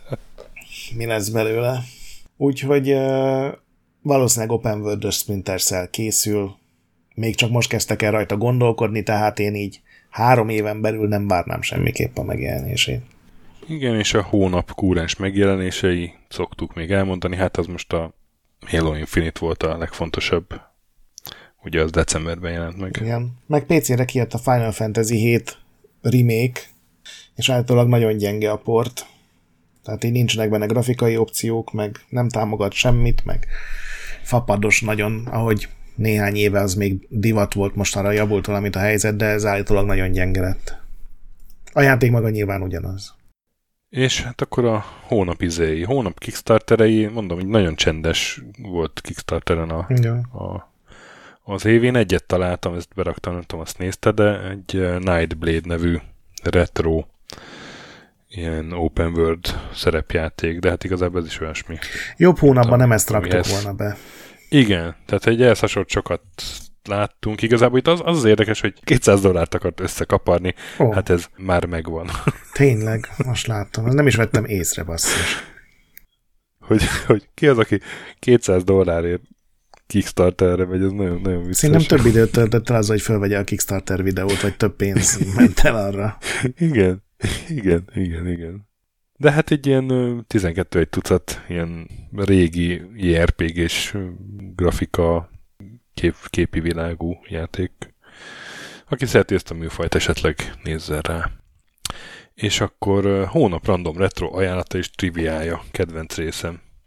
mi lesz belőle. Úgyhogy uh, valószínűleg Open World-ös Splinter Cell készül, még csak most kezdtek el rajta gondolkodni, tehát én így három éven belül nem várnám semmiképp a megjelenését. Igen, és a hónap kúrens megjelenései, szoktuk még elmondani, hát az most a Halo Infinite volt a legfontosabb. Ugye az decemberben jelent meg. Igen, meg pé cére kijött a Final Fantasy hét remake, és általában nagyon gyenge a port. Tehát így nincsenek benne grafikai opciók, meg nem támogat semmit, meg fapados nagyon, ahogy néhány éve az még divat volt, mostanra javult valamit a helyzet, de ez állítólag nagyon gyenge lett. A játék maga nyilván ugyanaz. És hát akkor a hónap izéi, hónap Kickstarterei, mondom, hogy nagyon csendes volt Kickstarteren a, a, az évén. Egyet találtam, ezt beraktam, nem tudom, azt nézte, de egy Nightblade nevű retro ilyen open world szerepjáték, de hát igazából ez is olyasmi. Jobb hónapban nem ezt raktuk amihez... volna be. Igen, tehát egy ehhez hasonlót sokat láttunk. Igazából itt az, az az érdekes, hogy kétszáz dollárt akart összekaparni, oh. Hát ez már megvan. Tényleg, most láttam. Nem is vettem észre, basszus. Hogy, hogy ki az, aki kétszáz dollárért Kickstarterre megy, ez nagyon, nagyon vicces. Szerintem több időt töltött el az, hogy fölvegye a Kickstarter videót, vagy több pénz ment el arra. Igen, igen, igen, igen. De hát egy ilyen tizenkettő egy tucat ilyen régi i er pé gés grafika kép, képi világú játék. Aki szereti ezt a műfajt, esetleg nézzen rá. És akkor hónap random retro ajánlata és triviája, kedvenc részem.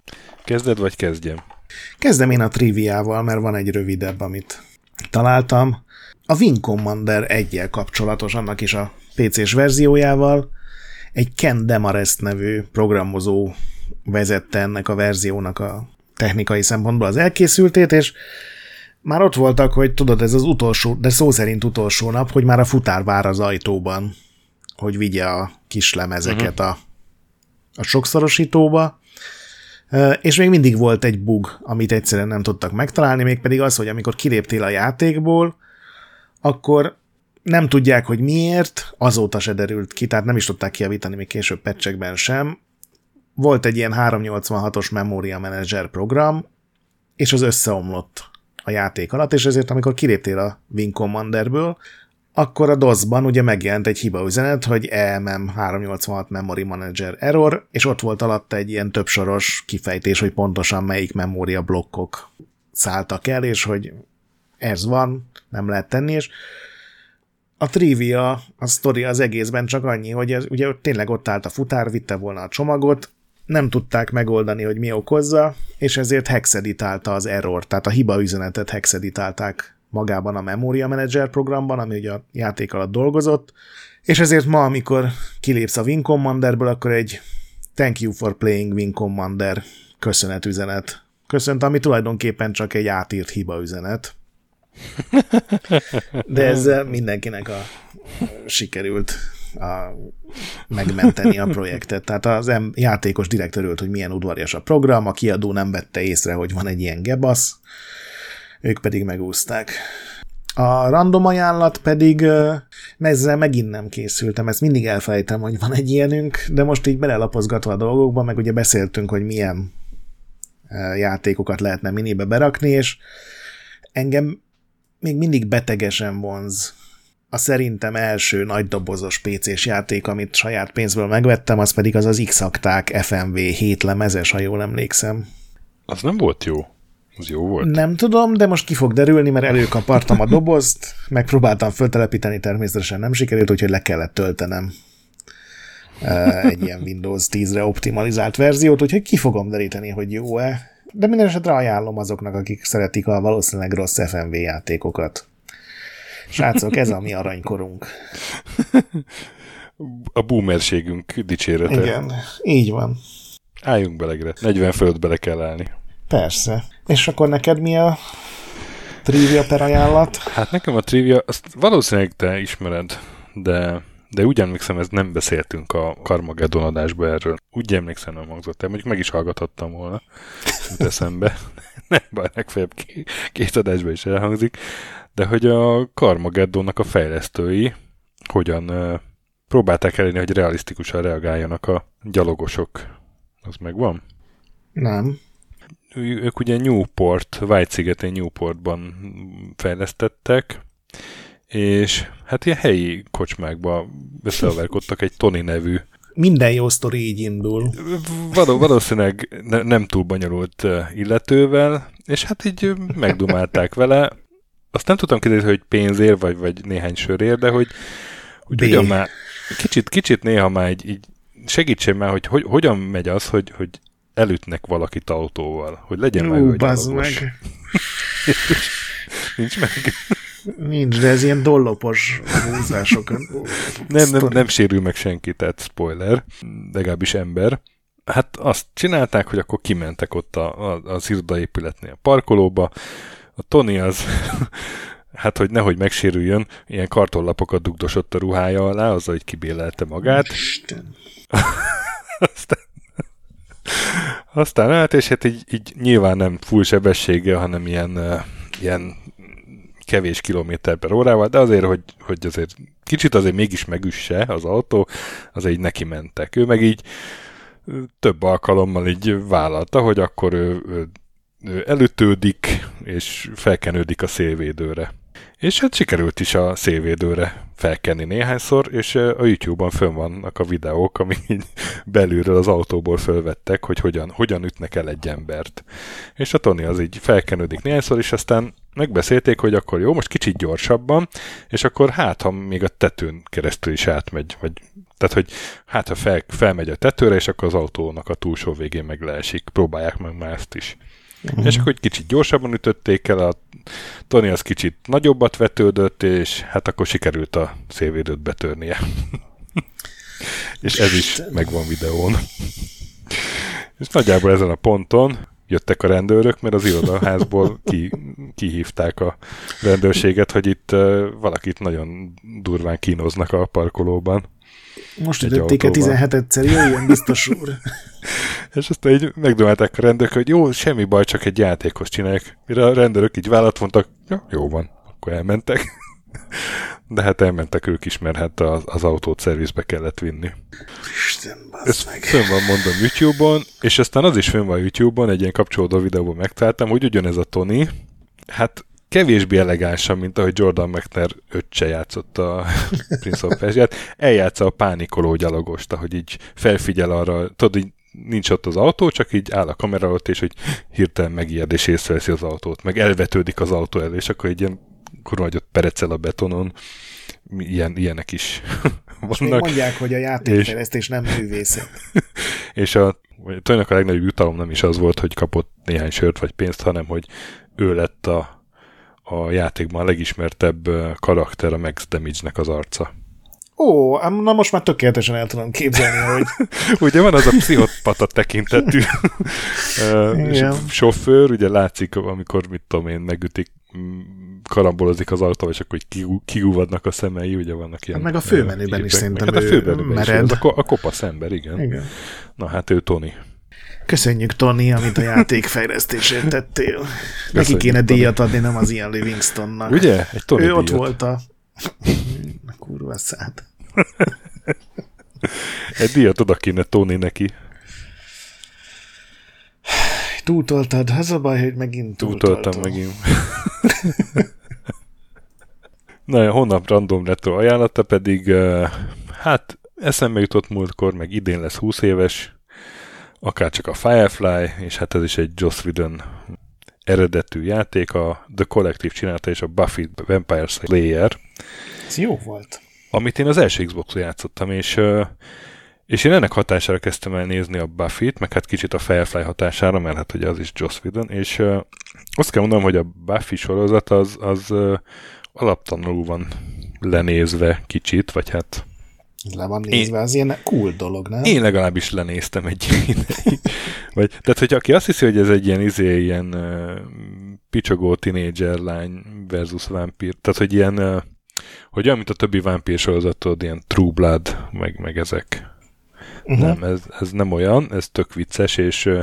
Kezded, vagy kezdjem? Kezdem én a triviával, mert van egy rövidebb, amit találtam. A Wing Commander egyel kapcsolatos, annak is a pé cés verziójával. Egy Ken Demarest nevű programozó vezette ennek a verziónak a technikai szempontból az elkészültét, és már ott voltak, hogy tudod, ez az utolsó, de szó szerint utolsó nap, hogy már a futár vár az ajtóban, hogy vigye a kis lemezeket uh-huh. a, a sokszorosítóba, és még mindig volt egy bug, amit egyszerűen nem tudtak megtalálni, mégpedig az, hogy amikor kiléptél a játékból, akkor nem tudják, hogy miért, azóta se derült ki, tehát nem is tudták kijavítani még később patchekben sem. Volt egy ilyen háromszáznyolcvanhatos Memoria Manager program, és az összeomlott a játék alatt, és ezért amikor kiléptél a Wing Commanderből, akkor a doszban ugye megjelent egy hibaüzenet, hogy E M M háromszáznyolcvanhat Memory Manager Error, és ott volt alatta egy ilyen többsoros kifejtés, hogy pontosan melyik memória blokkok szálltak el, és hogy ez van, nem lehet tenni, és a trivia, a sztori az egészben csak annyi, hogy ez, ugye tényleg ott állt a futár, vitte volna a csomagot, nem tudták megoldani, hogy mi okozza, és ezért hexeditálta az error, tehát a hibaüzenetet hexeditálták magában a Memoria Manager programban, ami ugye a játék alatt dolgozott, és ezért ma, amikor kilépsz a Wing Commanderből, akkor egy Thank you for playing Wing Commander köszönetüzenet köszönt, ami tulajdonképpen csak egy átírt hibaüzenet. De ezzel mindenkinek a sikerült a, megmenteni a projektet. Tehát az em, játékos direkt örült, hogy milyen udvarias a program, a kiadó nem vette észre, hogy van egy ilyen gebasz, ők pedig megúszták. A random ajánlat pedig, ezzel megint nem készültem, ezt mindig elfelejtem, hogy van egy ilyenünk, de most így belelapozgatva a dolgokba, meg ugye beszéltünk, hogy milyen játékokat lehetne minibe berakni, és engem még mindig betegesen vonz a szerintem első nagydobozos pé cés játék, amit saját pénzből megvettem, az pedig az az X-akták ef em vé hét lemezes, ha jól emlékszem. Az nem volt jó. Az jó volt. Nem tudom, de most ki fog derülni, mert előkapartam a dobozt, megpróbáltam föltelepíteni, természetesen nem sikerült, úgyhogy le kellett töltenem egy ilyen Windows tízre optimalizált verziót, úgyhogy ki fogom deríteni, hogy jó-e. De minden esetre ajánlom azoknak, akik szeretik a valószínűleg rossz ef em vé játékokat. Srácok, ez a mi aranykorunk. A boomerségünk dicsérete. Igen, így van. Álljunk belegre. negyven fölött bele kell állni. Persze. És akkor neked mi a trivia per ajánlat? Hát nekem a trivia, azt valószínűleg te ismered, de, de úgy emlékszem, ez nem beszéltünk a Carmageddon adásba erről. Úgy emlékszem, nem hangzott el. Mondjuk meg is hallgathattam volna. Jut eszembe. Nem baj, legfeljebb két adásban is elhangzik. De hogy a Carmageddonnak a fejlesztői hogyan uh, próbálták elérni, hogy realisztikusan reagáljanak a gyalogosok. Az megvan? Nem. Ő, ők ugye Newport, White-szigetén Newportban fejlesztettek, és hát ilyen helyi kocsmákba összeaverkodtak egy Tony nevű. Minden jó sztori így indul. Való, valószínűleg ne, nem túl bonyolult illetővel, és hát így megdumálták vele. Azt nem tudtam kiderülni, hogy pénzért, vagy, vagy néhány sörért, de hogy, hogy ugyan már kicsit, kicsit néha már így, így segítsen már, hogy, hogy hogyan megy az, hogy, hogy elütnek valakit autóval, hogy legyen meg, hogy gyalogos. Meg. Nincs meg. Nincs, de ez ilyen dollopos húzások. nem, nem, nem sérül meg senki, tehát spoiler, legalábbis ember. Hát azt csinálták, hogy akkor kimentek ott a, a, az irodaépületnél a parkolóba. A Tony az, hát hogy nehogy megsérüljön, ilyen kartonlapokat dugdosott a ruhája alá, azzal, hogy kibélelte magát. Isten. aztán, aztán állt, és hát így, így nyilván nem full sebességgel, hanem ilyen, uh, ilyen kevés kilométer per órával, de azért, hogy, hogy azért kicsit azért mégis megüsse az autó, azért így neki mentek. Ő meg így több alkalommal így vállalta, hogy akkor ő, ő, ő elütődik, és felkenődik a szélvédőre. És hát sikerült is a szélvédőre felkenni néhányszor, és a YouTube-on fönn vannak a videók, amik így belülről az autóból fölvettek, hogy hogyan, hogyan ütnek el egy embert. És a Tony az így felkenődik néhányszor, és aztán megbeszélték, hogy akkor jó, most kicsit gyorsabban, és akkor hát, ha még a tetőn keresztül is átmegy, vagy Tehát, hogy hát ha fel, felmegy a tetőre, és akkor az autónak a túlsó végén meg leesik. Próbálják meg már ezt is. Uh-huh. És akkor egy kicsit gyorsabban ütötték el, a Tony az kicsit nagyobbat vetődött, és hát akkor sikerült a szélvédőt betörnie. És ez is megvan videón. És nagyjából ezen a ponton jöttek a rendőrök, mert az irodaházból ki, kihívták a rendőrséget, hogy itt uh, valakit nagyon durván kínoznak a parkolóban. Most ütötték a tizenhetedször, jöjjön, biztos úr. És aztán így megdomálták a rendőrök, hogy jó, semmi baj, csak egy játékhoz csinálják. Mire a rendőrök így vállat mondtak, ja, jó van, akkor elmentek. De hát elmentek ők is, mert hát az, az autót szervizbe kellett vinni. Isten, ez meg. Fönn van, mondom, YouTube-on, és aztán az is fönn van YouTube-on, egy ilyen kapcsolódó videóban megtaláltam, hogy ugyanez a Tony, hát kevésbé elegánsan, mint ahogy Jordan McNair öccse játszott a Prince of Persia-t, eljátsza a pánikoló gyalogost, ahogy így felfigyel arra, tudod, így nincs ott az autó, csak így áll a kamera ott, és hogy hirtelen megijed, és észreveszi az autót, meg elvetődik az autó elő, és akkor egy ilyen kurva nagyot perecel a betonon. Ilyen, ilyenek is vannak. És még mondják, hogy a játékfejlesztés nem művészet. És a Tonynak a legnagyobb jutalom nem is az volt, hogy kapott néhány sört vagy pénzt, hanem hogy ő lett a, a játékban a legismertebb karakter, a Max Damage-nek az arca. Ó, na most már tökéletesen el tudom képzelni, hogy... Ugye van az a pszichopata tekintetű sofőr, ugye látszik, amikor, mit tudom én, megütik, karambolozik az autó, és akkor kigúvadnak a szemei, ugye vannak ilyen... Meg a főmenüben is szerintem hát a főmenüben is, az a, a kopasz ember, igen. igen. Na hát ő Tony. Köszönjük, Tony, amit a játékfejlesztésért tettél. Köszönjük, neki kéne Tony. Díjat adni, nem az Ian Livingstonnak. Ugye? Egy Tony ő díjat. Ott volt a... a kurva szád. Egy díjat oda kéne Tony neki. Túltoltad, az a baj, hogy megint túltoltam. Túltoltam megint. Na, a hónap random retro ajánlata pedig, uh, hát eszembe jutott múltkor, meg idén lesz húsz éves, akárcsak a Firefly, és hát ez is egy Joss Whedon eredetű játék, a The Collective csinálta, és a Buffy Vampire Slayer. Ez jó volt. Amit én az első Xbox-on játszottam, és, uh, és én ennek hatására kezdtem el nézni a Buffy-t, meg hát kicsit a Firefly hatására, mert hát ugye az is Joss Whedon, és uh, azt kell mondanom, hogy a Buffy sorozat az, az uh, alaptalanul van lenézve kicsit, vagy hát... Le van nézve, én, az ilyen cool dolog, nem? Én legalábbis lenéztem egy ideig. Vagy, tehát, hogy aki azt hiszi, hogy ez egy ilyen, izé, ilyen uh, picsogó tínédzser lány versus vámpír, tehát, hogy ilyen, uh, hogy olyan, mint a többi vámpír sorozatod, ilyen True Blood, meg, meg ezek. Uh-huh. Nem, ez, ez nem olyan, ez tök vicces, és uh,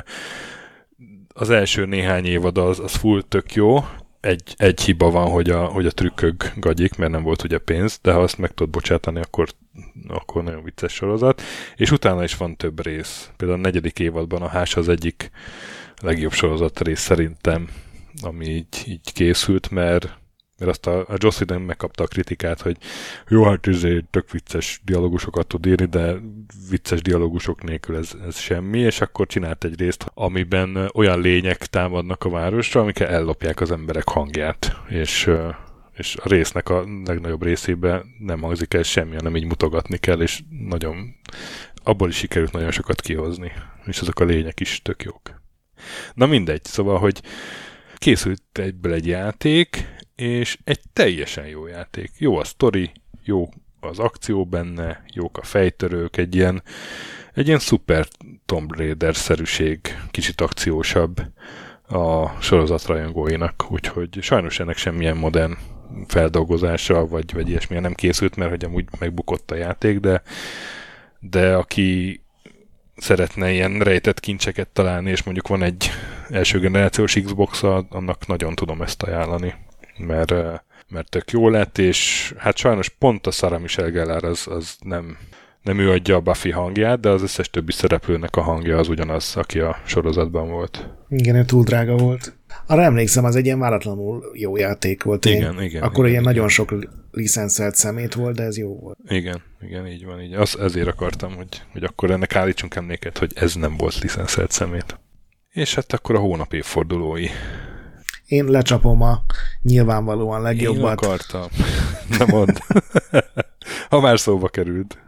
az első néhány évad az, az full tök jó. Egy, egy hiba van, hogy a, hogy a trükkök gagyik, mert nem volt ugye pénz, de ha azt meg tudod bocsátani, akkor, akkor nagyon vicces sorozat. És utána is van több rész. Például a negyedik évadban a Hás az egyik legjobb sorozat rész szerintem, ami így, így készült, mert, mert azt a, a Joss Whedon megkapta a kritikát, hogy jó, hát ezért tök vicces dialógusokat tud írni, de vicces dialógusok nélkül ez, ez semmi, és akkor csinált egy részt, amiben olyan lények támadnak a városra, amikkel ellopják az emberek hangját, és, és a résznek a legnagyobb részében nem hangzik el semmi, hanem így mutogatni kell, és nagyon, abból is sikerült nagyon sokat kihozni, és azok a lények is tök jók. Na mindegy, szóval, hogy készült egyből egy játék, és egy teljesen jó játék. Jó a sztori, jó az akció benne, jók a fejtörők, egy ilyen, egy ilyen szuper Tomb Raider-szerűség, kicsit akciósabb a sorozat rajongóinak, úgyhogy sajnos ennek semmilyen modern feldolgozása, vagy, vagy ilyesmilyen nem készült, mert hogy amúgy megbukott a játék, de, de aki szeretne ilyen rejtett kincseket találni, és mondjuk van egy első generációs Xbox-a, annak nagyon tudom ezt ajánlani, mert, mert tök jó lett, és hát sajnos pont a Sarah Michelle Gellar az, az nem, nem ő adja a Buffy hangját, de az összes többi szereplőnek a hangja az ugyanaz, aki a sorozatban volt. Igen, ő túl drága volt. Arra emlékszem, az egy ilyen váratlanul jó játék volt. Igen, én, igen. Akkor igen, ilyen igen. nagyon sok licenszelt szemét volt, de ez jó volt. Igen, igen, így van. Így. Az, ezért akartam, hogy, hogy akkor ennek állítsunk emléket, hogy ez nem volt licenszelt szemét. És hát akkor a hónap évfordulói. Én lecsapom a nyilvánvalóan legjobbat. Én akartam. Nem mondd. Ha már szóba került.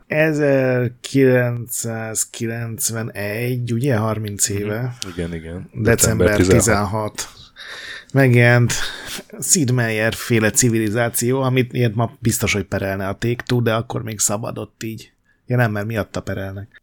ezerkilencszázkilencvenegy, ugye, harminc éve. Igen, igen. December tizenhat. Megjelent Sid Meier féle Civilizáció, amit ilyet ma biztos, hogy perelne a Take-Two, de akkor még szabadott így. Ja nem, mert miatta perelnek.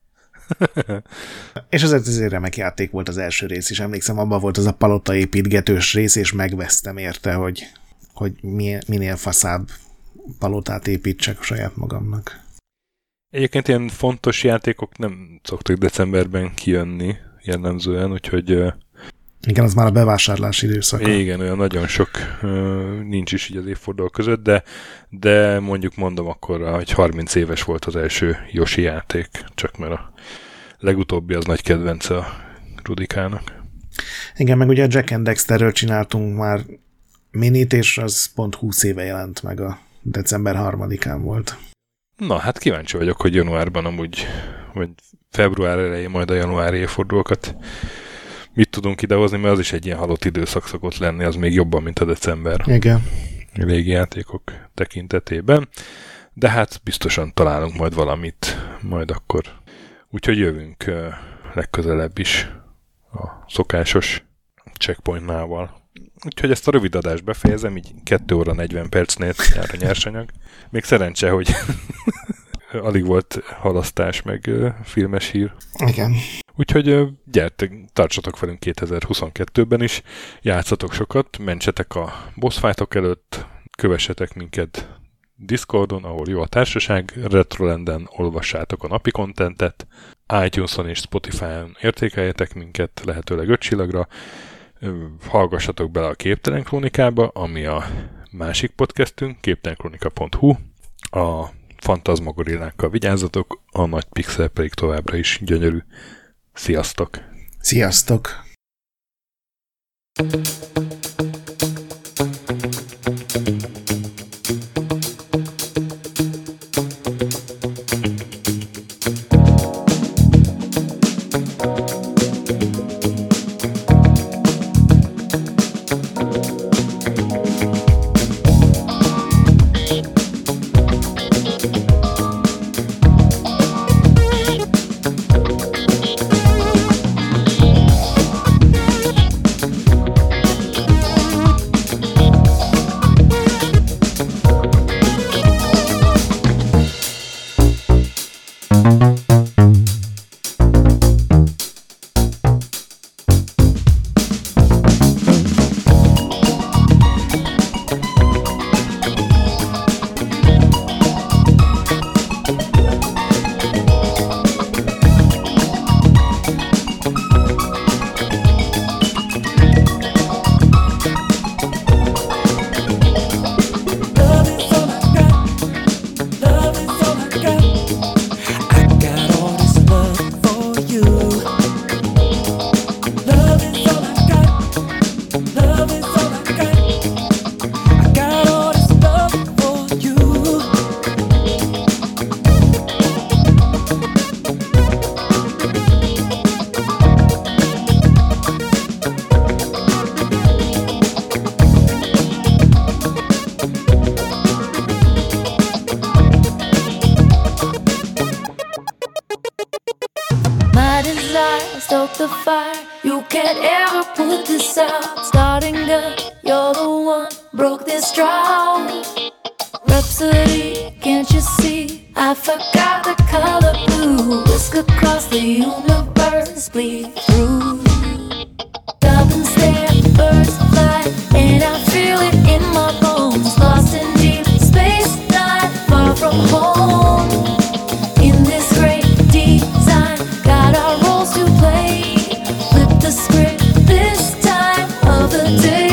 És azért ez egy remek játék volt az első rész is. Emlékszem, abban volt az a palotaépítgetős rész, és megvesztem érte, hogy, hogy minél faszább palotát építsek saját magamnak. Egyébként ilyen fontos játékok nem szoktak decemberben kijönni jellemzően, úgyhogy... Igen, az már a bevásárlás időszaka. Igen, olyan nagyon sok nincs is így az évfordulók között, de, de mondjuk mondom akkor, hogy harminc éves volt az első Yoshi játék, csak mert a legutóbbi az nagy kedvence a Rudikának. Igen, meg ugye a Jack and Dexterről csináltunk már minit, és az pont húsz éve jelent meg, a december harmadikán volt. Na, hát kíváncsi vagyok, hogy januárban amúgy, vagy február elején majd a januári évfordulókat mit tudunk idehozni, mert az is egy ilyen halott időszak szokott lenni, az még jobban, mint a december. Igen. Régi játékok tekintetében. De hát biztosan találunk majd valamit, majd akkor. Úgyhogy jövünk uh, legközelebb is a szokásos checkpointnával. Úgyhogy ezt a rövid adást befejezem, így kettő óra negyven percnél jár a nyersanyag. Még szerencse, hogy alig volt halasztás, meg uh, filmes hír. Igen. Úgyhogy uh, gyertek, tartsatok velünk kétezer-huszonkettőben is, játszatok sokat, mentsetek a boss fightok előtt, kövessetek minket Discordon, ahol jó a társaság, Retrolanden olvassátok a napi kontentet, iTunes-on és Spotify-on értékeljetek minket, lehetőleg öt csillagra, hallgassatok bele a Képtelen Krónikába, ami a másik podcastünk, képtelenkronika pont hu, a fantazmagorillákkal vigyázzatok, a nagy pixel pedig továbbra is gyönyörű. Sziasztok! Sziasztok! Stoke the fire, you can't ever put this out. Starting gun, you're the one, broke this drought. Rhapsody, can't you see? I forgot the color blue. Whisk across the universe, bleed through. Stop and stare, birds fly, and I feel it in my bones. Lost in deep space, not far from home. In this great design, got our roles to play. Flip the script this time of the day.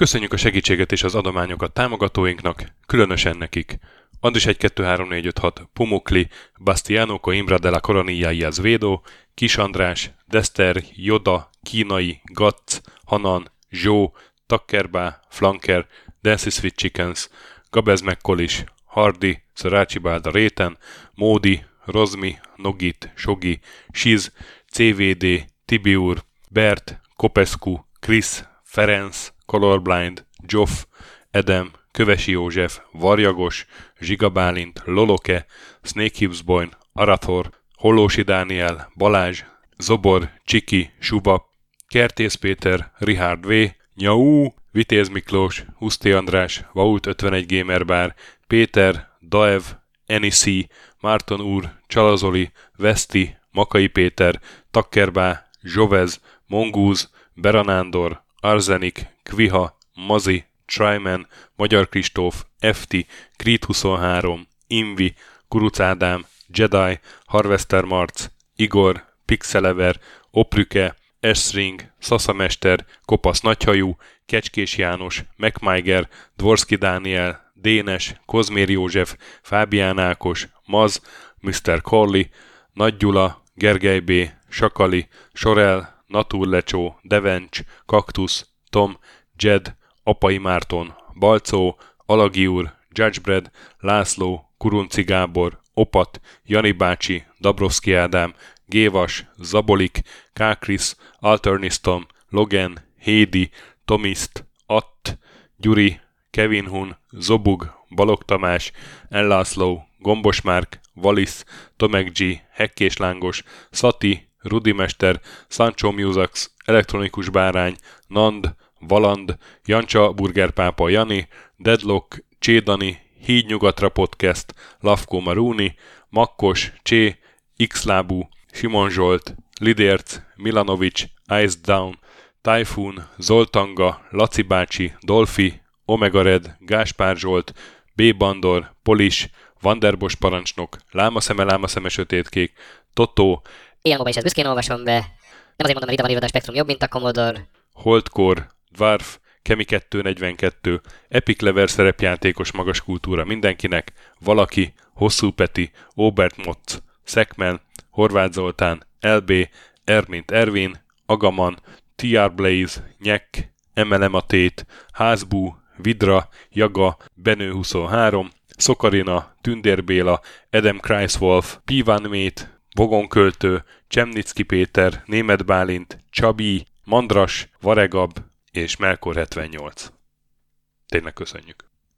Köszönjük a segítséget és az adományokat támogatóinknak, különösen nekik. Andris egy kettő három négy öt hat, Pumukli, Bastiano Coimbra de la Coronilla y Azvedo, Kis András, Dester, Joda, Kínai, Gatz, Hanan, Zsó, Takkerbá, Flanker, Dancy Sweet Chickens, Gabez Mekkolis, Hardy, Szarácsi Bálda Réten, Módi, Rozmi, Nogit, Sogi, Siz, cé vé dé, Tibiur, Bert, Kopescu, Krisz, Ferenc, Colorblind, Zsoff, Edem, Kövesi József, Varjagos, Zsiga Bálint, Loloke, Snake Hips Boy, Arathor, Hollósi Dániel, Balázs, Zobor, Csiki, Suba, Kertész Péter, Richard V, Nyau, Vitéz Miklós, Huszti András, Vault ötvenegy Gamerbar, Péter, Daev, Enisi, Márton úr, Csalazoli, Veszti, Makai Péter, Takkerbá, Zsovez, Mongúz, Beranándor, Arzenik, Kviha, Mazi, Tryman, Magyar Kristóf, ef té, Creed huszonhárom, Invi, Kuruc Ádám, Jedi, Harvester Marc, Igor, Pixelever, Oprüke, Esring, Szaszamester, Kopasz Nagyhajú, Kecskés János, MacMiger, Dvorski Dániel, Dénes, Kozmér József, Fábián Ákos, Maz, miszter Corley, Nagy Gyula, Gergely B., Sakali, Sorel, Naturlecsó, Devencs, Kaktusz, Tom, Jed, Apai Márton, Balcó, Alagi úr, Judgebred, László, Kurunci Gábor, Opat, Jani bácsi, Dabrowski Ádám, Gévas, Zabolik, Kákris, Alternisztom, Logan, Hédi, Tomiszt, Att, Gyuri, Kevin Hun, Zobug, Balog Tamás, Ellászló, Gombos Márk, Valisz, Tomek G, Hekkés Lángos, Szati, Rudimester, Sancho Musax, Elektronikus Bárány, Nand, Valand, Jancsa Burgerpápa Jani, Deadlock, Csédani, Híd Nyugatra Podcast, Lavko Maruni, Makkos, Csé, Xlábú, Simon Zsolt, Lidérc, Milanovic, Ice Down, Typhoon, Zoltanga, Laci bácsi, Dolfi, Omega Red, Gáspár Zsolt, B. Bandor, Polis, Vanderbos parancsnok, Lámaszeme, Lámaszeme sötétkék, Totó, Ilyen is ezt büszkén olvasom be. Nem azért mondom, mert itt van a Spektrum jobb, mint a Commodore. Holdcore, Dwarf, Kemi kettő negyvenkettő, Epic Lever szerepjátékos magas kultúra mindenkinek, Valaki, Hosszú Peti, Obert Motz, Szekmen, Horváth Zoltán, el bé, R mint Ervin, Agaman, té er Blaze, Nyek, em el em a Tét, Házbú, Vidra, Jaga, Benő huszonhárom, Szokarina, Tündér Béla, Adam Kreiswolf, Pivan Mét, Vogonköltő, Csemnicki Péter, Németh Bálint, Csabi, Mandras, Varegab és Melkor hetvennyolc. Tényleg köszönjük!